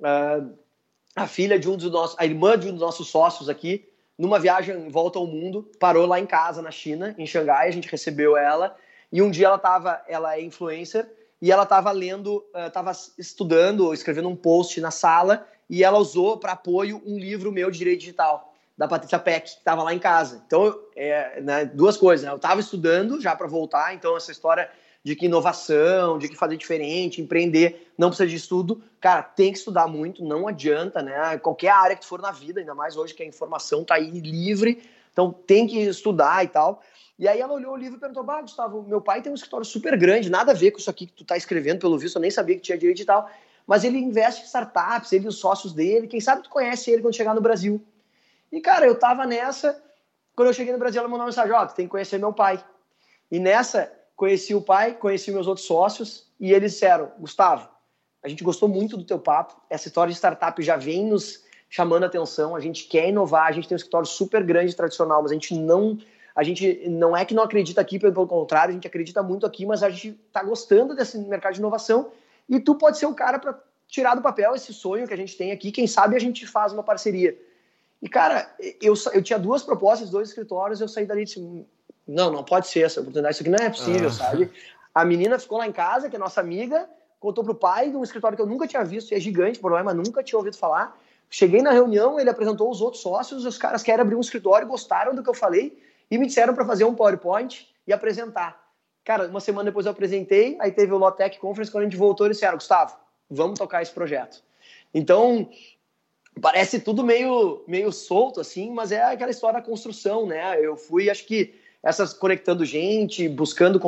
Speaker 2: a filha de a irmã de um dos nossos sócios aqui, numa viagem em volta ao mundo, parou lá em casa, na China, em Xangai, a gente recebeu ela, e um dia ela é influencer, e ela estava estava estudando, escrevendo um post na sala, e ela usou para apoio um livro meu de direito digital, da Patrícia Peck, que estava lá em casa. Então, né, 2 coisas, né? Eu estava estudando já para voltar, então essa história de que inovação, de que fazer diferente, empreender, não precisa de estudo. Cara, tem que estudar muito, não adianta, né? Qualquer área que tu for na vida, ainda mais hoje que a informação tá aí livre, então tem que estudar e tal. E aí ela olhou o livro e perguntou, Gustavo, meu pai tem um escritório super grande, nada a ver com isso aqui que tu tá escrevendo, pelo visto, eu nem sabia que tinha direito e tal, mas ele investe em startups, ele e os sócios dele, quem sabe tu conhece ele quando chegar no Brasil. E, cara, eu tava nessa, quando eu cheguei no Brasil, ela mandou uma mensagem, tu tem que conhecer meu pai. E nessa, conheci o pai, conheci meus outros sócios, e eles disseram, Gustavo, a gente gostou muito do teu papo, essa história de startup já vem nos chamando a atenção, a gente quer inovar, a gente tem um escritório super grande e tradicional, mas a gente não é que não acredita aqui, pelo contrário, a gente acredita muito aqui, mas a gente está gostando desse mercado de inovação, e tu pode ser o cara para tirar do papel esse sonho que a gente tem aqui, quem sabe a gente faz uma parceria. E, cara, eu tinha 2 propostas, 2 escritórios, eu saí dali e disse, não pode ser essa oportunidade, isso aqui não é possível, sabe? A menina ficou lá em casa, que é nossa amiga, contou pro pai de um escritório que eu nunca tinha visto, é gigante, por lá, mas nunca tinha ouvido falar. Cheguei na reunião, ele apresentou os outros sócios, os caras querem abrir um escritório, gostaram do que eu falei e me disseram para fazer um PowerPoint e apresentar. Cara, uma semana depois eu apresentei, aí teve o Lotec Conference, quando a gente voltou, eles disseram, Gustavo, vamos tocar esse projeto. Então, parece tudo meio solto, assim, mas é aquela história da construção, né? Eu fui, acho que, essas conectando gente, buscando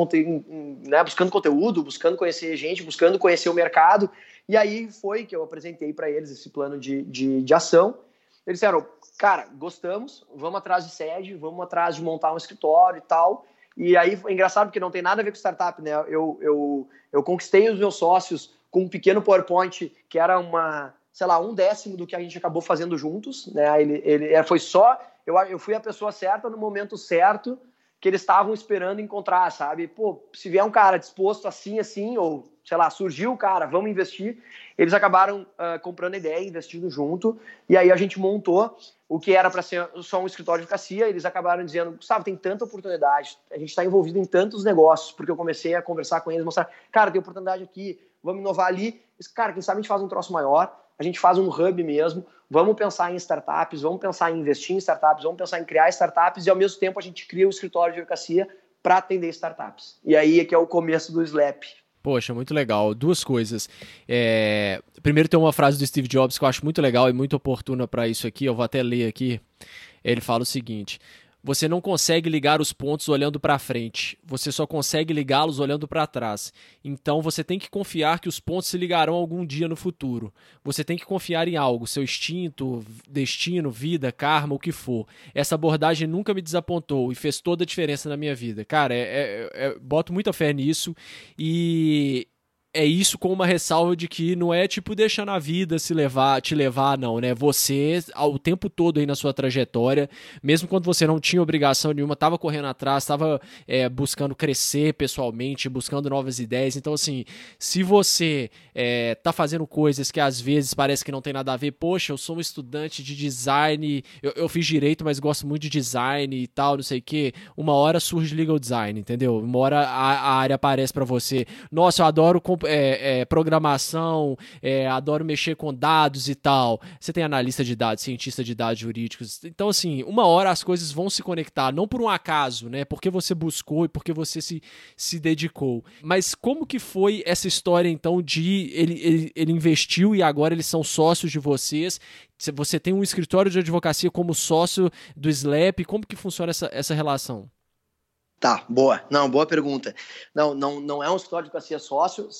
Speaker 2: conteúdo, buscando conhecer gente, buscando conhecer o mercado, e aí foi que eu apresentei para eles esse plano de ação. Eles disseram, cara, gostamos, vamos atrás de sede, vamos atrás de montar um escritório e tal. E aí foi engraçado porque não tem nada a ver com startup, né? Eu conquistei os meus sócios com um pequeno PowerPoint que era um 1/10 do que a gente acabou fazendo juntos, né? Foi só, eu fui a pessoa certa no momento certo que eles estavam esperando encontrar, sabe? Pô, se vier um cara disposto assim, ou, sei lá, surgiu o cara, vamos investir. Eles acabaram comprando a ideia, investindo junto, e aí a gente montou o que era para ser só um escritório de advocacia. Eles acabaram dizendo, Gustavo, tem tanta oportunidade, a gente está envolvido em tantos negócios, porque eu comecei a conversar com eles, mostrar, cara, tem oportunidade aqui, vamos inovar ali. Cara, quem sabe a gente faz um troço maior, a gente faz um hub mesmo, vamos pensar em startups, vamos pensar em investir em startups, vamos pensar em criar startups e, ao mesmo tempo, a gente cria um escritório de advocacia para atender startups. E aí é que é o começo do Slap.
Speaker 1: Poxa, muito legal. 2 coisas. Primeiro tem uma frase do Steve Jobs que eu acho muito legal e muito oportuna para isso aqui, eu vou até ler aqui. Ele fala o seguinte: você não consegue ligar os pontos olhando para frente, você só consegue ligá-los olhando para trás. Então você tem que confiar que os pontos se ligarão algum dia no futuro. Você tem que confiar em algo, seu instinto, destino, vida, karma, o que for. Essa abordagem nunca me desapontou e fez toda a diferença na minha vida. Cara, boto muita fé nisso e é isso com uma ressalva de que não é tipo deixando a vida te levar, não, né? Você, ao tempo todo aí na sua trajetória, mesmo quando você não tinha obrigação nenhuma, tava correndo atrás, tava buscando crescer pessoalmente, buscando novas ideias. Então, assim, se você tá fazendo coisas que às vezes parece que não tem nada a ver, poxa, eu sou um estudante de design, eu fiz direito, mas gosto muito de design e tal, não sei o quê. Uma hora surge legal design, entendeu? Uma hora a área aparece pra você. Nossa, eu adoro programação, adoro mexer com dados e tal. Você tem analista de dados, cientista de dados jurídicos. Então, assim, uma hora as coisas vão se conectar, não por um acaso, né? Porque você buscou e porque você se dedicou. Mas como que foi essa história, então, de ele investiu e agora eles são sócios de vocês? Você tem um escritório de advocacia como sócio do SLAP, como que funciona essa relação?
Speaker 2: Tá, boa. Não, boa pergunta. Não é um escritório de advocacia sócio,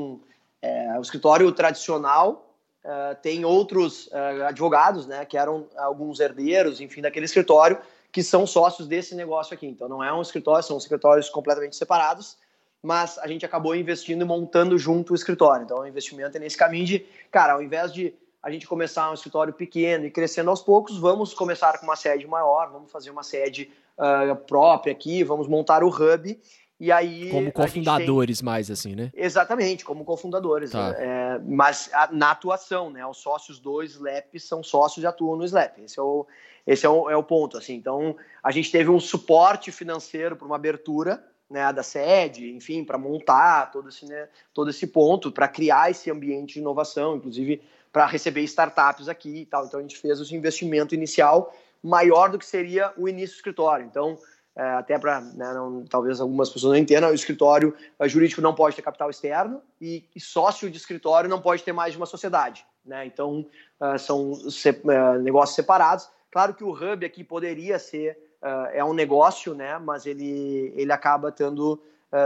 Speaker 2: o escritório tradicional tem outros advogados, né, que eram alguns herdeiros, enfim, daquele escritório, que são sócios desse negócio aqui. Então, não é um escritório, são escritórios completamente separados, mas a gente acabou investindo e montando junto o escritório. Então, o investimento é nesse caminho de, cara, ao invés de a gente começar um escritório pequeno e crescendo aos poucos, vamos começar com uma sede maior, vamos fazer uma sede própria aqui, vamos montar o hub, e aí...
Speaker 1: Como cofundadores mais, assim, né?
Speaker 2: Exatamente, como cofundadores.
Speaker 1: Tá.
Speaker 2: Mas na atuação, né? Os sócios do SLAP são sócios e atuam no SLAP. Esse é o ponto, assim. Então, a gente teve um suporte financeiro para uma abertura, né, da sede, enfim, para montar todo esse ponto, para criar esse ambiente de inovação, inclusive para receber startups aqui e tal. Então, a gente fez esse investimento inicial maior do que seria o início do escritório. Então, até para, né, talvez algumas pessoas não entendam, o escritório jurídico não pode ter capital externo e sócio de escritório não pode ter mais de uma sociedade, né? Então, são negócios separados. Claro que o hub aqui poderia ser, é um negócio, né? Mas ele acaba tendo,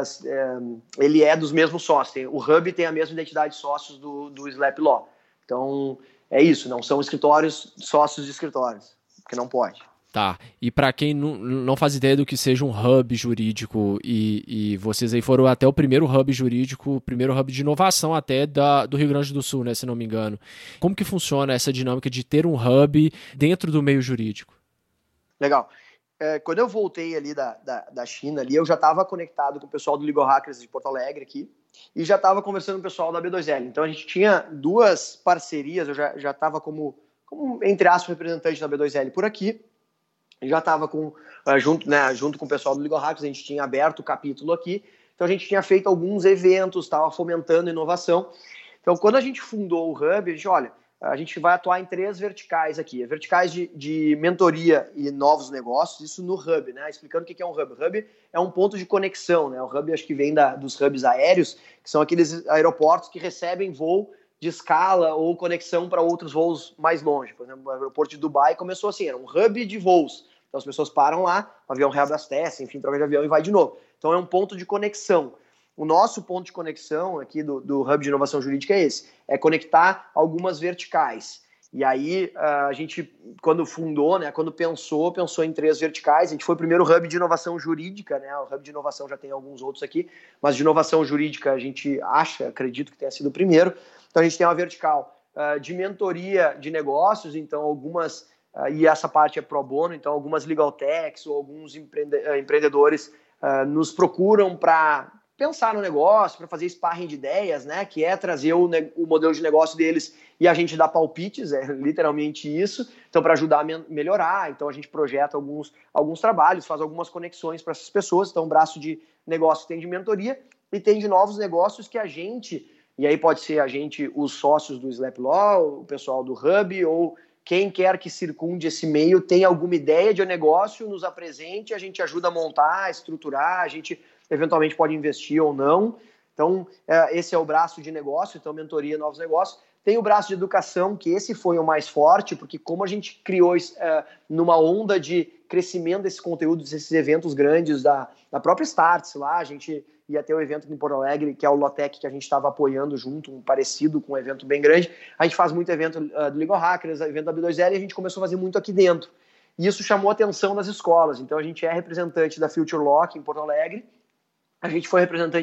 Speaker 2: ele é dos mesmos sócios. O hub tem a mesma identidade de sócios do SLAP Law. Então, é isso, não são escritórios sócios de escritórios, porque não pode.
Speaker 1: Tá, e para quem não faz ideia do que seja um hub jurídico, e vocês aí foram até o primeiro hub jurídico, o primeiro hub de inovação até do Rio Grande do Sul, né, se não me engano. Como que funciona essa dinâmica de ter um hub dentro do meio jurídico?
Speaker 2: Legal. Quando eu voltei ali da China, ali, eu já estava conectado com o pessoal do Legal Hackers de Porto Alegre aqui, e já estava conversando com o pessoal da B2L. Então a gente tinha duas parcerias, eu já estava como, entre aspas, representante da B2L por aqui, já estava junto com o pessoal do Legal Hackers, a gente tinha aberto o capítulo aqui, então a gente tinha feito alguns eventos, estava fomentando inovação. Então, quando a gente fundou o Hub, a gente vai atuar em 3 verticais aqui, verticais de mentoria e novos negócios, isso no Hub, né? Explicando o que é um Hub. O Hub é um ponto de conexão, né? O Hub acho que vem dos hubs aéreos, que são aqueles aeroportos que recebem voo de escala ou conexão para outros voos mais longe. Por exemplo, o aeroporto de Dubai começou assim, era um hub de voos. Então as pessoas param lá, o avião reabastece, enfim, troca de avião e vai de novo. Então é um ponto de conexão. O nosso ponto de conexão aqui do Hub de Inovação Jurídica é esse, é conectar algumas verticais. E aí a gente, quando fundou, né, quando pensou em 3 verticais. A gente foi o primeiro Hub de Inovação Jurídica, né? O Hub de Inovação já tem alguns outros aqui, mas de inovação jurídica a gente acredito que tenha sido o primeiro. Então a gente tem uma vertical de mentoria de negócios, então algumas, e essa parte é pro bono, então algumas legal techs ou alguns empreendedores nos procuram para pensar no negócio, para fazer sparring de ideias, né, que é trazer o modelo de negócio deles e a gente dá palpites, é literalmente isso, então para ajudar a melhorar, então a gente projeta alguns trabalhos, faz algumas conexões para essas pessoas, então o braço de negócio tem de mentoria e tem de novos negócios que a gente, e aí pode ser a gente, os sócios do SLAP Law, o pessoal do Hub, ou quem quer que circunde esse meio, tem alguma ideia de um negócio, nos apresente, a gente ajuda a montar, a estruturar, a gente eventualmente pode investir ou não. Então, esse é o braço de negócio, então mentoria, novos negócios. Tem o braço de educação, que esse foi o mais forte, porque como a gente criou numa onda de crescimento desses conteúdos, desses eventos grandes da própria Startse lá, a gente ia ter o evento em Porto Alegre, que é o Lotec, que a gente estava apoiando junto, um parecido com um evento bem grande. A gente faz muito evento do Legal Hackers, evento da B2L, e a gente começou a fazer muito aqui dentro. E isso chamou a atenção das escolas. Então, a gente é representante da Future Law aqui em Porto Alegre, a gente foi representante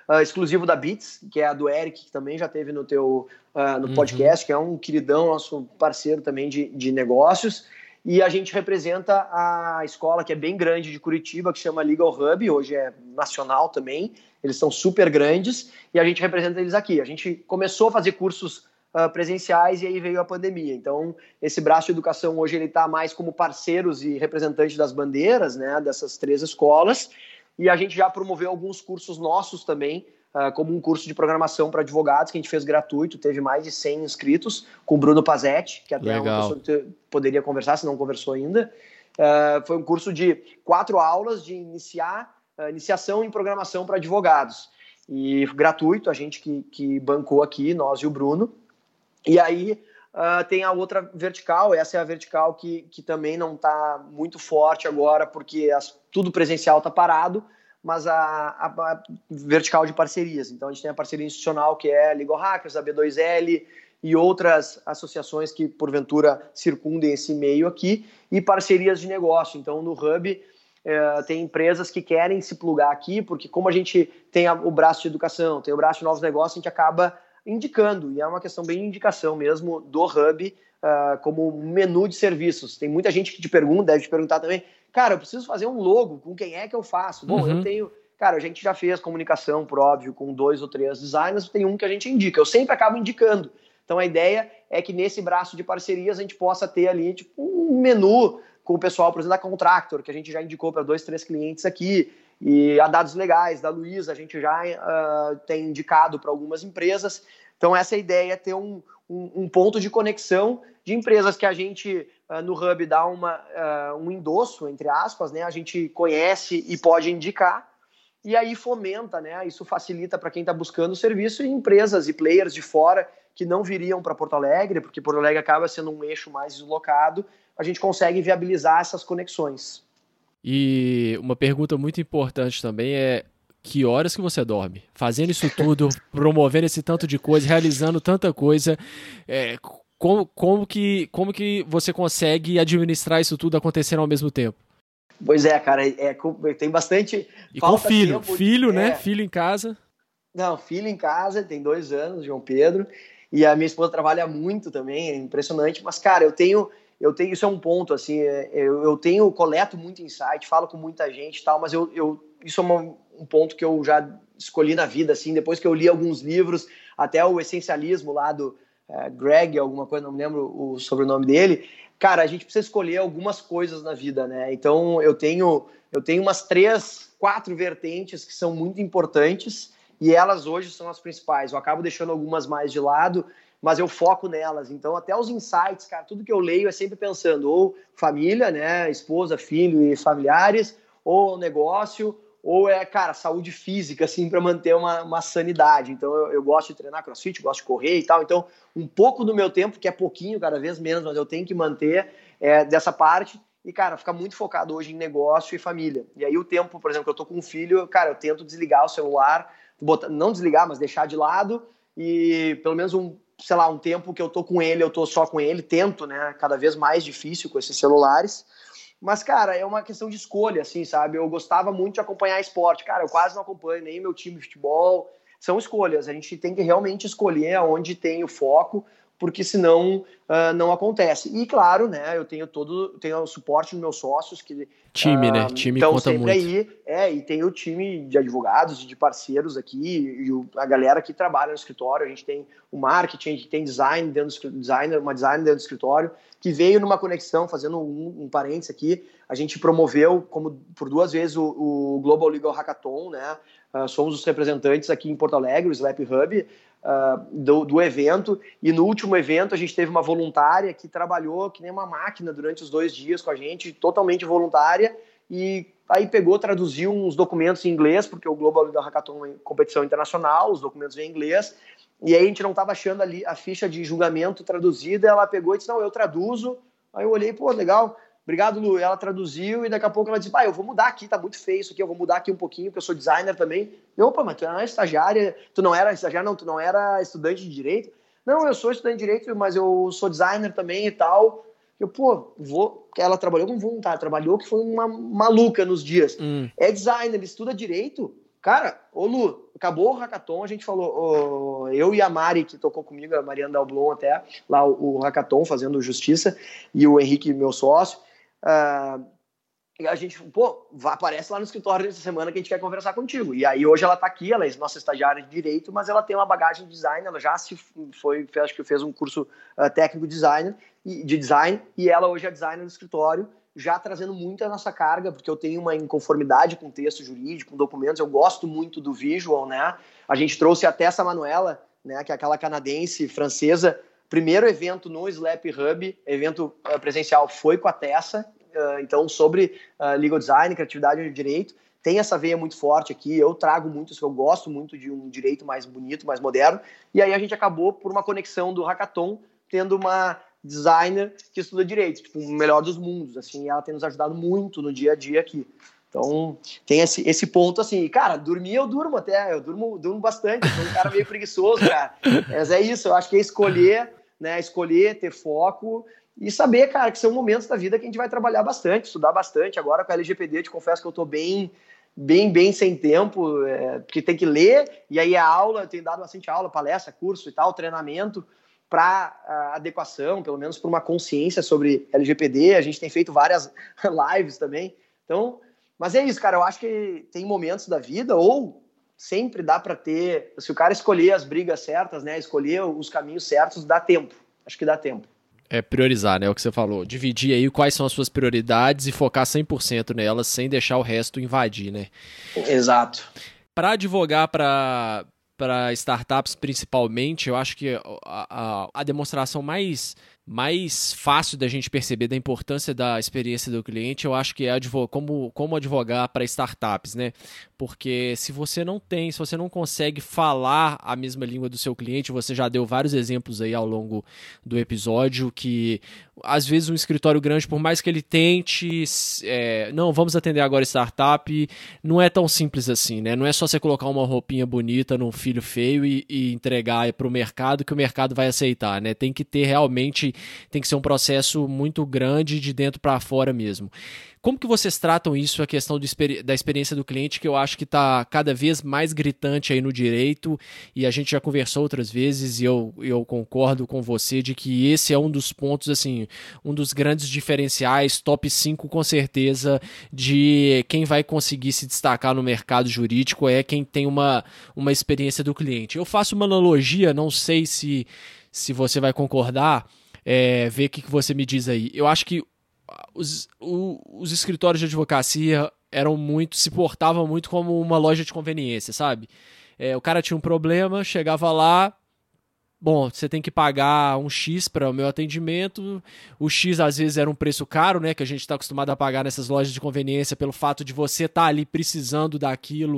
Speaker 2: exclusivo da Beats, que é a do Eric, que também já teve no teu no podcast, que é um queridão, nosso parceiro também de negócios. E a gente representa a escola, que é bem grande, de Curitiba, que chama Legal Hub, hoje é nacional também, eles são super grandes, e a gente representa eles aqui. A gente começou a fazer cursos presenciais e aí veio a pandemia. Então, esse braço de educação hoje ele está mais como parceiros e representantes das bandeiras, né, dessas 3 escolas, e a gente já promoveu alguns cursos nossos também, como um curso de programação para advogados, que a gente fez gratuito, teve mais de 100 inscritos, com o Bruno Pazetti, que até é uma pessoa que poderia conversar, se não conversou ainda. Foi um curso de 4 aulas de iniciação em programação para advogados. E gratuito, a gente que bancou aqui, nós e o Bruno. E aí tem a outra vertical, essa é a vertical que também não está muito forte agora, porque tudo presencial está parado, mas a vertical de parcerias. Então, a gente tem a parceria institucional, que é a Legal Hackers, a B2L e outras associações que, porventura, circundem esse meio aqui, e parcerias de negócio. Então, no Hub, tem empresas que querem se plugar aqui, porque como a gente tem o braço de educação, tem o braço de novos negócios, a gente acaba indicando, e é uma questão bem de indicação mesmo do Hub, como menu de serviços. Tem muita gente que te pergunta, deve te perguntar também, cara, eu preciso fazer um logo, com quem é que eu faço? Bom, eu tenho... Cara, a gente já fez comunicação, por óbvio, com 2 ou 3 designers, tem um que a gente indica. Eu sempre acabo indicando. Então, a ideia é que nesse braço de parcerias a gente possa ter ali tipo, um menu com o pessoal, por exemplo, da Contractor, que a gente já indicou para 2, 3 clientes aqui, e a Dados Legais, da Luísa, a gente já tem indicado para algumas empresas. Então, essa é a ideia, ter um ponto de conexão de empresas que a gente, no Hub, dá um endosso, entre aspas, né? A gente conhece e pode indicar, e aí fomenta, né? Isso facilita para quem está buscando o serviço, e empresas e players de fora que não viriam para Porto Alegre, porque Porto Alegre acaba sendo um eixo mais deslocado, a gente consegue viabilizar essas conexões.
Speaker 1: E uma pergunta muito importante também é: que horas que você dorme? Fazendo isso tudo, promovendo esse tanto de coisa, realizando tanta coisa, como que você consegue administrar isso tudo acontecendo ao mesmo tempo?
Speaker 2: Pois é, cara, tem bastante...
Speaker 1: E com filho, né? Filho em casa.
Speaker 2: Não, filho em casa, tem 2 anos, João Pedro, e a minha esposa trabalha muito também, é impressionante, mas, cara, eu tenho, isso é um ponto, assim, eu coleto muito insight, falo com muita gente e tal, mas isso é um ponto que eu já escolhi na vida, assim, depois que eu li alguns livros, até o Essencialismo lá do Greg, alguma coisa, não me lembro o sobrenome dele. Cara, a gente precisa escolher algumas coisas na vida, né? Então, eu tenho umas 3, 4 vertentes que são muito importantes, e elas hoje são as principais. Eu acabo deixando algumas mais de lado, mas eu foco nelas. Então, até os insights, cara, tudo que eu leio é sempre pensando ou família, né? Esposa, filho e familiares, ou negócio, ou cara, saúde física, assim, para manter uma sanidade. Então, eu gosto de treinar crossfit, gosto de correr e tal. Então, um pouco do meu tempo, que é pouquinho, cada vez menos, mas eu tenho que manter dessa parte. E, cara, ficar muito focado hoje em negócio e família. E aí o tempo, por exemplo, que eu tô com um filho, cara, eu tento desligar o celular, não desligar, mas deixar de lado, e pelo menos um tempo que eu tô com ele, eu tô só com ele, tento, né? Cada vez mais difícil com esses celulares. Mas, cara, é uma questão de escolha, assim, sabe? Eu gostava muito de acompanhar esporte. Cara, eu quase não acompanho nem meu time de futebol. São escolhas. A gente tem que realmente escolher aonde tem o foco, porque senão não acontece. E, claro, né, eu tenho o suporte dos meus sócios.
Speaker 1: Time, né? Time conta muito.
Speaker 2: Aí, e tem o time de advogados e de parceiros aqui, e a galera que trabalha no escritório. A gente tem o marketing, a gente tem design uma designer dentro do escritório, que veio numa conexão, fazendo um parênteses aqui, a gente promoveu por 2 vezes o Global Legal Hackathon, né? Somos os representantes aqui em Porto Alegre, o Slap Hub, do evento, e no último evento a gente teve uma voluntária que trabalhou que nem uma máquina durante os 2 dias com a gente, totalmente voluntária, e aí traduziu uns documentos em inglês, porque o Global Legal Hackathon é competição internacional, os documentos em inglês, e aí a gente não estava achando ali a ficha de julgamento traduzida, ela pegou e disse, não, eu traduzo. Aí eu olhei, pô, legal, obrigado, Lu. Ela traduziu e daqui a pouco ela disse, eu vou mudar aqui, tá muito feio isso aqui, eu vou mudar aqui um pouquinho, porque eu sou designer também. Opa, mas tu não é estagiária, tu não era estudante de Direito? Não, eu sou estudante de Direito, mas eu sou designer também e tal. Ela trabalhou como voluntária, trabalhou que foi uma maluca nos dias. É designer, estuda Direito? Cara, ô Lu, acabou o hackathon, a gente falou, eu e a Mari, que tocou comigo, a Mariana Dalblon até, lá o hackathon, fazendo justiça, e o Henrique, meu sócio, e a gente, aparece lá no escritório essa semana que a gente quer conversar contigo. E aí hoje ela tá aqui, ela é nossa estagiária de Direito, mas ela tem uma bagagem de design, ela já acho que fez um curso técnico de design, e ela hoje é designer no escritório, já trazendo muito a nossa carga, porque eu tenho uma inconformidade com texto jurídico, com documentos, eu gosto muito do visual, né? A gente trouxe a Tessa Manuela, né, que é aquela canadense, francesa, primeiro evento no Slap Hub, evento presencial foi com a Tessa, então sobre legal design, criatividade e direito, tem essa veia muito forte aqui, eu trago muito isso, eu gosto muito de um direito mais bonito, mais moderno, e aí a gente acabou, por uma conexão do hackathon, tendo uma designer que estuda direito, tipo, o melhor dos mundos, assim, e ela tem nos ajudado muito no dia a dia aqui. Então, tem esse ponto, assim, cara, dormir eu durmo até, eu durmo bastante, eu sou um cara meio preguiçoso, cara, mas é isso, eu acho que é escolher, ter foco e saber, cara, que são momentos da vida que a gente vai trabalhar bastante, estudar bastante. Agora com a LGPD, te confesso que eu tô bem sem tempo, porque tem que ler, e aí a aula, eu tenho dado bastante aula, palestra, curso e tal, treinamento, para adequação, pelo menos para uma consciência sobre LGPD. A gente tem feito várias lives também. Então, mas é isso, cara. Eu acho que tem momentos da vida, ou sempre dá para ter, se o cara escolher as brigas certas, né, escolher os caminhos certos, dá tempo. Acho que dá tempo.
Speaker 1: É priorizar, né? O que você falou. Dividir aí quais são as suas prioridades e focar 100% nelas, sem deixar o resto invadir, né?
Speaker 2: Exato.
Speaker 1: Para advogar para startups, principalmente, eu acho que a demonstração mais fácil da gente perceber da importância da experiência do cliente, eu acho que é como advogar para startups, né? Porque se você não consegue falar a mesma língua do seu cliente, você já deu vários exemplos aí ao longo do episódio, que às vezes um escritório grande, por mais que ele tente, não, vamos atender agora startup, não é tão simples assim, né? Não é só você colocar uma roupinha bonita num filho feio e entregar para o mercado que o mercado vai aceitar, né? Tem que ser um processo muito grande de dentro para fora mesmo. Como que vocês tratam isso, a questão da experiência do cliente, que eu acho que está cada vez mais gritante aí no direito, e a gente já conversou outras vezes, e eu concordo com você de que esse é um dos pontos, assim, um dos grandes diferenciais, top 5 com certeza, de quem vai conseguir se destacar no mercado jurídico é quem tem uma experiência do cliente. Eu faço uma analogia, não sei se você vai concordar, ver o que você me diz aí. Eu acho que os escritórios de advocacia se portavam muito como uma loja de conveniência, sabe? O cara tinha um problema, chegava lá, bom, você tem que pagar um X para o meu atendimento. O X às vezes era um preço caro, né, que a gente está acostumado a pagar nessas lojas de conveniência pelo fato de você estar ali precisando daquilo.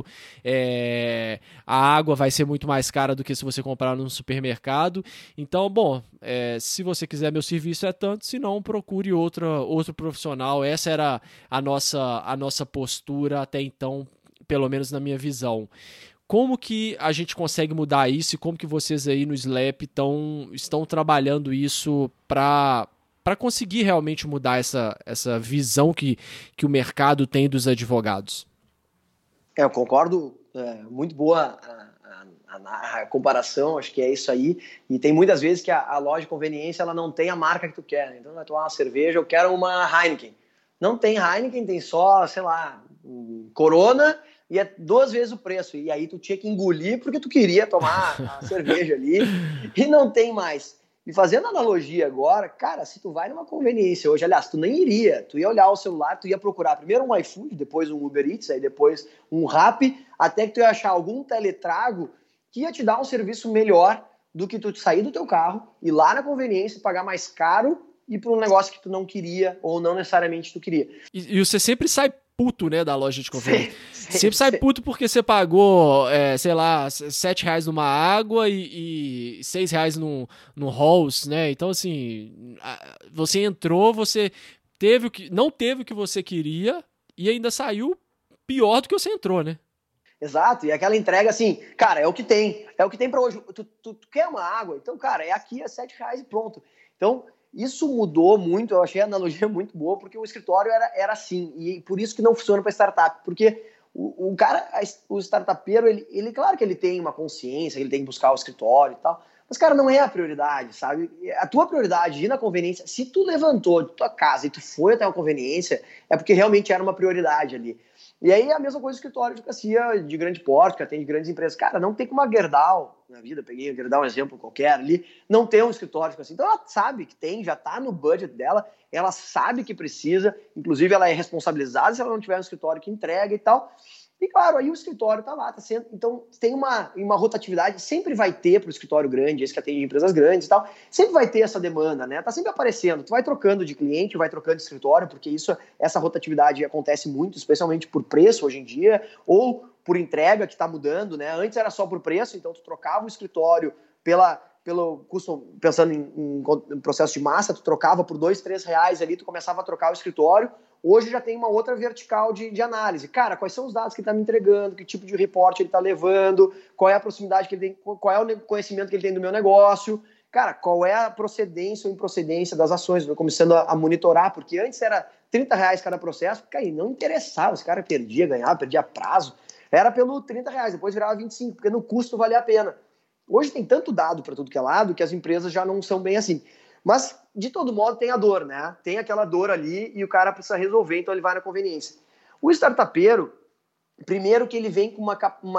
Speaker 1: A água vai ser muito mais cara do que se você comprar num supermercado. Então, bom, se você quiser meu serviço é tanto, se não, procure outro profissional. Essa era a nossa postura até então, pelo menos na minha visão. Como que a gente consegue mudar isso e como que vocês aí no Slap estão trabalhando isso para conseguir realmente mudar essa visão que o mercado tem dos advogados?
Speaker 2: Eu concordo, muito boa a comparação, acho que é isso aí. E tem muitas vezes que a loja de conveniência ela não tem a marca que tu quer, né? Então vai tomar uma cerveja, eu quero uma Heineken. Não tem Heineken, tem só, sei lá, Corona, e é 2 vezes o preço, e aí tu tinha que engolir porque tu queria tomar a cerveja ali, e não tem mais. E fazendo analogia agora, cara, se tu vai numa conveniência hoje, aliás, tu nem iria, tu ia olhar o celular, tu ia procurar primeiro um iFood, depois um Uber Eats, aí depois um Rappi, até que tu ia achar algum teletrago que ia te dar um serviço melhor do que tu sair do teu carro, ir lá na conveniência, pagar mais caro, e por um negócio que tu não queria, ou não necessariamente tu queria.
Speaker 1: E você sempre sai puto, né, da loja de conveniência. Sempre sai puto porque você pagou, sei lá, R$7 numa água e R$6 num Halls, né? Então, assim, você entrou, você não teve o que você queria e ainda saiu pior do que você entrou, né?
Speaker 2: Exato, e aquela entrega assim, cara, é o que tem pra hoje. Tu quer uma água? Então, cara, é aqui, é R$7 e pronto. Então, isso mudou muito, eu achei a analogia muito boa, porque o escritório era assim, e por isso que não funciona para startup, porque O cara, o startupeiro, ele claro que ele tem uma consciência, ele tem que buscar o escritório e tal, mas, cara, não é a prioridade, sabe? A tua prioridade de ir na conveniência, se tu levantou de tua casa e tu foi até uma conveniência, é porque realmente era uma prioridade ali. E aí a mesma coisa do escritório de advocacia de grande porte, que atende grandes empresas. Cara, não tem como a Gerdau, na vida, peguei a Gerdau um exemplo qualquer ali, não ter um escritório de advocacia. Então ela sabe que tem, já está no budget dela, ela sabe que precisa, inclusive ela é responsabilizada se ela não tiver um escritório que entrega e tal. E claro, aí o escritório está lá, tá sendo. Então tem uma rotatividade, sempre vai ter para o escritório grande, esse que atende empresas grandes e tal, sempre vai ter essa demanda, né? Tá sempre aparecendo. Tu vai trocando de cliente, vai trocando de escritório, porque essa rotatividade acontece muito, especialmente por preço hoje em dia, ou por entrega que está mudando, né? Antes era só por preço, então tu trocava o escritório pelo custo, pensando em processo de massa, tu trocava por R$2, R$3 ali, tu começava a trocar o escritório. Hoje já tem uma outra vertical de análise. Cara, quais são os dados que ele está me entregando, que tipo de reporte ele está levando, qual é a proximidade que ele tem, qual é o conhecimento que ele tem do meu negócio, cara, qual é a procedência ou improcedência das ações. Estou começando a monitorar, porque antes era R$30 cada processo, porque aí não interessava, os caras ganhava, perdia prazo. Era pelo R$30, depois virava 25, porque no custo valia a pena. Hoje tem tanto dado para tudo que é lado que as empresas já não são bem assim. Mas, de todo modo, tem a dor, né? Tem aquela dor ali e o cara precisa resolver, então ele vai na conveniência. O startupeiro, primeiro que ele vem com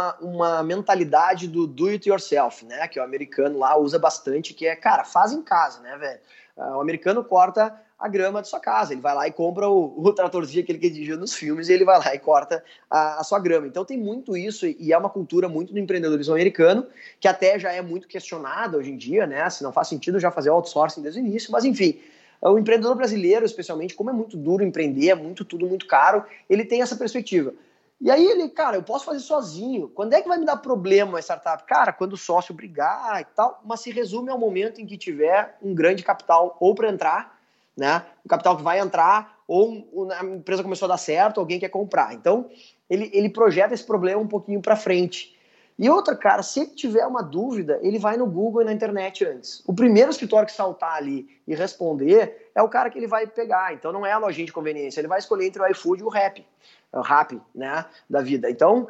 Speaker 2: uma mentalidade do do it yourself, né? Que o americano lá usa bastante, que é, cara, faz em casa, né, velho? O americano corta a grama de sua casa, ele vai lá e compra o tratorzinho aquele que dirigiu nos filmes e ele vai lá e corta a sua grama. Então tem muito isso e é uma cultura muito do empreendedorismo americano, que até já é muito questionada hoje em dia, né? Se não faz sentido já fazer o outsourcing desde o início, mas enfim, o empreendedor brasileiro, especialmente, como é muito duro empreender, é tudo muito caro, ele tem essa perspectiva. E aí ele, cara, eu posso fazer sozinho. Quando é que vai me dar problema a startup? Cara, quando o sócio brigar e tal, mas se resume ao momento em que tiver um grande capital ou para entrar, né? Um capital que vai entrar ou a empresa começou a dar certo, alguém quer comprar. Então, ele projeta esse problema um pouquinho para frente. E outra, cara, se ele tiver uma dúvida, ele vai no Google e na internet antes. O primeiro escritório que saltar ali e responder é o cara que ele vai pegar. Então não é a lojinha de conveniência, ele vai escolher entre o iFood e o Rappi, né, da vida. Então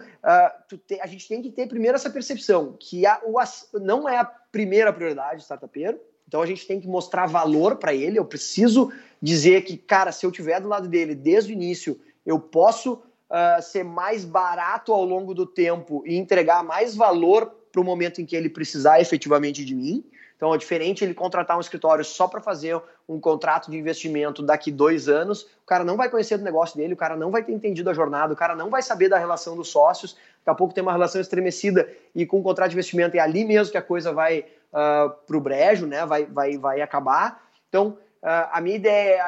Speaker 2: a gente tem que ter primeiro essa percepção que não é a primeira prioridade do startupeiro. Então a gente tem que mostrar valor para ele. Eu preciso dizer que, cara, se eu estiver do lado dele desde o início, eu posso ser mais barato ao longo do tempo e entregar mais valor para o momento em que ele precisar efetivamente de mim. Então é diferente ele contratar um escritório só para fazer um contrato de investimento daqui 2 anos, o cara não vai conhecer do negócio dele, o cara não vai ter entendido a jornada, o cara não vai saber da relação dos sócios, daqui a pouco tem uma relação estremecida e com um contrato de investimento é ali mesmo que a coisa vai para o brejo, né? vai acabar. Então a minha ideia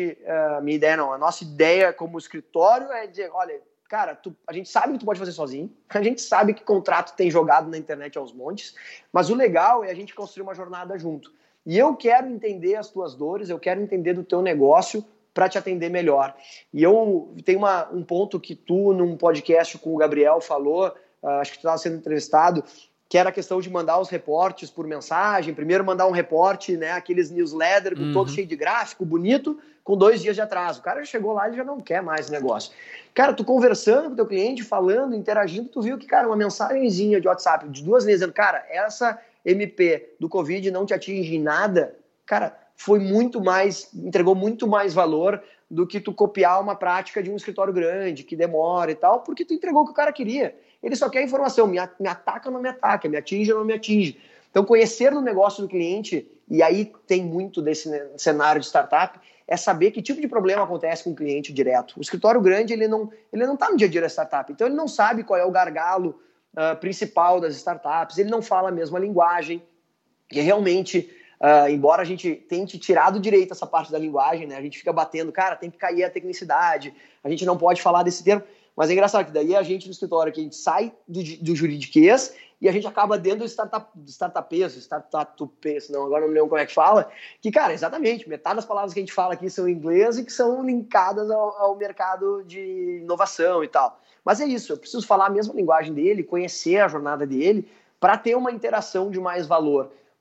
Speaker 2: a nossa ideia como escritório é dizer, olha, cara, a gente sabe que tu pode fazer sozinho, a gente sabe que contrato tem jogado na internet aos montes, mas o legal é a gente construir uma jornada junto. E eu quero entender as tuas dores, eu quero entender do teu negócio para te atender melhor. E eu tenho um ponto que tu, num podcast com o Gabriel, falou, acho que tu estava sendo entrevistado, que era a questão de mandar os reportes por mensagem, primeiro mandar um reporte, né, aqueles newsletter todo cheio de gráfico, bonito, com 2 dias de atraso. O cara já chegou lá e já não quer mais o negócio. Cara, tu conversando com o teu cliente, falando, interagindo, tu viu que, cara, uma mensagenzinha de WhatsApp de 2 linhas dizendo, cara, essa MP do Covid não te atinge em nada, cara, entregou muito mais valor do que tu copiar uma prática de um escritório grande, que demora e tal, porque tu entregou o que o cara queria. Ele só quer informação, me ataca ou não me ataca, me atinge ou não me atinge. Então, conhecer no negócio do cliente, e aí tem muito desse cenário de startup, é saber que tipo de problema acontece com o cliente direto. O escritório grande, ele não está no dia a dia da startup, então ele não sabe qual é o gargalo principal das startups, ele não fala a mesma linguagem, e realmente, embora a gente tente tirar do direito essa parte da linguagem, né, a gente fica batendo, cara, tem que cair a tecnicidade, a gente não pode falar desse termo, mas é engraçado que daí a gente no escritório, que a gente sai do juridiquês e a gente acaba dentro do startupês, não, agora não me lembro como é que fala, que, cara, exatamente, metade das palavras que a gente fala aqui são em inglês e que são linkadas ao mercado de inovação e tal. Mas é isso, eu preciso falar a mesma linguagem dele, conhecer a jornada dele, para ter uma interação de mais valor.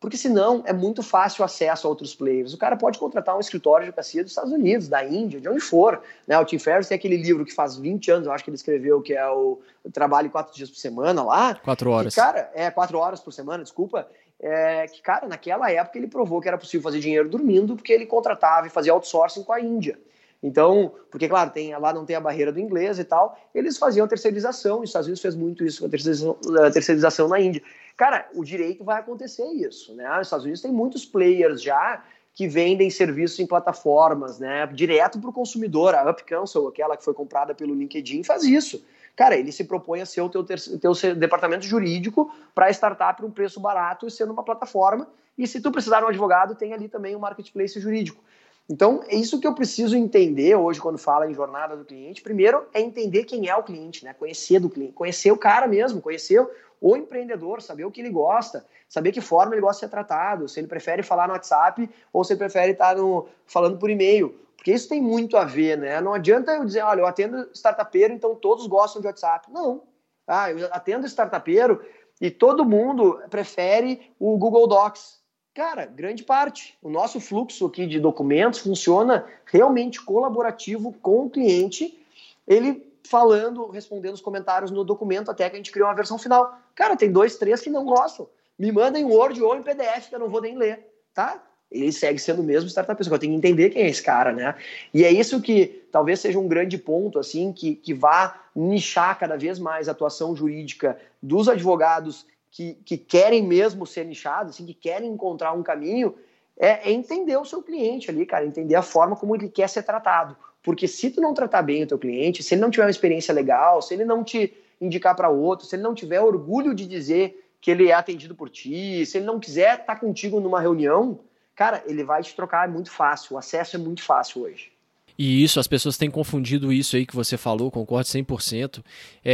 Speaker 2: Porque senão é muito fácil o acesso a outros players. O cara pode contratar um escritório de advocacia dos Estados Unidos, da Índia, de onde for. Né? O Tim Ferriss tem aquele livro que faz 20 anos, eu acho que ele escreveu, que é o Trabalho 4 dias por semana lá.
Speaker 1: 4 horas.
Speaker 2: Que, cara, 4 horas por semana, desculpa. Que, cara, naquela época ele provou que era possível fazer dinheiro dormindo, porque ele contratava e fazia outsourcing com a Índia. Então, porque, claro, lá não tem a barreira do inglês e tal, eles faziam terceirização, os Estados Unidos fez muito isso, a terceirização na Índia. Cara, o direito vai acontecer isso, né? Os Estados Unidos tem muitos players já que vendem serviços em plataformas, né? Direto para o consumidor. A Up Counsel, aquela que foi comprada pelo LinkedIn, faz isso. Cara, ele se propõe a ser o teu departamento jurídico para startup por um preço barato e sendo uma plataforma. E se tu precisar de um advogado, tem ali também um marketplace jurídico. Então, é isso que eu preciso entender hoje quando fala em jornada do cliente. Primeiro, é entender quem é o cliente, né? Conhecer do cliente, conhecer o cara mesmo, conhecer o empreendedor, saber o que ele gosta, saber que forma ele gosta de ser tratado, se ele prefere falar no WhatsApp ou se ele prefere estar falando por e-mail. Porque isso tem muito a ver, né? Não adianta eu dizer, olha, eu atendo startupeiro, então todos gostam de WhatsApp. Não. Eu atendo startupeiro e todo mundo prefere o Google Docs. Cara, grande parte. O nosso fluxo aqui de documentos funciona realmente colaborativo com o cliente, ele falando, respondendo os comentários no documento até que a gente cria uma versão final. Cara, tem 2, 3 que não gostam. Me mandem em Word ou em PDF que eu não vou nem ler, tá? Ele segue sendo o mesmo startup, eu tenho que entender quem é esse cara, né? E é isso que talvez seja um grande ponto, assim, que vá nichar cada vez mais a atuação jurídica dos advogados que querem mesmo ser nichados, assim, que querem encontrar um caminho, é entender o seu cliente ali, cara, entender a forma como ele quer ser tratado. Porque se tu não tratar bem o teu cliente, se ele não tiver uma experiência legal, se ele não te indicar para outro, se ele não tiver orgulho de dizer que ele é atendido por ti, se ele não quiser estar contigo numa reunião, cara, ele vai te trocar, é muito fácil, o acesso é muito fácil hoje.
Speaker 1: E isso, as pessoas têm confundido isso aí que você falou, concordo 100%,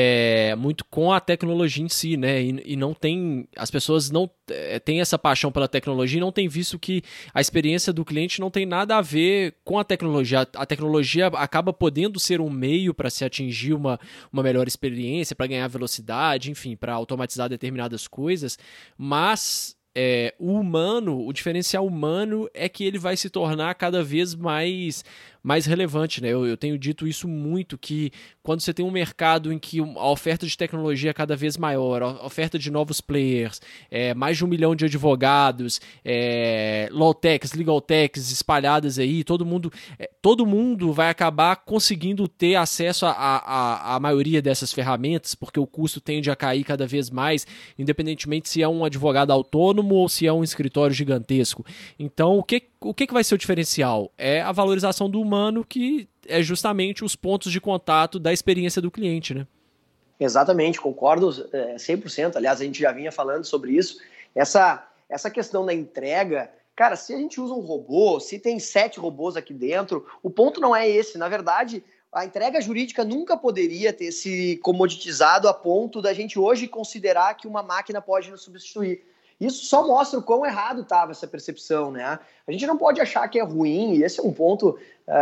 Speaker 1: muito com a tecnologia em si, né? E não tem, as pessoas não têm essa paixão pela tecnologia e não têm visto que a experiência do cliente não tem nada a ver com a tecnologia. A tecnologia acaba podendo ser um meio para se atingir uma melhor experiência, para ganhar velocidade, enfim, para automatizar determinadas coisas, mas o humano, o diferencial humano é que ele vai se tornar cada vez mais relevante, né? Eu tenho dito isso muito, que quando você tem um mercado em que a oferta de tecnologia é cada vez maior, a oferta de novos players, mais de 1 milhão de advogados, law techs, legal techs espalhadas aí, todo mundo vai acabar conseguindo ter acesso à maioria dessas ferramentas, porque o custo tende a cair cada vez mais, independentemente se é um advogado autônomo ou se é um escritório gigantesco. Então, o que vai ser o diferencial? É a valorização do humano, que é justamente os pontos de contato da experiência do cliente, né?
Speaker 2: Exatamente, concordo 100%. Aliás, a gente já vinha falando sobre isso. Essa questão da entrega, cara, se a gente usa um robô, se tem 7 robôs aqui dentro, o ponto não é esse. Na verdade, a entrega jurídica nunca poderia ter se comoditizado a ponto da gente hoje considerar que uma máquina pode nos substituir. Isso só mostra o quão errado estava essa percepção, né? A gente não pode achar que é ruim, e esse é um ponto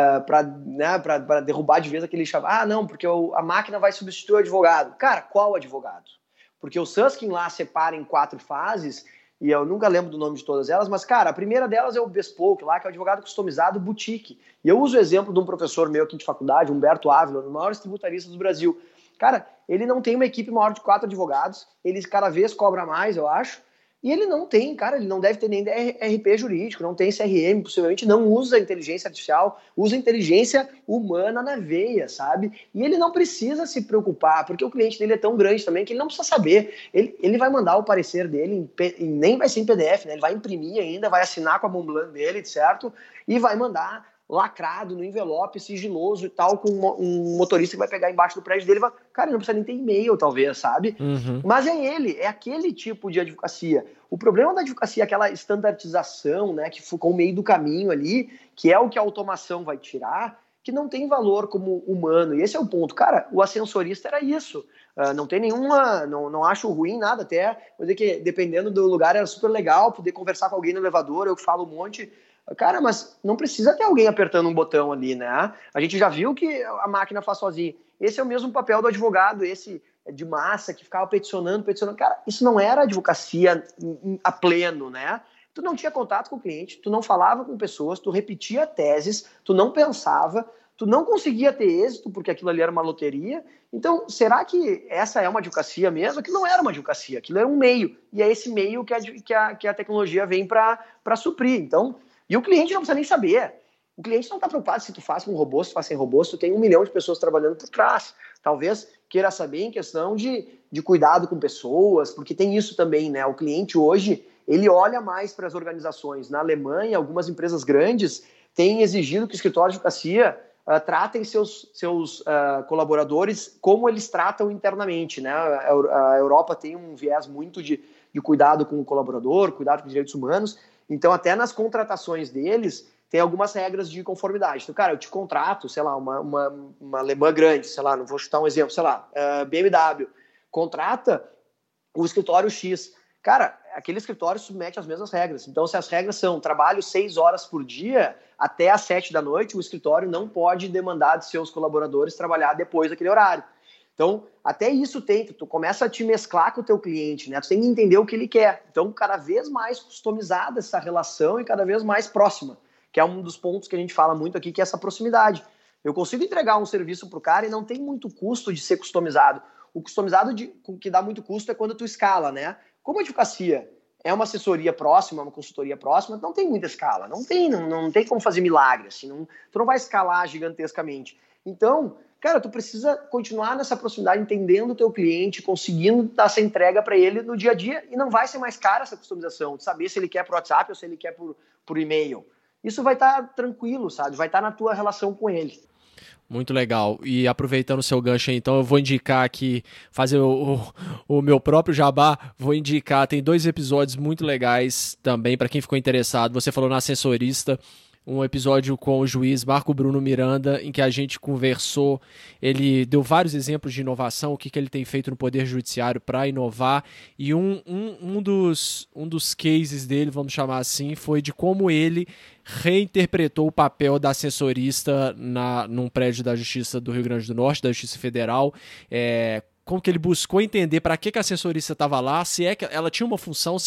Speaker 2: para derrubar de vez aquele chave. Não, porque a máquina vai substituir o advogado. Cara, qual advogado? Porque o Susskind lá separa em 4 fases, e eu nunca lembro do nome de todas elas, mas, cara, a primeira delas é o Bespoke lá, que é o advogado customizado boutique. E eu uso o exemplo de um professor meu aqui de faculdade, Humberto Ávila, um dos maiores tributaristas do Brasil. Cara, ele não tem uma equipe maior de 4 advogados, ele cada vez cobra mais, eu acho. E ele não tem, cara, ele não deve ter nem RP jurídico, não tem CRM, possivelmente não usa inteligência artificial, usa inteligência humana na veia, sabe? E ele não precisa se preocupar, porque o cliente dele é tão grande também que ele não precisa saber. Ele vai mandar o parecer dele, nem vai ser em PDF, né? Ele vai imprimir ainda, vai assinar com a Montblanc dele, certo? E vai mandar lacrado no envelope, sigiloso e tal, com um motorista que vai pegar embaixo do prédio dele e vai... Cara, ele não precisa nem ter e-mail, talvez, sabe?
Speaker 1: Uhum.
Speaker 2: Mas é aquele tipo de advocacia. O problema da advocacia é aquela estandardização, né, que ficou no meio do caminho ali, que é o que a automação vai tirar, que não tem valor como humano. E esse é o ponto. Cara, o ascensorista era isso. Não tem nenhuma... Não acho ruim nada, até. Vou dizer que, dependendo do lugar, era super legal poder conversar com alguém no elevador, eu que falo um monte... Cara, mas não precisa ter alguém apertando um botão ali, né? A gente já viu que a máquina faz sozinha. Esse é o mesmo papel do advogado, esse de massa, que ficava peticionando. Cara, isso não era advocacia a pleno, né? tu não tinha contato com o cliente, tu não falava com pessoas, tu repetia teses, tu não pensava, tu não conseguia ter êxito porque aquilo ali era uma loteria. Então, será que essa é uma advocacia mesmo? Aquilo não era uma advocacia, aquilo era um meio. E é esse meio que a tecnologia vem para suprir. Então, e o cliente não precisa nem saber. O cliente não está preocupado se tu faz com robô, se tu faz sem robô, se tu tem 1 milhão de pessoas trabalhando por trás. Talvez queira saber em questão de cuidado com pessoas, porque tem isso também, né? O cliente hoje, ele olha mais para as organizações. Na Alemanha, algumas empresas grandes têm exigido que o escritório de advocacia tratem seus colaboradores como eles tratam internamente, né? A Europa tem um viés muito de cuidado com o colaborador, cuidado com os direitos humanos. Então, até nas contratações deles, tem algumas regras de conformidade. Então, cara, eu te contrato, sei lá, uma alemã grande, sei lá, não vou chutar um exemplo, sei lá, BMW, contrata o escritório X. Cara, aquele escritório submete às mesmas regras. Então, se as regras são trabalho 6 horas por dia, até às 7 da noite, o escritório não pode demandar de seus colaboradores trabalhar depois daquele horário. Então, até isso tu começa a te mesclar com o teu cliente, né? Tu tem que entender o que ele quer. Então, cada vez mais customizada essa relação e cada vez mais próxima, que é um dos pontos que a gente fala muito aqui, que é essa proximidade. Eu consigo entregar um serviço para o cara e não tem muito custo de ser customizado. O customizado que dá muito custo é quando tu escala, né? Como a advocacia é uma assessoria próxima, uma consultoria próxima, não tem muita escala, não tem como fazer milagre, assim, tu não vai escalar gigantescamente. Então, cara, tu precisa continuar nessa proximidade, entendendo o teu cliente, conseguindo dar essa entrega para ele no dia a dia, e não vai ser mais cara essa customização, de saber se ele quer por WhatsApp ou se ele quer por e-mail. Isso vai estar tranquilo, sabe? Vai estar na tua relação com ele.
Speaker 1: Muito legal. E aproveitando o seu gancho aí, então eu vou indicar aqui, fazer o meu próprio jabá, vou indicar, tem 2 episódios muito legais também, para quem ficou interessado. Você falou na Ascensorista, um episódio com o juiz Marco Bruno Miranda, em que a gente conversou, ele deu vários exemplos de inovação, o que ele tem feito no Poder Judiciário para inovar, e um dos cases dele, vamos chamar assim, foi de como ele reinterpretou o papel da ascensorista num prédio da Justiça do Rio Grande do Norte, da Justiça Federal, como que ele buscou entender para que a assessorista estava lá, se é que ela tinha uma função,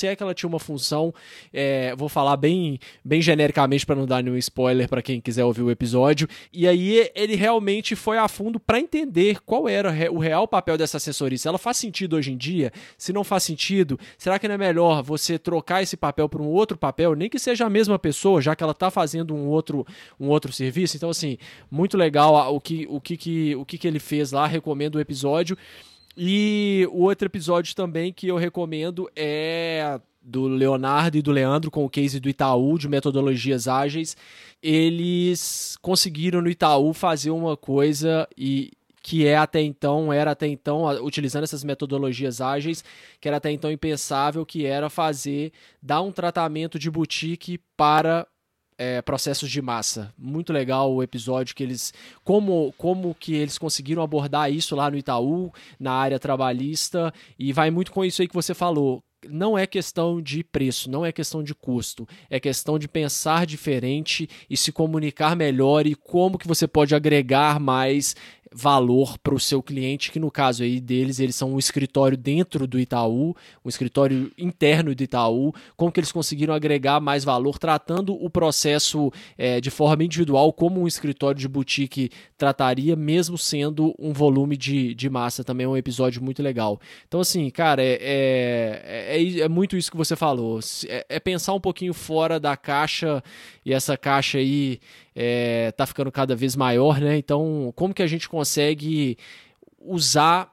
Speaker 1: vou falar bem genericamente para não dar nenhum spoiler para quem quiser ouvir o episódio, e aí ele realmente foi a fundo para entender qual era o real papel dessa assessorista. Ela faz sentido hoje em dia? Se não faz sentido, será que não é melhor você trocar esse papel por um outro papel, nem que seja a mesma pessoa, já que ela está fazendo um outro serviço? Então, assim, muito legal o que ele fez lá, recomendo o episódio. E o outro episódio também que eu recomendo é do Leonardo e do Leandro, com o case do Itaú, de metodologias ágeis. Eles conseguiram no Itaú fazer uma coisa que era até então, utilizando essas metodologias ágeis, que era até então impensável, que era dar um tratamento de boutique para processos de massa. Muito legal o episódio que como que eles conseguiram abordar isso lá no Itaú, na área trabalhista, e vai muito com isso aí que você falou. Não é questão de preço, não é questão de custo, é questão de pensar diferente e se comunicar melhor, e como que você pode agregar mais valor para o seu cliente, que no caso aí deles, eles são um escritório dentro do Itaú, um escritório interno do Itaú, como que eles conseguiram agregar mais valor, tratando o processo de forma individual, como um escritório de boutique trataria, mesmo sendo um volume de massa. Também é um episódio muito legal. Então, assim, cara, é muito isso que você falou, é pensar um pouquinho fora da caixa, e essa caixa aí tá ficando cada vez maior, né? Então, como que a gente consegue usar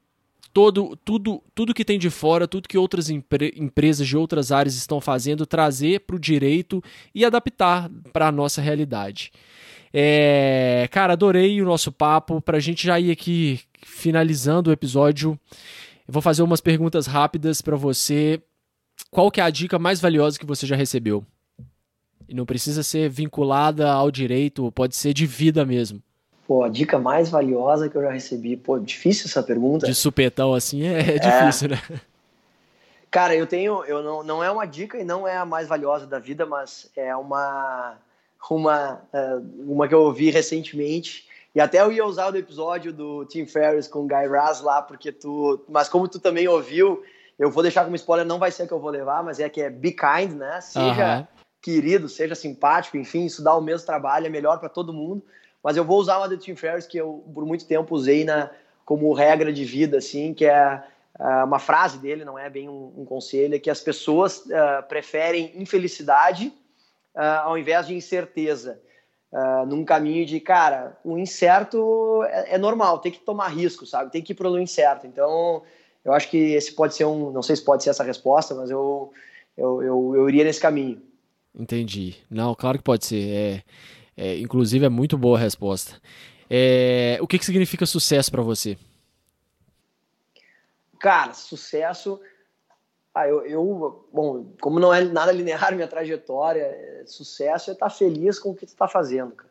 Speaker 1: tudo que tem de fora, tudo que outras empresas de outras áreas estão fazendo, trazer para o direito e adaptar para a nossa realidade. Cara, adorei o nosso papo. Para a gente já ir aqui finalizando o episódio, eu vou fazer umas perguntas rápidas para você. Qual que é a dica mais valiosa que você já recebeu? E não precisa ser vinculada ao direito, pode ser de vida mesmo.
Speaker 2: Pô, a dica mais valiosa que eu já recebi. Pô, difícil essa pergunta.
Speaker 1: De supetão assim é difícil, né?
Speaker 2: Cara, não é uma dica e não é a mais valiosa da vida, mas é uma que eu ouvi recentemente. E até eu ia usar o episódio do Tim Ferriss com o Guy Raz lá, mas como tu também ouviu, eu vou deixar como spoiler, não vai ser a que eu vou levar, mas é que é Be Kind, né? Seja querido, seja simpático, enfim, isso dá o mesmo trabalho, é melhor para todo mundo. Mas eu vou usar uma do Tim Ferriss que eu, por muito tempo, usei como regra de vida, assim, que é uma frase dele, não é bem um conselho, é que as pessoas preferem infelicidade ao invés de incerteza. Num caminho de, cara, o incerto é normal, tem que tomar risco, sabe? Tem que ir pro incerto. Então, eu acho que esse pode ser não sei se pode ser essa resposta, mas eu iria nesse caminho.
Speaker 1: Entendi. Não, claro que pode ser. Inclusive, é muito boa a resposta. O que significa sucesso para você?
Speaker 2: Cara, sucesso... bom, como não é nada linear minha trajetória, sucesso é estar feliz com o que tu está fazendo, cara.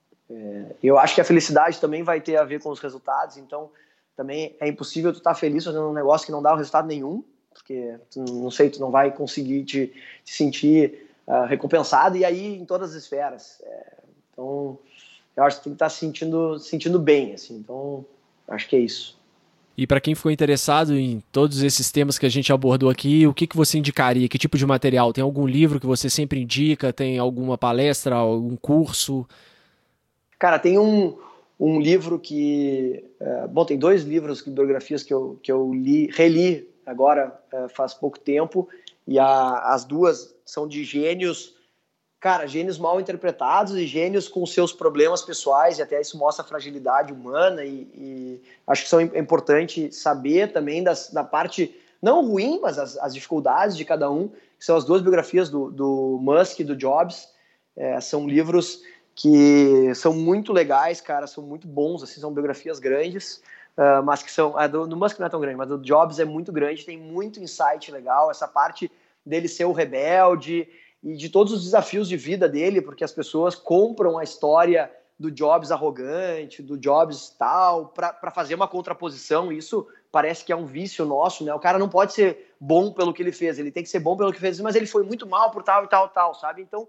Speaker 2: Eu acho que a felicidade também vai ter a ver com os resultados, então também é impossível tu estar feliz fazendo um negócio que não dá resultado nenhum, porque tu não vai conseguir te sentir recompensado, e aí em todas as esferas. Então, eu acho que tu tem que estar se sentindo bem, assim, então acho que é isso.
Speaker 1: E para quem ficou interessado em todos esses temas que a gente abordou aqui, o que você indicaria? Que tipo de material? Tem algum livro que você sempre indica? Tem alguma palestra, algum curso?
Speaker 2: Cara, tem um livro que... bom, tem 2 livros, biografias que eu reli agora faz pouco tempo, e as 2 são de gênios, cara, gênios mal interpretados e gênios com seus problemas pessoais, e até isso mostra a fragilidade humana, e acho que é importante saber também da parte, não ruim, mas as dificuldades de cada um, que são as 2 biografias do Musk e do Jobs. São livros que são muito legais, cara, são muito bons, assim, são biografias grandes, mas que são... do Musk não é tão grande, mas do Jobs é muito grande, tem muito insight legal, essa parte dele ser o rebelde, e de todos os desafios de vida dele, porque as pessoas compram a história do Jobs arrogante, do Jobs tal, para fazer uma contraposição. Isso parece que é um vício nosso, né? O cara não pode ser bom pelo que ele fez, ele tem que ser bom pelo que fez, mas ele foi muito mal por tal e tal, tal, sabe? Então,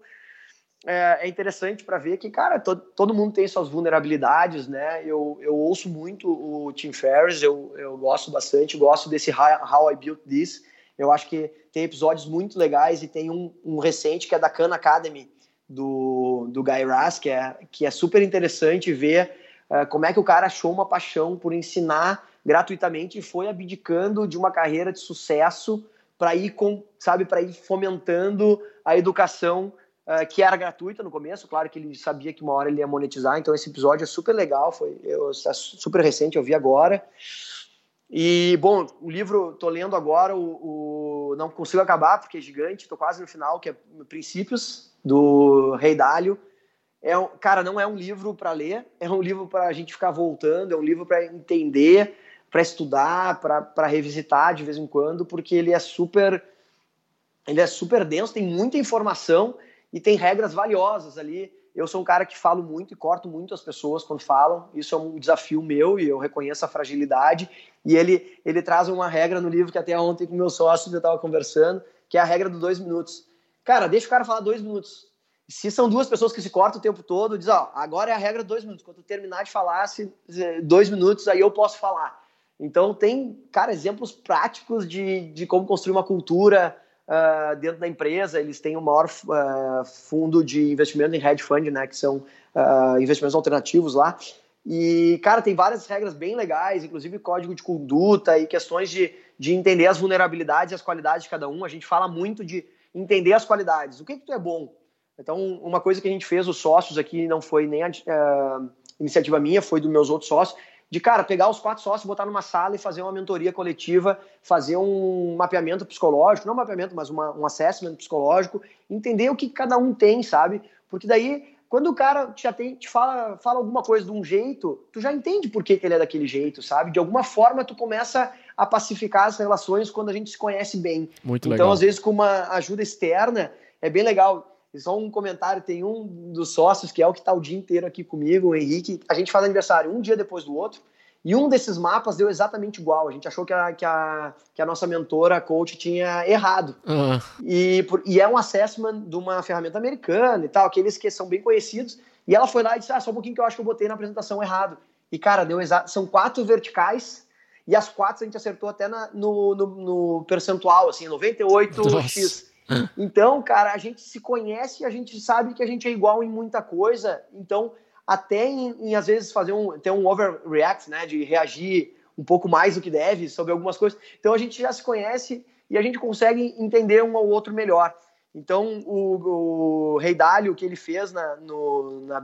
Speaker 2: é interessante para ver que, cara, todo mundo tem suas vulnerabilidades, né? Eu ouço muito o Tim Ferriss, eu gosto bastante, gosto desse How I Built This. Eu acho que tem episódios muito legais, e tem um recente que é da Khan Academy, do Guy Raz, que é super interessante ver como é que o cara achou uma paixão por ensinar gratuitamente e foi abdicando de uma carreira de sucesso para ir fomentando a educação que era gratuita no começo. Claro que ele sabia que uma hora ele ia monetizar, então esse episódio é super legal, é super recente, eu vi agora. E, bom, o livro, tô lendo agora, não consigo acabar porque é gigante, tô quase no final, que é Princípios, do Ray Dalio. Cara, não é um livro para ler, é um livro para a gente ficar voltando, é um livro para entender, para estudar, para revisitar de vez em quando, porque ele é super denso, tem muita informação e tem regras valiosas ali. Eu sou um cara que falo muito e corto muito as pessoas quando falam. Isso é um desafio meu e eu reconheço a fragilidade. E ele traz uma regra no livro que até ontem com o meu sócio eu estava conversando, que é a regra dos 2 minutos. Cara, deixa o cara falar 2 minutos. Se são 2 pessoas que se cortam o tempo todo, diz, agora é a regra de 2 minutos. Quando eu terminar de falar, 2 minutos, aí eu posso falar. Então tem, cara, exemplos práticos de como construir uma cultura dentro da empresa. Eles têm o maior fundo de investimento em hedge fund, né, que são investimentos alternativos lá. E, cara, tem várias regras bem legais, inclusive código de conduta e questões de entender as vulnerabilidades e as qualidades de cada um. A gente fala muito de entender as qualidades. O que tu é bom? Então, uma coisa que a gente fez, os sócios aqui, não foi nem iniciativa minha, foi dos meus outros sócios, de, cara, pegar os 4 sócios, botar numa sala e fazer uma mentoria coletiva, fazer um mapeamento psicológico, não um mapeamento, mas um assessment psicológico, entender o que cada um tem, sabe? Porque daí, quando o cara te fala alguma coisa de um jeito, tu já entende por que ele é daquele jeito, sabe? De alguma forma, tu começa a pacificar as relações quando a gente se conhece bem.
Speaker 1: Muito
Speaker 2: então,
Speaker 1: legal.
Speaker 2: Às vezes, com uma ajuda externa, é bem legal. Só um comentário, tem um dos sócios que é o que está o dia inteiro aqui comigo, o Henrique. A gente faz aniversário um dia depois do outro, e um desses mapas deu exatamente igual. A gente achou que a nossa mentora, a coach, tinha errado. E é um assessment de uma ferramenta americana e tal, aqueles que são bem conhecidos. E ela foi lá e disse, só um pouquinho que eu acho que eu botei na apresentação errado. E, cara, são 4 verticais E as 4 a gente acertou até no percentual, assim, 98x. Então, cara, a gente se conhece e a gente sabe que a gente é igual em muita coisa. Então, até às vezes, ter um overreact, né, de reagir um pouco mais do que deve sobre algumas coisas. Então, a gente já se conhece e a gente consegue entender um ao outro melhor. Então, o Rei Dalio, o que ele fez na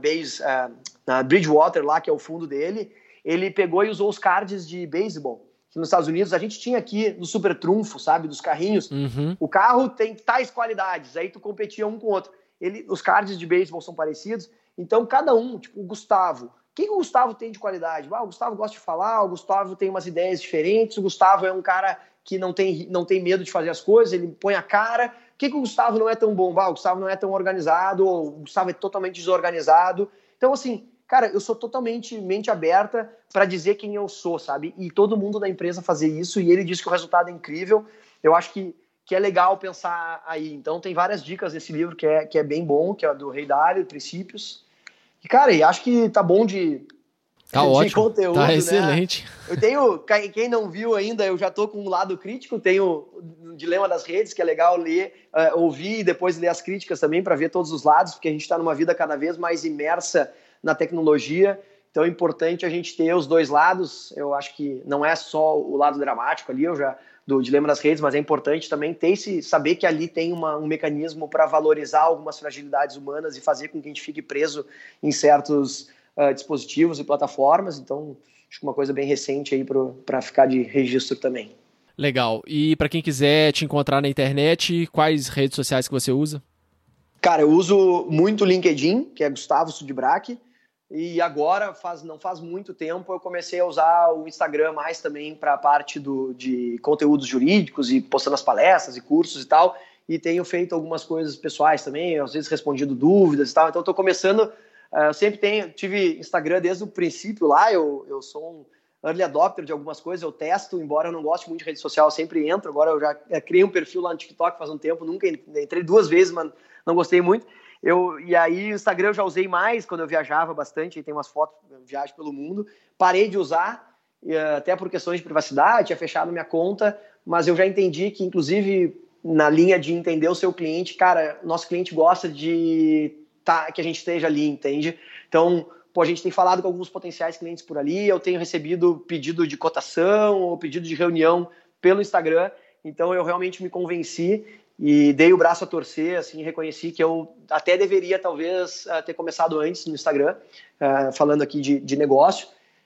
Speaker 2: Bridgewater, lá, que é o fundo dele, ele pegou e usou os cards de beisebol. Que nos Estados Unidos, a gente tinha aqui no Super Trunfo, sabe, dos carrinhos.
Speaker 1: Uhum.
Speaker 2: O carro tem tais qualidades, aí tu competia um com o outro. Os cards de beisebol são parecidos, então cada um, tipo o Gustavo. O que o Gustavo tem de qualidade? O Gustavo gosta de falar, o Gustavo tem umas ideias diferentes, o Gustavo é um cara que não tem medo de fazer as coisas, ele põe a cara. O que o Gustavo não é tão bom? O Gustavo não é tão organizado, ou o Gustavo é totalmente desorganizado. Então, assim, cara, eu sou totalmente mente aberta para dizer quem eu sou, sabe? E todo mundo da empresa fazer isso, e ele disse que o resultado é incrível. Eu acho que é legal pensar aí. Então, tem várias dicas nesse livro que é bem bom, que é do Rei Dalio, Princípios. E, cara, acho que tá bom de
Speaker 1: ótimo,
Speaker 2: conteúdo,
Speaker 1: tá
Speaker 2: né?
Speaker 1: excelente.
Speaker 2: Eu tenho, quem não viu ainda, eu já tô com um lado crítico, tenho o Dilema das Redes, que é legal ler, ouvir e depois ler as críticas também para ver todos os lados, porque a gente está numa vida cada vez mais imersa na tecnologia, então é importante a gente ter os dois lados. Eu acho que não é só o lado dramático ali, do Dilema das Redes, mas é importante também saber que ali tem um mecanismo para valorizar algumas fragilidades humanas e fazer com que a gente fique preso em certos dispositivos e plataformas. Então, acho que uma coisa bem recente aí para ficar de registro também.
Speaker 1: Legal. E para quem quiser te encontrar na internet, quais redes sociais que você usa?
Speaker 2: Cara, eu uso muito o LinkedIn, que é Gustavo Sudbrack, e agora, não faz muito tempo, eu comecei a usar o Instagram mais também para a parte de conteúdos jurídicos e postando as palestras e cursos e tal, e tenho feito algumas coisas pessoais também, às vezes respondido dúvidas e tal, então estou começando, eu sempre tive Instagram desde o princípio lá, eu sou um early adopter de algumas coisas, eu testo, embora eu não goste muito de rede social, eu sempre entro, agora eu já criei um perfil lá no TikTok faz um tempo, nunca entrei 2 vezes, mas não gostei muito. E aí o Instagram eu já usei mais quando eu viajava bastante, tem umas fotos, viagem pelo mundo, parei de usar, até por questões de privacidade, tinha fechado minha conta, mas eu já entendi que, inclusive, na linha de entender o seu cliente, cara, nosso cliente gosta de que a gente esteja ali, entende? Então, a gente tem falado com alguns potenciais clientes por ali, eu tenho recebido pedido de cotação ou pedido de reunião pelo Instagram, então eu realmente me convenci e dei o braço a torcer, assim, reconheci que eu até deveria, talvez, ter começado antes no Instagram, falando aqui de negócio.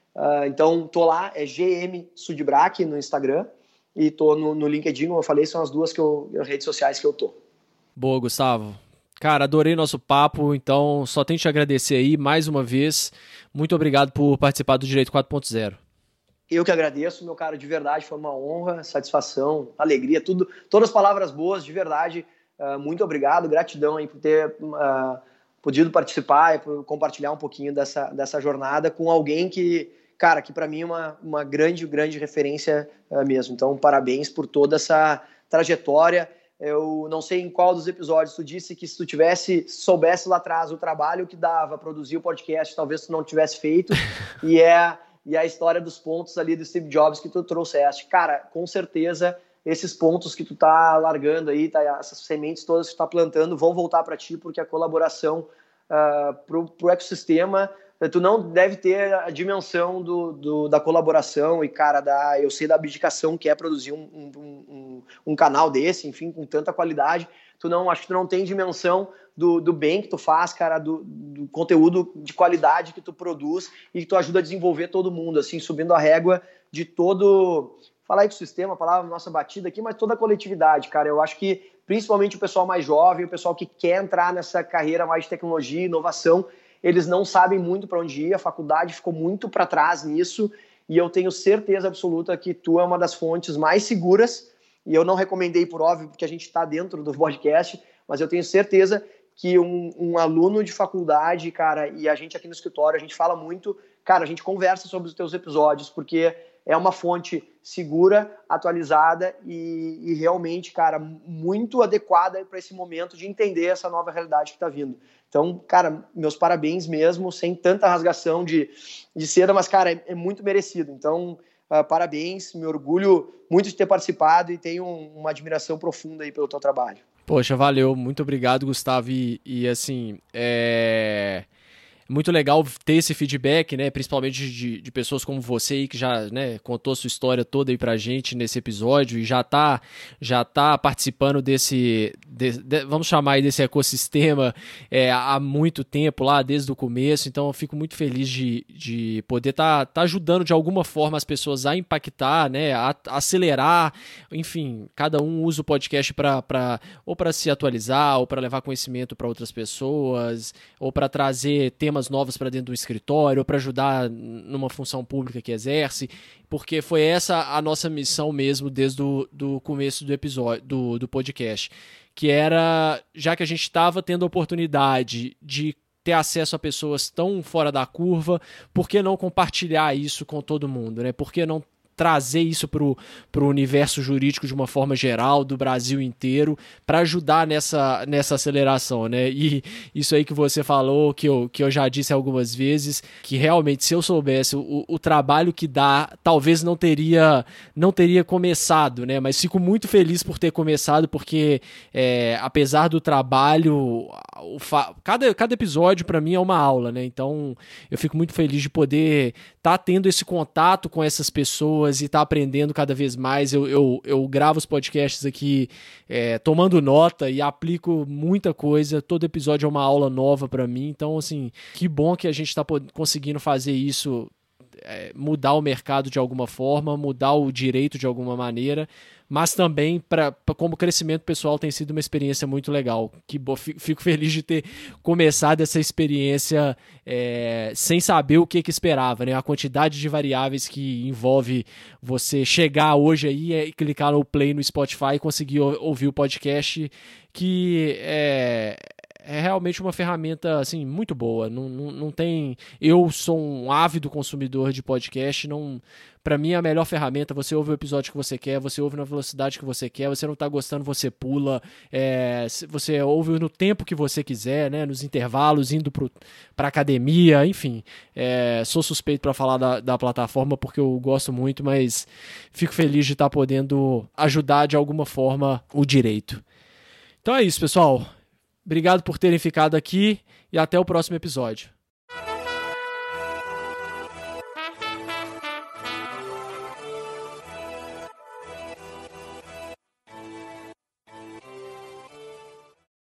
Speaker 2: Então, tô lá, é GM Sudbrack no Instagram, e tô no LinkedIn, como eu falei, são as duas redes sociais que eu tô.
Speaker 1: Boa, Gustavo. Cara, adorei nosso papo, então só tenho que te agradecer aí mais uma vez. Muito obrigado por participar do Direito 4.0.
Speaker 2: Eu que agradeço, meu cara, de verdade, foi uma honra, satisfação, alegria, todas as palavras boas, de verdade, muito obrigado, gratidão aí por ter podido participar e por compartilhar um pouquinho dessa jornada com alguém que, cara, que para mim é uma grande, grande referência mesmo. Então, parabéns por toda essa trajetória. Eu não sei em qual dos episódios tu disse que se tu soubesse lá atrás o trabalho que dava produzir o podcast, talvez tu não tivesse feito, e a história dos pontos ali do Steve Jobs que tu trouxeste. Cara, com certeza, esses pontos que tu tá largando aí, essas sementes todas que tu tá plantando, vão voltar para ti, porque a colaboração pro ecossistema, tu não deve ter a dimensão da colaboração e, cara, eu sei da abdicação que é produzir um canal desse, enfim, com tanta qualidade. Acho que tu não tem dimensão do bem que tu faz, cara, do conteúdo de qualidade que tu produz e que tu ajuda a desenvolver todo mundo, assim, subindo a régua de todo, falar ecossistema, a palavra nossa batida aqui, mas toda a coletividade, cara. Eu acho que principalmente o pessoal mais jovem, o pessoal que quer entrar nessa carreira mais de tecnologia e inovação, eles não sabem muito para onde ir, a faculdade ficou muito para trás nisso, e eu tenho certeza absoluta que tu é uma das fontes mais seguras, e eu não recomendei por óbvio, porque a gente está dentro do podcast, mas eu tenho certeza que um aluno de faculdade, cara, e a gente aqui no escritório, a gente fala muito, cara, a gente conversa sobre os teus episódios, porque é uma fonte segura, atualizada e realmente, cara, muito adequada para esse momento de entender essa nova realidade que está vindo. Então, cara, meus parabéns mesmo, sem tanta rasgação de seda, mas, cara, é muito merecido. Então, parabéns, me orgulho muito de ter participado e tenho uma admiração profunda aí pelo teu trabalho.
Speaker 1: Poxa, valeu, muito obrigado, Gustavo, e assim, muito legal ter esse feedback, né? Principalmente de pessoas como você aí, que já, né, contou a sua história toda aí pra gente nesse episódio e já tá participando vamos chamar aí desse ecossistema há muito tempo lá, desde o começo. Então eu fico muito feliz de poder tá ajudando de alguma forma as pessoas a impactar, né? A acelerar, enfim, cada um usa o podcast ou para se atualizar, ou para levar conhecimento para outras pessoas, ou para trazer temas novos para dentro do escritório, ou para ajudar numa função pública que exerce, porque foi essa a nossa missão mesmo desde do começo do episódio, do podcast, que era, já que a gente estava tendo a oportunidade de ter acesso a pessoas tão fora da curva, por que não compartilhar isso com todo mundo, né? Por que não trazer isso para o universo jurídico de uma forma geral, do Brasil inteiro, para ajudar nessa aceleração, né? E isso aí que você falou, que eu já disse algumas vezes, que realmente, se eu soubesse o trabalho que dá, talvez não teria começado, né? Mas fico muito feliz por ter começado, porque apesar do trabalho, cada episódio para mim é uma aula, né? Então eu fico muito feliz de poder estar tendo esse contato com essas pessoas e tá aprendendo cada vez mais. Eu gravo os podcasts aqui tomando nota e aplico muita coisa. Todo episódio é uma aula nova para mim. Então, assim, que bom que a gente tá conseguindo fazer isso, mudar o mercado de alguma forma, mudar o direito de alguma maneira, mas também como crescimento pessoal tem sido uma experiência muito legal. Fico feliz de ter começado essa experiência sem saber o que esperava, né? A quantidade de variáveis que envolve você chegar hoje aí e clicar no play no Spotify e conseguir ouvir o podcast, que é realmente uma ferramenta assim, muito boa. Não tem. Eu sou um ávido consumidor de podcast. Para mim, a melhor ferramenta, você ouve o episódio que você quer, você ouve na velocidade que você quer, você não tá gostando, você pula, você ouve no tempo que você quiser, né? Nos intervalos, indo pra academia, enfim. Sou suspeito para falar da plataforma porque eu gosto muito, mas fico feliz de estar podendo ajudar de alguma forma o direito. Então é isso, pessoal. Obrigado por terem ficado aqui e até o próximo episódio.